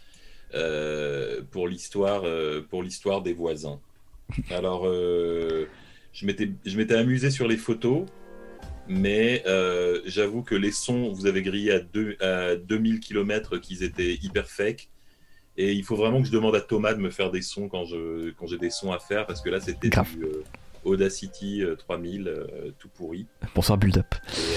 pour l'histoire des voisins. Alors, je m'étais amusé sur les photos, mais j'avoue que les sons, vous avez grillé à 2000 km qu'ils étaient hyper fake. Et il faut vraiment que je demande à Thomas de me faire des sons quand j'ai des sons à faire, parce que là, c'était du Audacity 3000 tout pourri. Bonsoir Build-Up.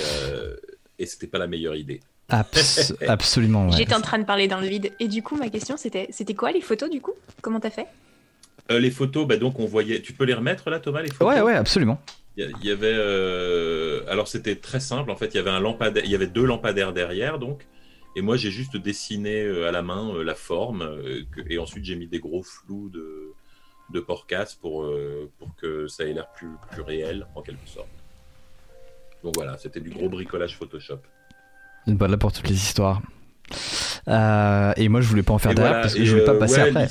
Et c'était pas la meilleure idée. Absolument. Ouais. J'étais en train de parler dans le vide. Et du coup, ma question, c'était quoi les photos du coup ? Comment t'as fait ? Les photos, donc on voyait. Tu peux les remettre là, Thomas, les photos ? Ouais, absolument. Il y avait. Alors c'était très simple. En fait, il y avait il y avait 2 lampadaires derrière, donc. Et moi, j'ai juste dessiné à la main la forme, et ensuite j'ai mis des gros flous de porcasse pour que ça ait l'air plus réel en quelque sorte. Donc voilà, c'était du gros bricolage Photoshop. Une bonne là pour toutes les histoires. Et moi, je voulais pas en faire derrière parce que je voulais pas passer après.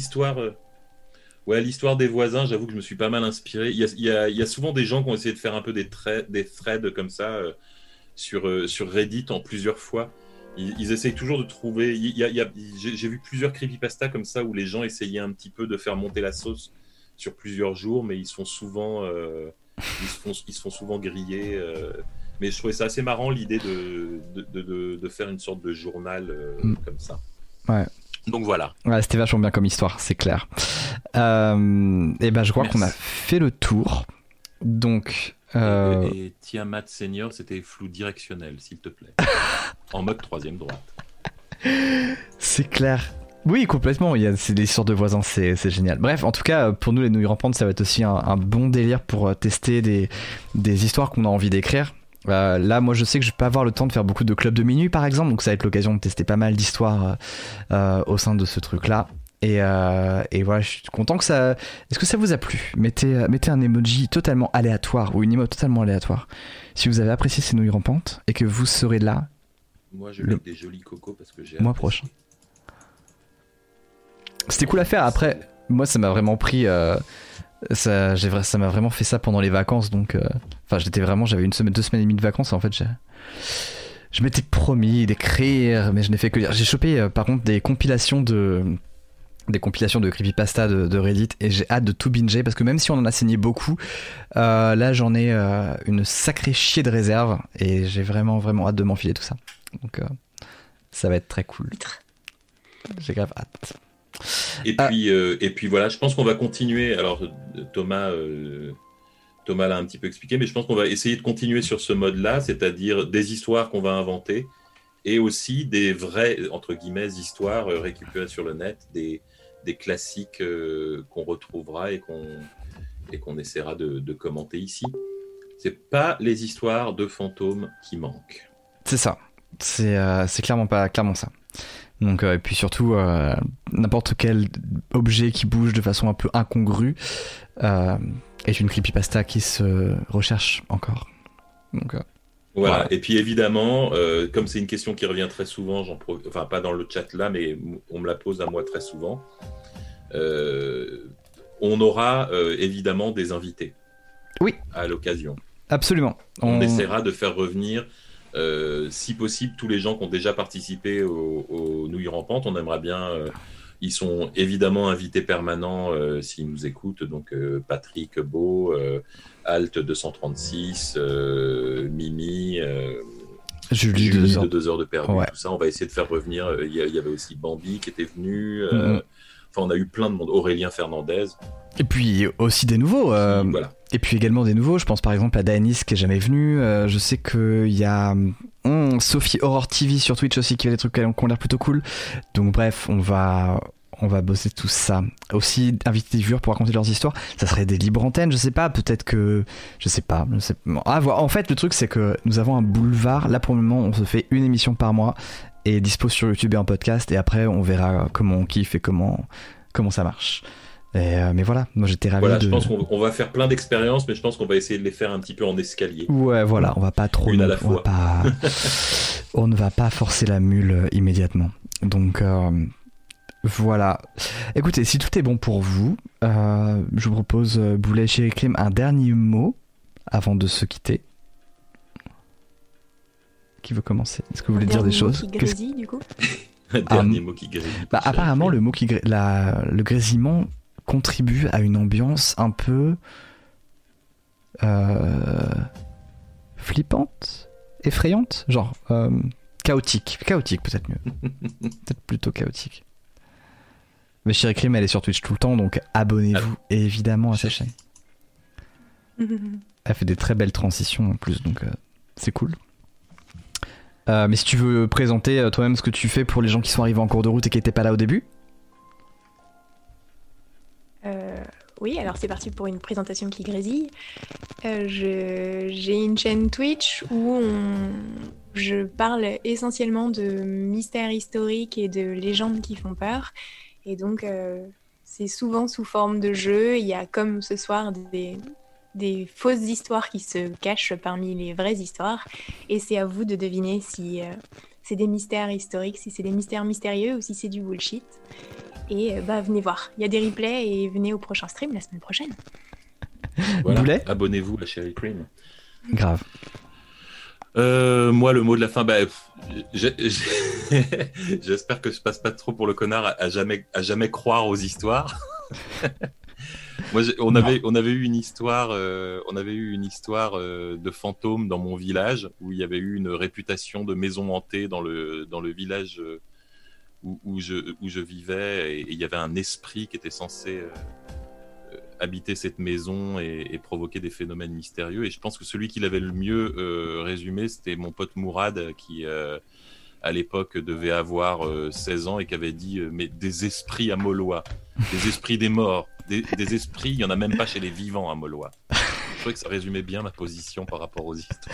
L'histoire des voisins, j'avoue que je me suis pas mal inspiré. Il y a souvent des gens qui ont essayé de faire un peu des threads comme ça sur Reddit en plusieurs fois. Ils essayent toujours de trouver. J'ai vu plusieurs creepypasta comme ça où les gens essayaient un petit peu de faire monter la sauce sur plusieurs jours, mais ils se font souvent griller. Mais je trouvais ça assez marrant l'idée de faire une sorte de journal comme ça. Ouais. Donc voilà. Ouais, c'était vachement bien comme histoire, c'est clair. Et je crois qu'on a fait le tour. Donc. Et Tiamat Senior, c'était flou directionnel, s'il te plaît. En mode 3e droite. C'est clair. Oui, complètement. C'est des histoires de voisins, c'est génial. Bref, en tout cas, pour nous, les Nouilles Rampantes, ça va être aussi un bon délire pour tester des histoires qu'on a envie d'écrire. Là, moi, je sais que je vais pas avoir le temps de faire beaucoup de clubs de minuit, par exemple, donc ça va être l'occasion de tester pas mal d'histoires au sein de ce truc-là. Et voilà, je suis content que ça. Est-ce que ça vous a plu ? Mettez un emoji totalement aléatoire ou une emote totalement aléatoire si vous avez apprécié ces Nouilles Rampantes et que vous serez là. Moi, je mets des jolis cocos parce que j'ai. Mois prochain. C'était cool à faire. Après, moi, ça m'a vraiment pris. Ça m'a vraiment fait ça pendant les vacances, donc. J'avais 2 semaines et demie de vacances. Et en fait, je m'étais promis d'écrire, mais je n'ai fait que lire. J'ai chopé, par contre, des compilations de creepypasta de Reddit et j'ai hâte de tout binger parce que même si on en a saigné beaucoup, là j'en ai une sacrée chier de réserve et j'ai vraiment hâte de m'enfiler tout ça. Donc ça va être très cool. J'ai grave hâte. Et puis voilà, je pense qu'on va continuer. Alors Thomas l'a un petit peu expliqué, mais je pense qu'on va essayer de continuer sur ce mode-là, c'est-à-dire des histoires qu'on va inventer et aussi des vraies, entre guillemets, histoires récupérées sur le net, des classiques qu'on retrouvera et qu'on essaiera de commenter ici. C'est pas les histoires de fantômes qui manquent. C'est ça. C'est clairement ça. Donc, et puis surtout, n'importe quel objet qui bouge de façon un peu incongrue est une creepypasta qui se recherche encore. Donc, Voilà. Et puis évidemment, comme c'est une question qui revient très souvent, enfin pas dans le chat là, mais on me la pose à moi très souvent, on aura évidemment des invités. Oui. À l'occasion. Absolument. On essaiera de faire revenir, si possible, tous les gens qui ont déjà participé aux Nouilles Rampantes. On aimerait bien... ils sont évidemment invités permanents s'ils nous écoutent. Donc Patrick Beau, Alt 236, Mimi, Julie de 2 heures de perdu. Ouais. Tout ça, on va essayer de faire revenir. Il y avait aussi Bambi qui était venu. Enfin, on a eu plein de monde. Aurélien Fernandez. Et puis aussi des nouveaux. Voilà. Et puis également des nouveaux. Je pense par exemple à Danis qui est jamais venu. Je sais qu'il y a Sophie Horror TV sur Twitch aussi qui a des trucs qui ont l'air plutôt cool. Donc bref, on va bosser tout ça. Aussi inviter des viewers pour raconter leurs histoires. Ça serait des libres antennes, je sais pas. Peut-être que... Je sais pas. En fait, le truc c'est que nous avons un boulevard. Là pour le moment, on se fait une émission par mois. Et dispo sur YouTube et en podcast. Et après, on verra comment on kiffe et comment ça marche. Mais voilà, moi j'étais ravi je pense qu'on va faire plein d'expériences, mais je pense qu'on va essayer de les faire un petit peu en escalier. Ouais, voilà, on va pas trop... Une à la fois. On ne va pas forcer la mule immédiatement. Donc, voilà. Écoutez, si tout est bon pour vous, je vous propose, Boulet, Chéri Crime, un dernier mot avant de se quitter. Qui veut commencer ? Est-ce que vous voulez dire des choses ? Qui grésille, du coup ? Un dernier mot qui grésille. Apparemment, le mot le grésillement contribue à une ambiance un peu flippante, effrayante, genre chaotique peut-être mieux. Peut-être plutôt chaotique. Mais Chéri Crime, elle est sur Twitch tout le temps, donc abonnez-vous évidemment à sa chaîne. Elle fait des très belles transitions en plus, donc c'est cool. Mais si tu veux présenter toi-même ce que tu fais pour les gens qui sont arrivés en cours de route et qui n'étaient pas là au début. Oui, alors c'est parti pour une présentation qui grésille. J'ai une chaîne Twitch où je parle essentiellement de mystères historiques et de légendes qui font peur. Et donc c'est souvent sous forme de jeu. Il y a comme ce soir des fausses histoires qui se cachent parmi les vraies histoires, et c'est à vous de deviner si c'est des mystères historiques, si c'est des mystères mystérieux ou si c'est du bullshit. Et venez voir, il y a des replays et venez au prochain stream la semaine prochaine. Voilà. Boulet, abonnez-vous à Chéri Crime. Grave. Moi, le mot de la fin, j'espère que je passe pas trop pour le connard à jamais croire aux histoires. Moi, on avait eu une histoire, de fantômes dans mon village où il y avait eu une réputation de maison hantée dans le village où je vivais, et il y avait un esprit qui était censé habiter cette maison et provoquer des phénomènes mystérieux. Et je pense que celui qui l'avait le mieux résumé, c'était mon pote Mourad qui à l'époque devait avoir 16 ans et qui avait dit mais des esprits à Maulois, des esprits des morts. Des esprits, il n'y en a même pas chez les vivants à Maulois. Je trouvais que ça résumait bien ma position par rapport aux histoires.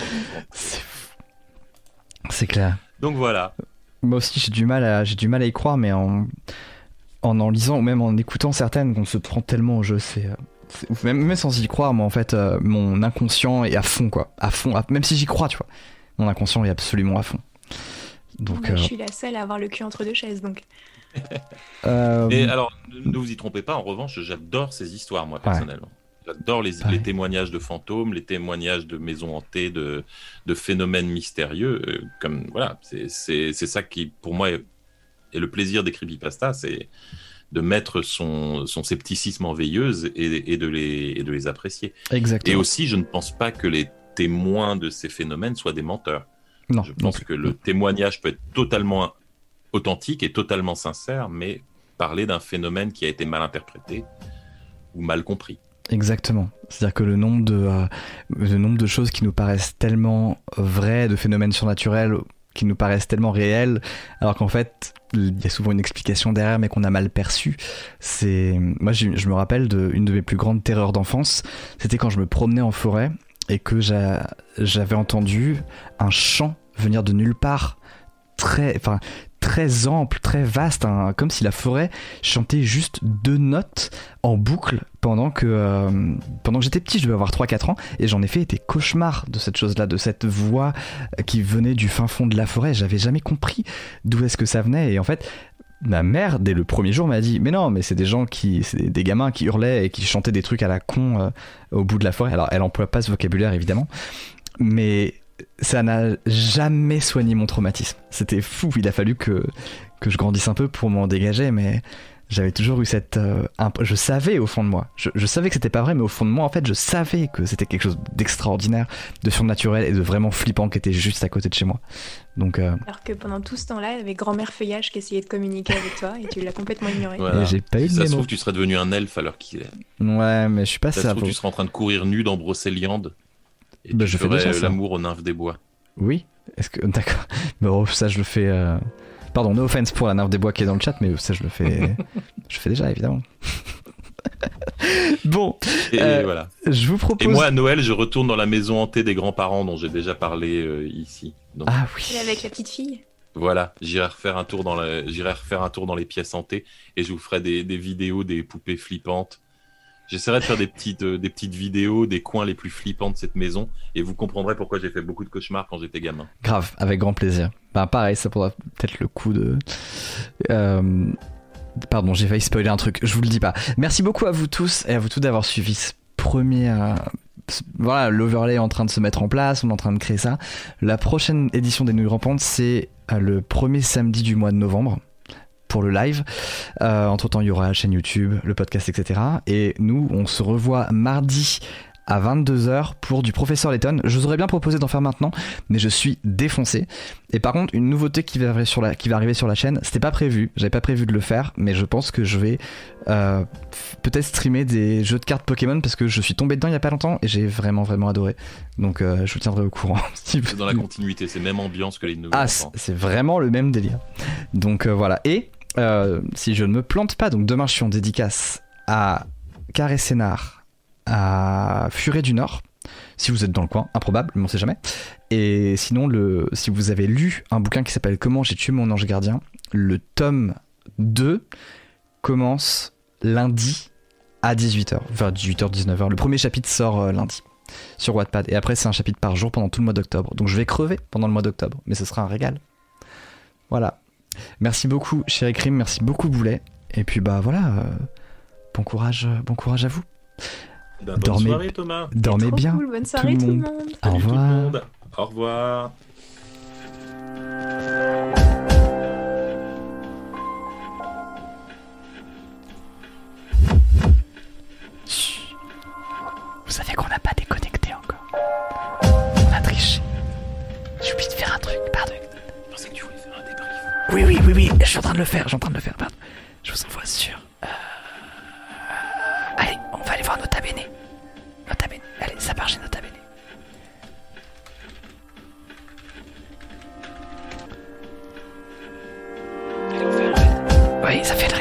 C'est clair. Donc voilà. Moi aussi, j'ai du mal à y croire, mais en lisant ou même en écoutant certaines, on se prend tellement au jeu. C'est ouf. Même sans y croire, moi, en fait, mon inconscient est à fond, quoi. À fond. Même si j'y crois, tu vois. Mon inconscient est absolument à fond. Donc, je suis la seule à avoir le cul entre deux chaises, donc... Et alors, ne vous y trompez pas, en revanche, j'adore ces histoires, moi, personnellement. Ouais. J'adore les témoignages de fantômes, les témoignages de maisons hantées, de phénomènes mystérieux. Comme voilà, c'est ça qui, pour moi, est le plaisir des creepypasta, c'est de mettre son scepticisme en veilleuse et de les apprécier. Exactement. Et aussi, je ne pense pas que les témoins de ces phénomènes soient des menteurs. Non. Je pense que le témoignage peut être totalement authentique et totalement sincère, mais parler d'un phénomène qui a été mal interprété ou mal compris. Exactement. C'est-à-dire que le nombre de choses qui nous paraissent tellement vraies, de phénomènes surnaturels qui nous paraissent tellement réels, alors qu'en fait, il y a souvent une explication derrière, mais qu'on a mal perçue. Moi, je me rappelle d'une de mes plus grandes terreurs d'enfance, c'était quand je me promenais en forêt et que j'avais entendu un chant venir de nulle part, très très ample, très vaste, hein, comme si la forêt chantait juste 2 notes en boucle pendant que j'étais petit. Je devais avoir 3-4 ans et j'en ai fait des cauchemars de cette chose-là, de cette voix qui venait du fin fond de la forêt. J'avais jamais compris d'où est-ce que ça venait, et en fait ma mère, dès le premier jour, m'a dit mais non, mais c'est des gamins qui hurlaient et qui chantaient des trucs à la con au bout de la forêt. Alors elle emploie pas ce vocabulaire évidemment, mais ça n'a jamais soigné mon traumatisme. C'était fou, il a fallu que je grandisse un peu pour m'en dégager, mais j'avais toujours eu cette... je savais au fond de moi, je savais que c'était pas vrai, mais au fond de moi, en fait, je savais que c'était quelque chose d'extraordinaire, de surnaturel et de vraiment flippant qui était juste à côté de chez moi. Donc, Alors que pendant tout ce temps-là, il y avait grand-mère Feuillage qui essayait de communiquer avec toi et tu l'as complètement ignoré. Voilà. Et j'ai pas eu de ça se mémo. trouve, tu serais devenu un elfe alors qu'il est. Ouais, mais je suis pas Ça se trouve, tu serais en train de courir nu dans Brocéliande. Et tu je fais ferais déjà ça. l'amour aux nymphes des bois. Oui, est-ce que... D'accord. Bon, ça je le fais... Pardon, no offense pour la nymphe des bois qui est dans le chat, mais ça je le fais... je fais déjà, évidemment. Bon, Et voilà. Je vous propose... Et moi, à Noël, je retourne dans la maison hantée des grands-parents dont j'ai déjà parlé ici. Donc, ah oui. Et avec la petite fille. Voilà, j'irai refaire un tour dans les pièces hantées et je vous ferai des vidéos des poupées flippantes. J'essaierai de faire des petites vidéos des coins les plus flippants de cette maison et vous comprendrez pourquoi j'ai fait beaucoup de cauchemars quand j'étais gamin. Grave, avec grand plaisir. Bah pareil, ça pourra peut-être le coup de... Pardon, j'ai failli spoiler un truc, je vous le dis pas. Merci beaucoup à vous tous et à vous tous d'avoir suivi ce premier... Voilà, l'overlay est en train de se mettre en place, on est en train de créer ça. La prochaine édition des Nouilles Rampantes, c'est le premier samedi du mois de novembre. Pour le live. Entre temps, il y aura la chaîne YouTube, le podcast, etc. Et nous, on se revoit mardi à 22h pour du Professeur Layton. Je vous aurais bien proposé d'en faire maintenant, mais je suis défoncé. Et par contre, une nouveauté qui va arriver sur la chaîne, c'était pas prévu, j'avais pas prévu de le faire, mais je pense que je vais peut-être streamer des jeux de cartes Pokémon parce que je suis tombé dedans il y a pas longtemps et j'ai vraiment adoré. Donc je vous tiendrai au courant. C'est dans la continuité, c'est même ambiance que les nouveaux. Ah, c'est vraiment le même délire. Donc voilà. Et si je ne me plante pas, donc demain je suis en dédicace à Carré Sénard, à Furet du Nord, si vous êtes dans le coin, improbable, mais on sait jamais. Et sinon, si vous avez lu un bouquin qui s'appelle Comment j'ai tué mon ange gardien, le tome 2 commence lundi à 18h, vers 18h, 19h. Le premier chapitre sort lundi sur Wattpad, et après c'est un chapitre par jour pendant tout le mois d'octobre. Donc je vais crever pendant le mois d'octobre, mais ce sera un régal. Voilà. Merci beaucoup Chéri Crime, merci beaucoup Boulet. Et puis bah voilà, bon courage à vous. Bonne soirée Thomas. Dormez bien. Cool. Bonne soirée tout le monde. Au revoir. Tout le monde. Au revoir. Vous savez qu'on n'a pas déconnecté encore. On a triché. J'ai oublié de faire un truc, pardon. Je pensais que tu voulais faire un débrief. Oui, je suis en train de le faire, pardon. Je vous envoie sur... Allez, on va aller voir Nota Bene. Allez, ça marche chez Nota Bene. Oui, ça fait